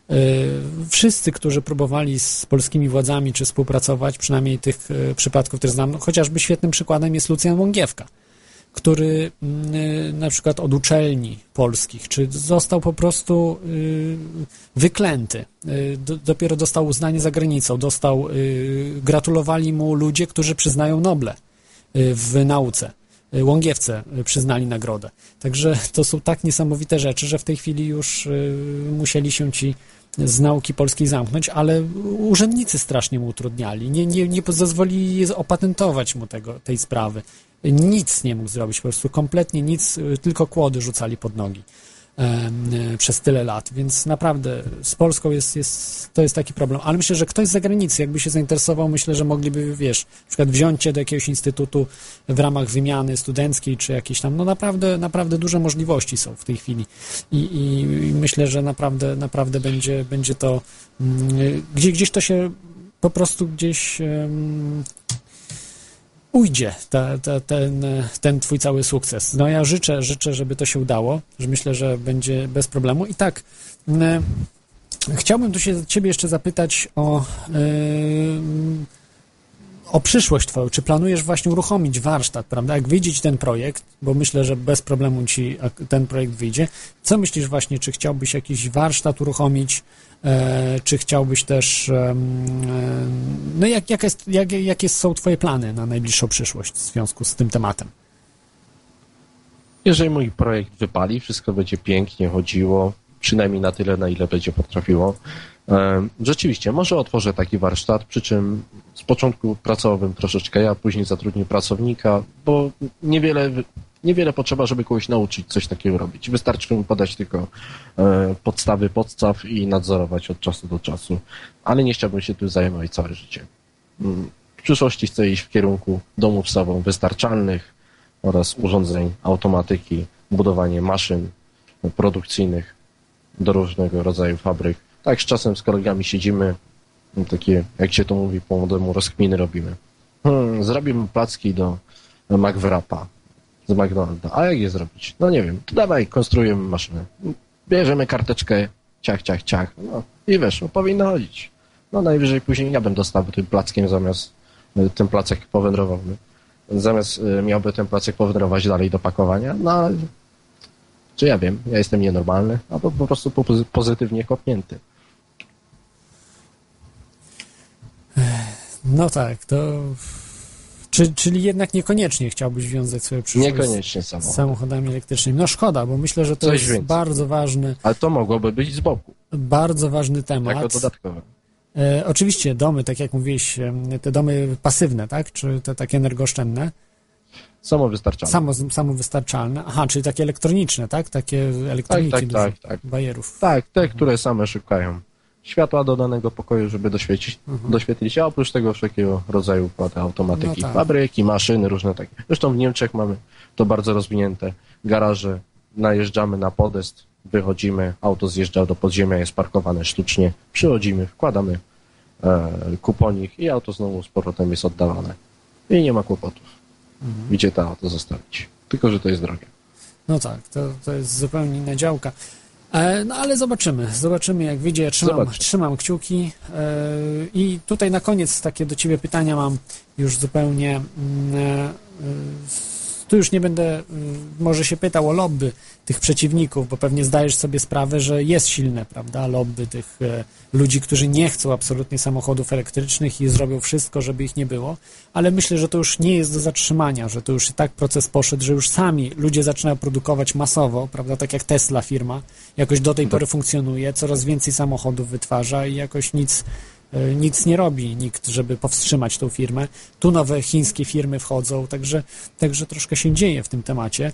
Wszyscy, którzy próbowali z polskimi władzami czy współpracować, przynajmniej tych przypadków, które znam, no, chociażby świetnym przykładem jest Lucjan Łągiewka, który na przykład od uczelni polskich, czy został po prostu wyklęty, dopiero dostał uznanie za granicą, dostał, gratulowali mu ludzie, którzy przyznają Noble w nauce. Łągiewce przyznali nagrodę. Także to są tak niesamowite rzeczy, że w tej chwili już musieli się ci z nauki polskiej zamknąć, ale urzędnicy strasznie mu utrudniali. Nie, nie, nie pozwolili opatentować mu tego, tej sprawy. Nic nie mógł zrobić, po prostu kompletnie nic, tylko kłody rzucali pod nogi e, e, przez tyle lat, więc naprawdę z Polską jest, jest, to jest taki problem, ale myślę, że ktoś z zagranicy jakby się zainteresował, myślę, że mogliby, wiesz, na przykład wziąć cię do jakiegoś instytutu w ramach wymiany studenckiej, czy jakieś tam, no naprawdę, naprawdę duże możliwości są w tej chwili i, i, i myślę, że naprawdę, naprawdę będzie, będzie to, mm, gdzie, gdzieś to się po prostu gdzieś um, ujdzie ta, ta, ten, ten twój cały sukces. No ja życzę, życzę, żeby to się udało, że myślę, że będzie bez problemu. I tak, e, chciałbym tu się ciebie jeszcze zapytać o, e, o przyszłość twoją. Czy planujesz właśnie uruchomić warsztat, prawda? Jak wyjdzie ci ten projekt, bo myślę, że bez problemu ci ten projekt wyjdzie. Co myślisz właśnie, czy chciałbyś jakiś warsztat uruchomić, E, czy chciałbyś też, e, no jak, jak jest, jak, jakie są twoje plany na najbliższą przyszłość w związku z tym tematem? Jeżeli mój projekt wypali, wszystko będzie pięknie chodziło, przynajmniej na tyle, na ile będzie potrafiło. E, rzeczywiście, może otworzę taki warsztat, przy czym z początku pracowałbym troszeczkę ja, później zatrudnię pracownika, bo niewiele Niewiele potrzeba, żeby kogoś nauczyć coś takiego robić. Wystarczy mu podać tylko e, podstawy podstaw i nadzorować od czasu do czasu. Ale nie chciałbym się tu zajmować całe życie. W przyszłości chcę iść w kierunku domów samowystarczalnych oraz urządzeń automatyki, budowanie maszyn produkcyjnych do różnego rodzaju fabryk. Tak, z czasem z kolegami siedzimy, takie, jak się to mówi po młodemu, rozkminy robimy. Hmm, zrobimy placki do McWrapa z McDonalda. A jak je zrobić? No nie wiem. To dawaj, konstruujemy maszynę. Bierzemy karteczkę, ciach, ciach, ciach. No i wiesz, no, powinno chodzić. No najwyżej później ja bym dostał tym plackiem zamiast ten placek powędrowałby. Zamiast miałby ten placek powędrować dalej do pakowania. No ale czy ja wiem, ja jestem nienormalny, albo po prostu pozytywnie kopnięty. No tak, to... Czy, czyli jednak niekoniecznie chciałbyś wiązać swoje przyszłość niekoniecznie z samochodami elektrycznymi. No szkoda, bo myślę, że to Coś jest więcej. bardzo ważny... Ale to mogłoby być z boku. Bardzo ważny temat. Jako dodatkowe. E, oczywiście domy, tak jak mówiłeś, te domy pasywne, tak? Czy te takie energooszczędne? Samowystarczalne. Samo, samowystarczalne. Aha, czyli takie elektroniczne, tak? Takie elektroniki tak, tak, do tak, tak. bajerów. Tak, te, które same szukają światła do danego pokoju, żeby doświecić, mhm. doświetlić, a oprócz tego wszelkiego rodzaju układy automatyki, no tak. fabryki, maszyny, różne takie. Zresztą w Niemczech mamy to bardzo rozwinięte. Garaże, najeżdżamy na podest, wychodzimy, auto zjeżdża do podziemia, jest parkowane sztucznie, przychodzimy, wkładamy e, kuponik i auto znowu z powrotem jest oddawane. I nie ma kłopotów, mhm. gdzie to auto zostawić. Tylko, że to jest drogie. No tak, to, to jest zupełnie inna działka. No ale zobaczymy, zobaczymy jak wyjdzie, ja trzymam, trzymam kciuki yy, i tutaj na koniec takie do ciebie pytania mam już zupełnie, yy, yy, tu już nie będę yy, może się pytał o lobby tych przeciwników, bo pewnie zdajesz sobie sprawę, że jest silne, prawda, lobby tych yy, ludzi, którzy nie chcą absolutnie samochodów elektrycznych i zrobią wszystko, żeby ich nie było, ale myślę, że to już nie jest do zatrzymania, że to już i tak proces poszedł, że już sami ludzie zaczynają produkować masowo, prawda, tak jak Tesla firma, jakoś do tej pory funkcjonuje, coraz więcej samochodów wytwarza i jakoś nic, nic nie robi nikt, żeby powstrzymać tą firmę. Tu nowe chińskie firmy wchodzą, także, także troszkę się dzieje w tym temacie.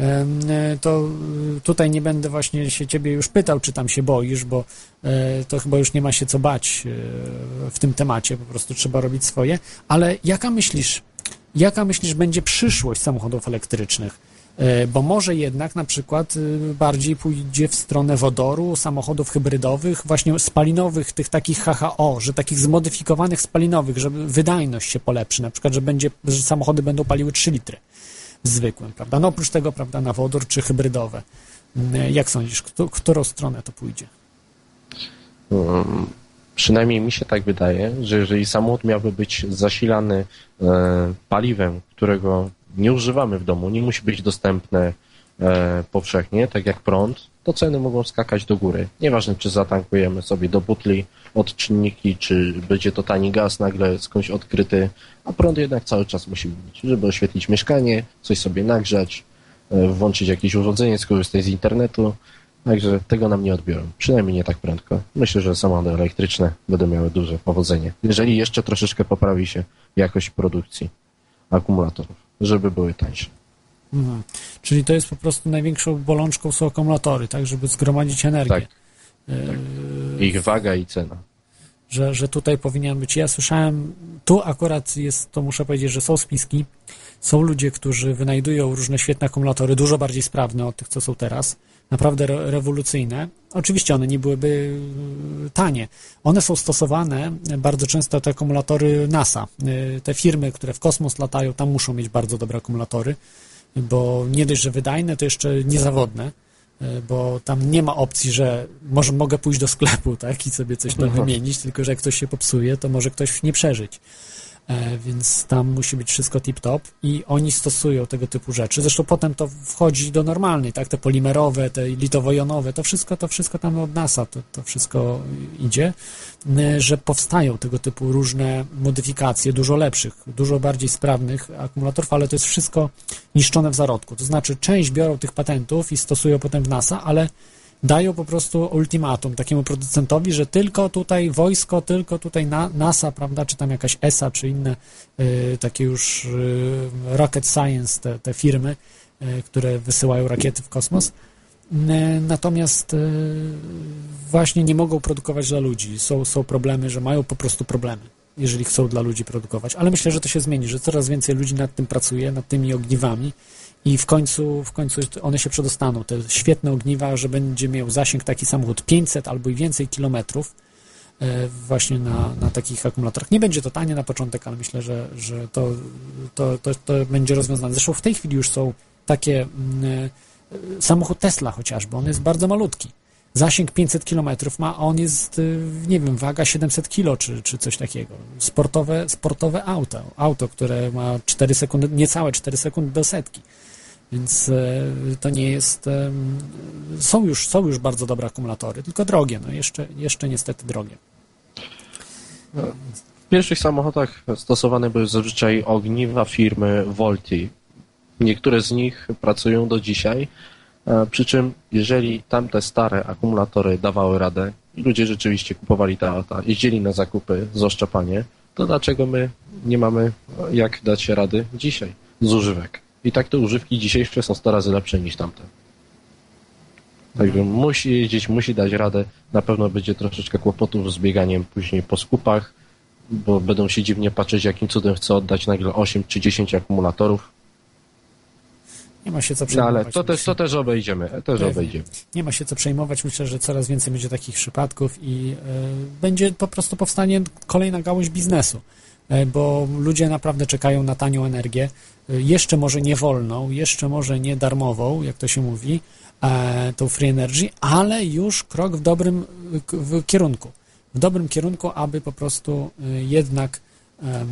To tutaj nie będę właśnie się ciebie już pytał, czy tam się boisz, bo to chyba już nie ma się co bać w tym temacie, po prostu trzeba robić swoje. Ale jaka myślisz, jaka myślisz będzie przyszłość samochodów elektrycznych? Bo może jednak na przykład bardziej pójdzie w stronę wodoru, samochodów hybrydowych, właśnie spalinowych, tych takich H H O, że takich zmodyfikowanych spalinowych, żeby wydajność się polepszy, na przykład, że będzie, że samochody będą paliły trzy litry zwykłym, prawda? No oprócz tego, prawda, na wodór czy hybrydowe. Jak sądzisz, którą stronę to pójdzie? Um, przynajmniej mi się tak wydaje, że jeżeli samochód miałby być zasilany e, paliwem, którego nie używamy w domu, nie musi być dostępne e, powszechnie, tak jak prąd, to ceny mogą skakać do góry. Nieważne, czy zatankujemy sobie do butli odczynniki, czy będzie to tani gaz nagle skądś odkryty, a prąd jednak cały czas musi być, żeby oświetlić mieszkanie, coś sobie nagrzać, e, włączyć jakieś urządzenie, skorzystać z internetu. Także tego nam nie odbiorą. Przynajmniej nie tak prędko. Myślę, że samochody elektryczne będą miały duże powodzenie. Jeżeli jeszcze troszeczkę poprawi się jakość produkcji akumulatorów, żeby były tańsze. Mhm. Czyli to jest po prostu największą bolączką są akumulatory, tak, żeby zgromadzić energię. Tak. tak. Ich waga i cena. Że, że tutaj powinien być. Ja słyszałem, tu akurat jest, to muszę powiedzieć, że są spiski, są ludzie, którzy wynajdują różne świetne akumulatory, dużo bardziej sprawne od tych, co są teraz. Naprawdę re- rewolucyjne. Oczywiście one nie byłyby tanie. One są stosowane, bardzo często te akumulatory NASA. Te firmy, które w kosmos latają, tam muszą mieć bardzo dobre akumulatory, bo nie dość, że wydajne, to jeszcze niezawodne, bo tam nie ma opcji, że może mogę pójść do sklepu, tak, i sobie coś tam wymienić, tylko że jak ktoś się popsuje, to może ktoś nie przeżyć. E, więc tam musi być wszystko tip-top i oni stosują tego typu rzeczy. Zresztą potem to wchodzi do normalnej, tak, te polimerowe, te litowo-jonowe, to wszystko, to wszystko tam od NASA, to, to wszystko idzie, e, że powstają tego typu różne modyfikacje, dużo lepszych, dużo bardziej sprawnych akumulatorów, ale to jest wszystko niszczone w zarodku. To znaczy część biorą tych patentów i stosują potem w NASA, ale dają po prostu ultimatum takiemu producentowi, że tylko tutaj wojsko, tylko tutaj na, NASA, prawda, czy tam jakaś E S A, czy inne y, takie już y, rocket science, te, te firmy, y, które wysyłają rakiety w kosmos. Y, natomiast y, właśnie nie mogą produkować dla ludzi. Są, są problemy, że mają po prostu problemy, jeżeli chcą dla ludzi produkować. Ale myślę, że to się zmieni, że coraz więcej ludzi nad tym pracuje, nad tymi ogniwami. I w końcu, w końcu one się przedostaną, te świetne ogniwa, że będzie miał zasięg taki samochód pięćset albo i więcej kilometrów e, właśnie na, na takich akumulatorach. Nie będzie to tanie na początek, ale myślę, że, że to, to, to, to będzie rozwiązane. Zresztą w tej chwili już są takie m, samochód Tesla chociażby, on jest bardzo malutki. Zasięg pięćset kilometrów ma, a on jest, nie wiem, waga siedemset kilo, czy, czy coś takiego. Sportowe, sportowe auto, auto, które ma cztery sekundy, niecałe cztery sekundy do setki. Więc to nie jest... Są już, są już bardzo dobre akumulatory, tylko drogie, no jeszcze, jeszcze niestety drogie. W pierwszych samochodach stosowane były zazwyczaj ogniwa firmy Volti. Niektóre z nich pracują do dzisiaj, przy czym jeżeli tamte stare akumulatory dawały radę i ludzie rzeczywiście kupowali te auta, jeździli na zakupy, zoszczepanie, to dlaczego my nie mamy jak dać się rady dzisiaj z używek? I tak te używki dzisiejsze są sto razy lepsze niż tamte. Także musi jeździć, musi dać radę. Na pewno będzie troszeczkę kłopotów z bieganiem później po skupach, bo będą się dziwnie patrzeć, jakim cudem chce oddać nagle osiem czy dziesięć akumulatorów. Nie ma się co przejmować. No ale to też, to też obejdziemy. Też obejdziemy. Nie ma się co przejmować. Myślę, że coraz więcej będzie takich przypadków i y, będzie po prostu powstanie kolejna gałąź biznesu. Bo ludzie naprawdę czekają na tanią energię, jeszcze może nie wolną, jeszcze może nie darmową, jak to się mówi, e, tą free energy, ale już krok w dobrym w kierunku, w dobrym kierunku, aby po prostu jednak um,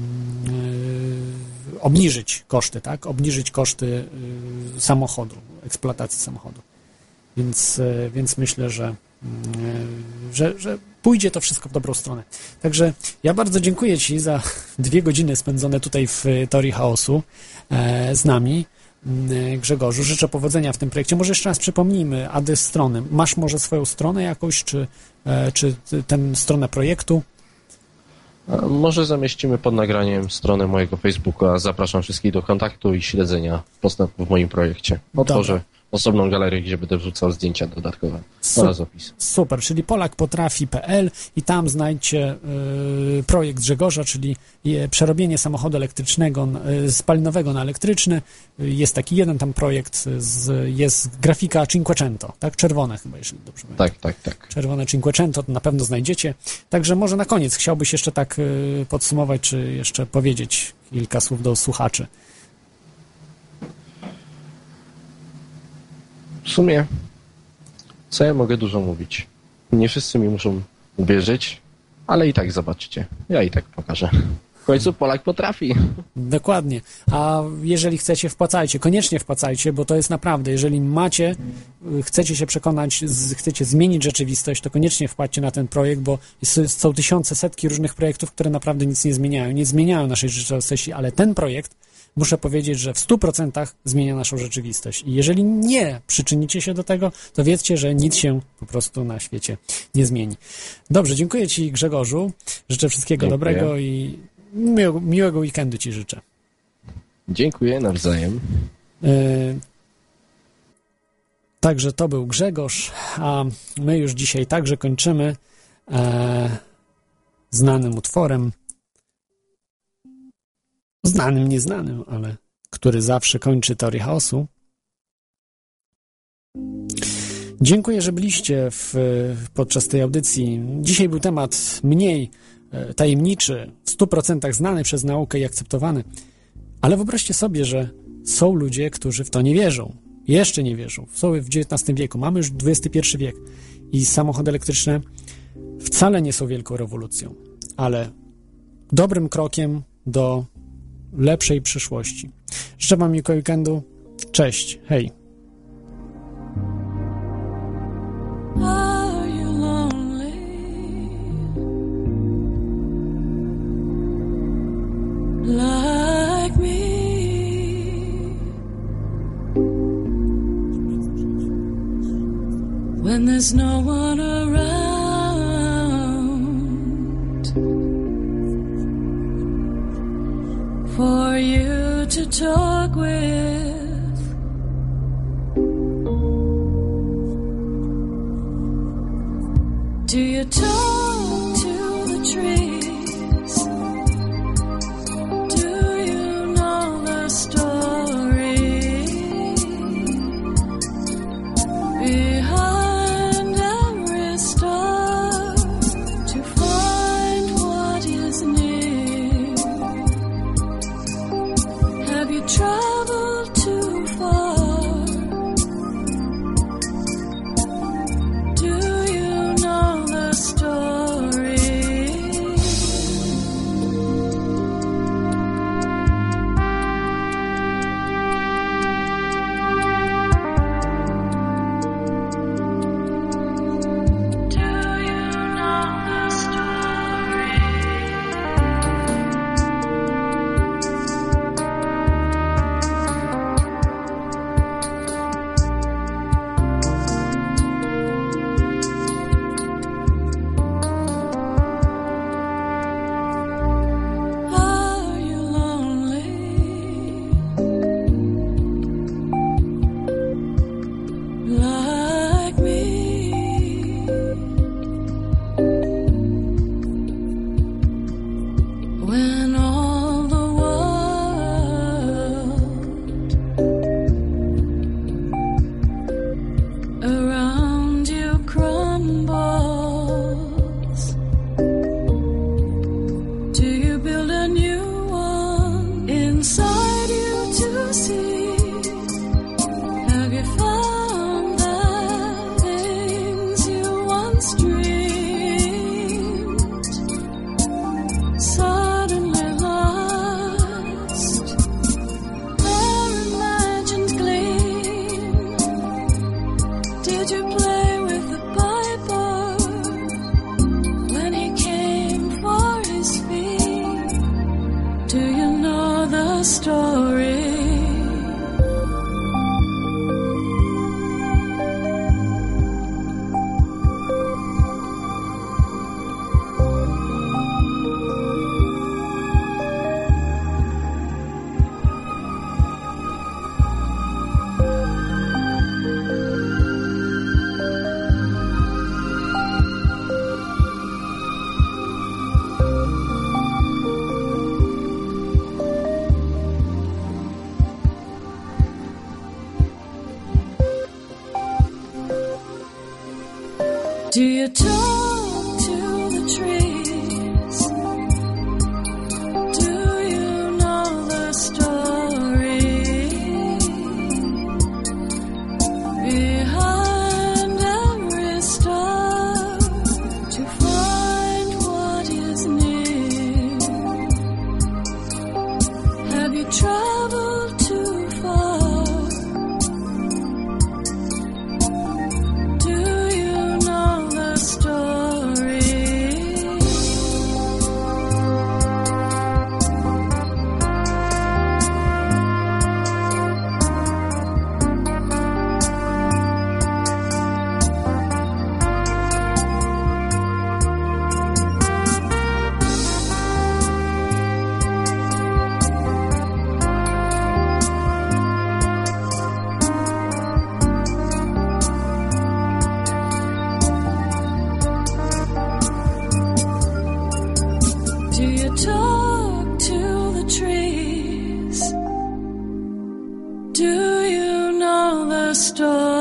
obniżyć koszty, tak, obniżyć koszty samochodu, eksploatacji samochodu. Więc, więc myślę, że Że, że pójdzie to wszystko w dobrą stronę. Także ja bardzo dziękuję Ci za dwie godziny spędzone tutaj w Teorii Chaosu e, z nami, e, Grzegorzu. Życzę powodzenia w tym projekcie. Może jeszcze raz przypomnijmy adres strony. Masz może swoją stronę jakąś, czy, e, czy tę stronę projektu? A może zamieścimy pod nagraniem stronę mojego Facebooka. Zapraszam wszystkich do kontaktu i śledzenia postępów w moim projekcie. Otworzę Dobra. osobną galerię, gdzie będę wrzucał zdjęcia dodatkowe oraz opis. Super, czyli polak potrafi kropka p l i tam znajdźcie y, projekt Grzegorza, czyli je, przerobienie samochodu elektrycznego y, spalinowego na elektryczny. Y, jest taki jeden tam projekt, z, jest grafika Cinquecento, tak? Czerwone chyba, jeśli dobrze pamiętam. Tak, tak, tak. Czerwone Cinquecento, to na pewno znajdziecie. Także może na koniec chciałbyś jeszcze tak y, podsumować, czy jeszcze powiedzieć kilka słów do słuchaczy. W sumie, co ja mogę dużo mówić? Nie wszyscy mi muszą uwierzyć, ale i tak zobaczycie. Ja i tak pokażę. W końcu Polak potrafi. Dokładnie. A jeżeli chcecie, wpłacajcie. Koniecznie wpłacajcie, bo to jest naprawdę, jeżeli macie, chcecie się przekonać, chcecie zmienić rzeczywistość, to koniecznie wpłaćcie na ten projekt, bo są tysiące, setki różnych projektów, które naprawdę nic nie zmieniają. Nie zmieniają naszej rzeczywistości, ale ten projekt, muszę powiedzieć, że w stu procentach zmienia naszą rzeczywistość. I jeżeli nie przyczynicie się do tego, to wiedzcie, że nic się po prostu na świecie nie zmieni. Dobrze, dziękuję Ci, Grzegorzu. Życzę wszystkiego dziękuję. dobrego i miłego, miłego weekendu Ci życzę. Dziękuję, nawzajem. Yy, także to był Grzegorz, a my już dzisiaj także kończymy e, znanym utworem, znanym, nieznanym, ale który zawsze kończy teorię chaosu. Dziękuję, że byliście w, podczas tej audycji. Dzisiaj był temat mniej tajemniczy, w stu procentach znany przez naukę i akceptowany. Ale wyobraźcie sobie, że są ludzie, którzy w to nie wierzą. Jeszcze nie wierzą. Są w dziewiętnastym wieku. Mamy już dwudziesty pierwszy wiek. I samochody elektryczne wcale nie są wielką rewolucją, ale dobrym krokiem do lepszej przyszłości. Życzę Wam miłego weekendu. Cześć. Hej. Are you lonely? Like me? When there's no one around for you to talk with. Do you talk to the trees? Do you know the story behind every star to find what is near? Have you traveled too far? Do you know the story? Do you know the story? Are you lonely? Like me? When all the world around you crumbles, do you build a new one inside you to see? Have you found the things you once dreamed suddenly lost? Their imagined gleam. Did you play with the Bible when he came for his feet? Do you know the story? Do you talk to the trees? Do you know the story behind every star to find talk to the trees? Do you know the story?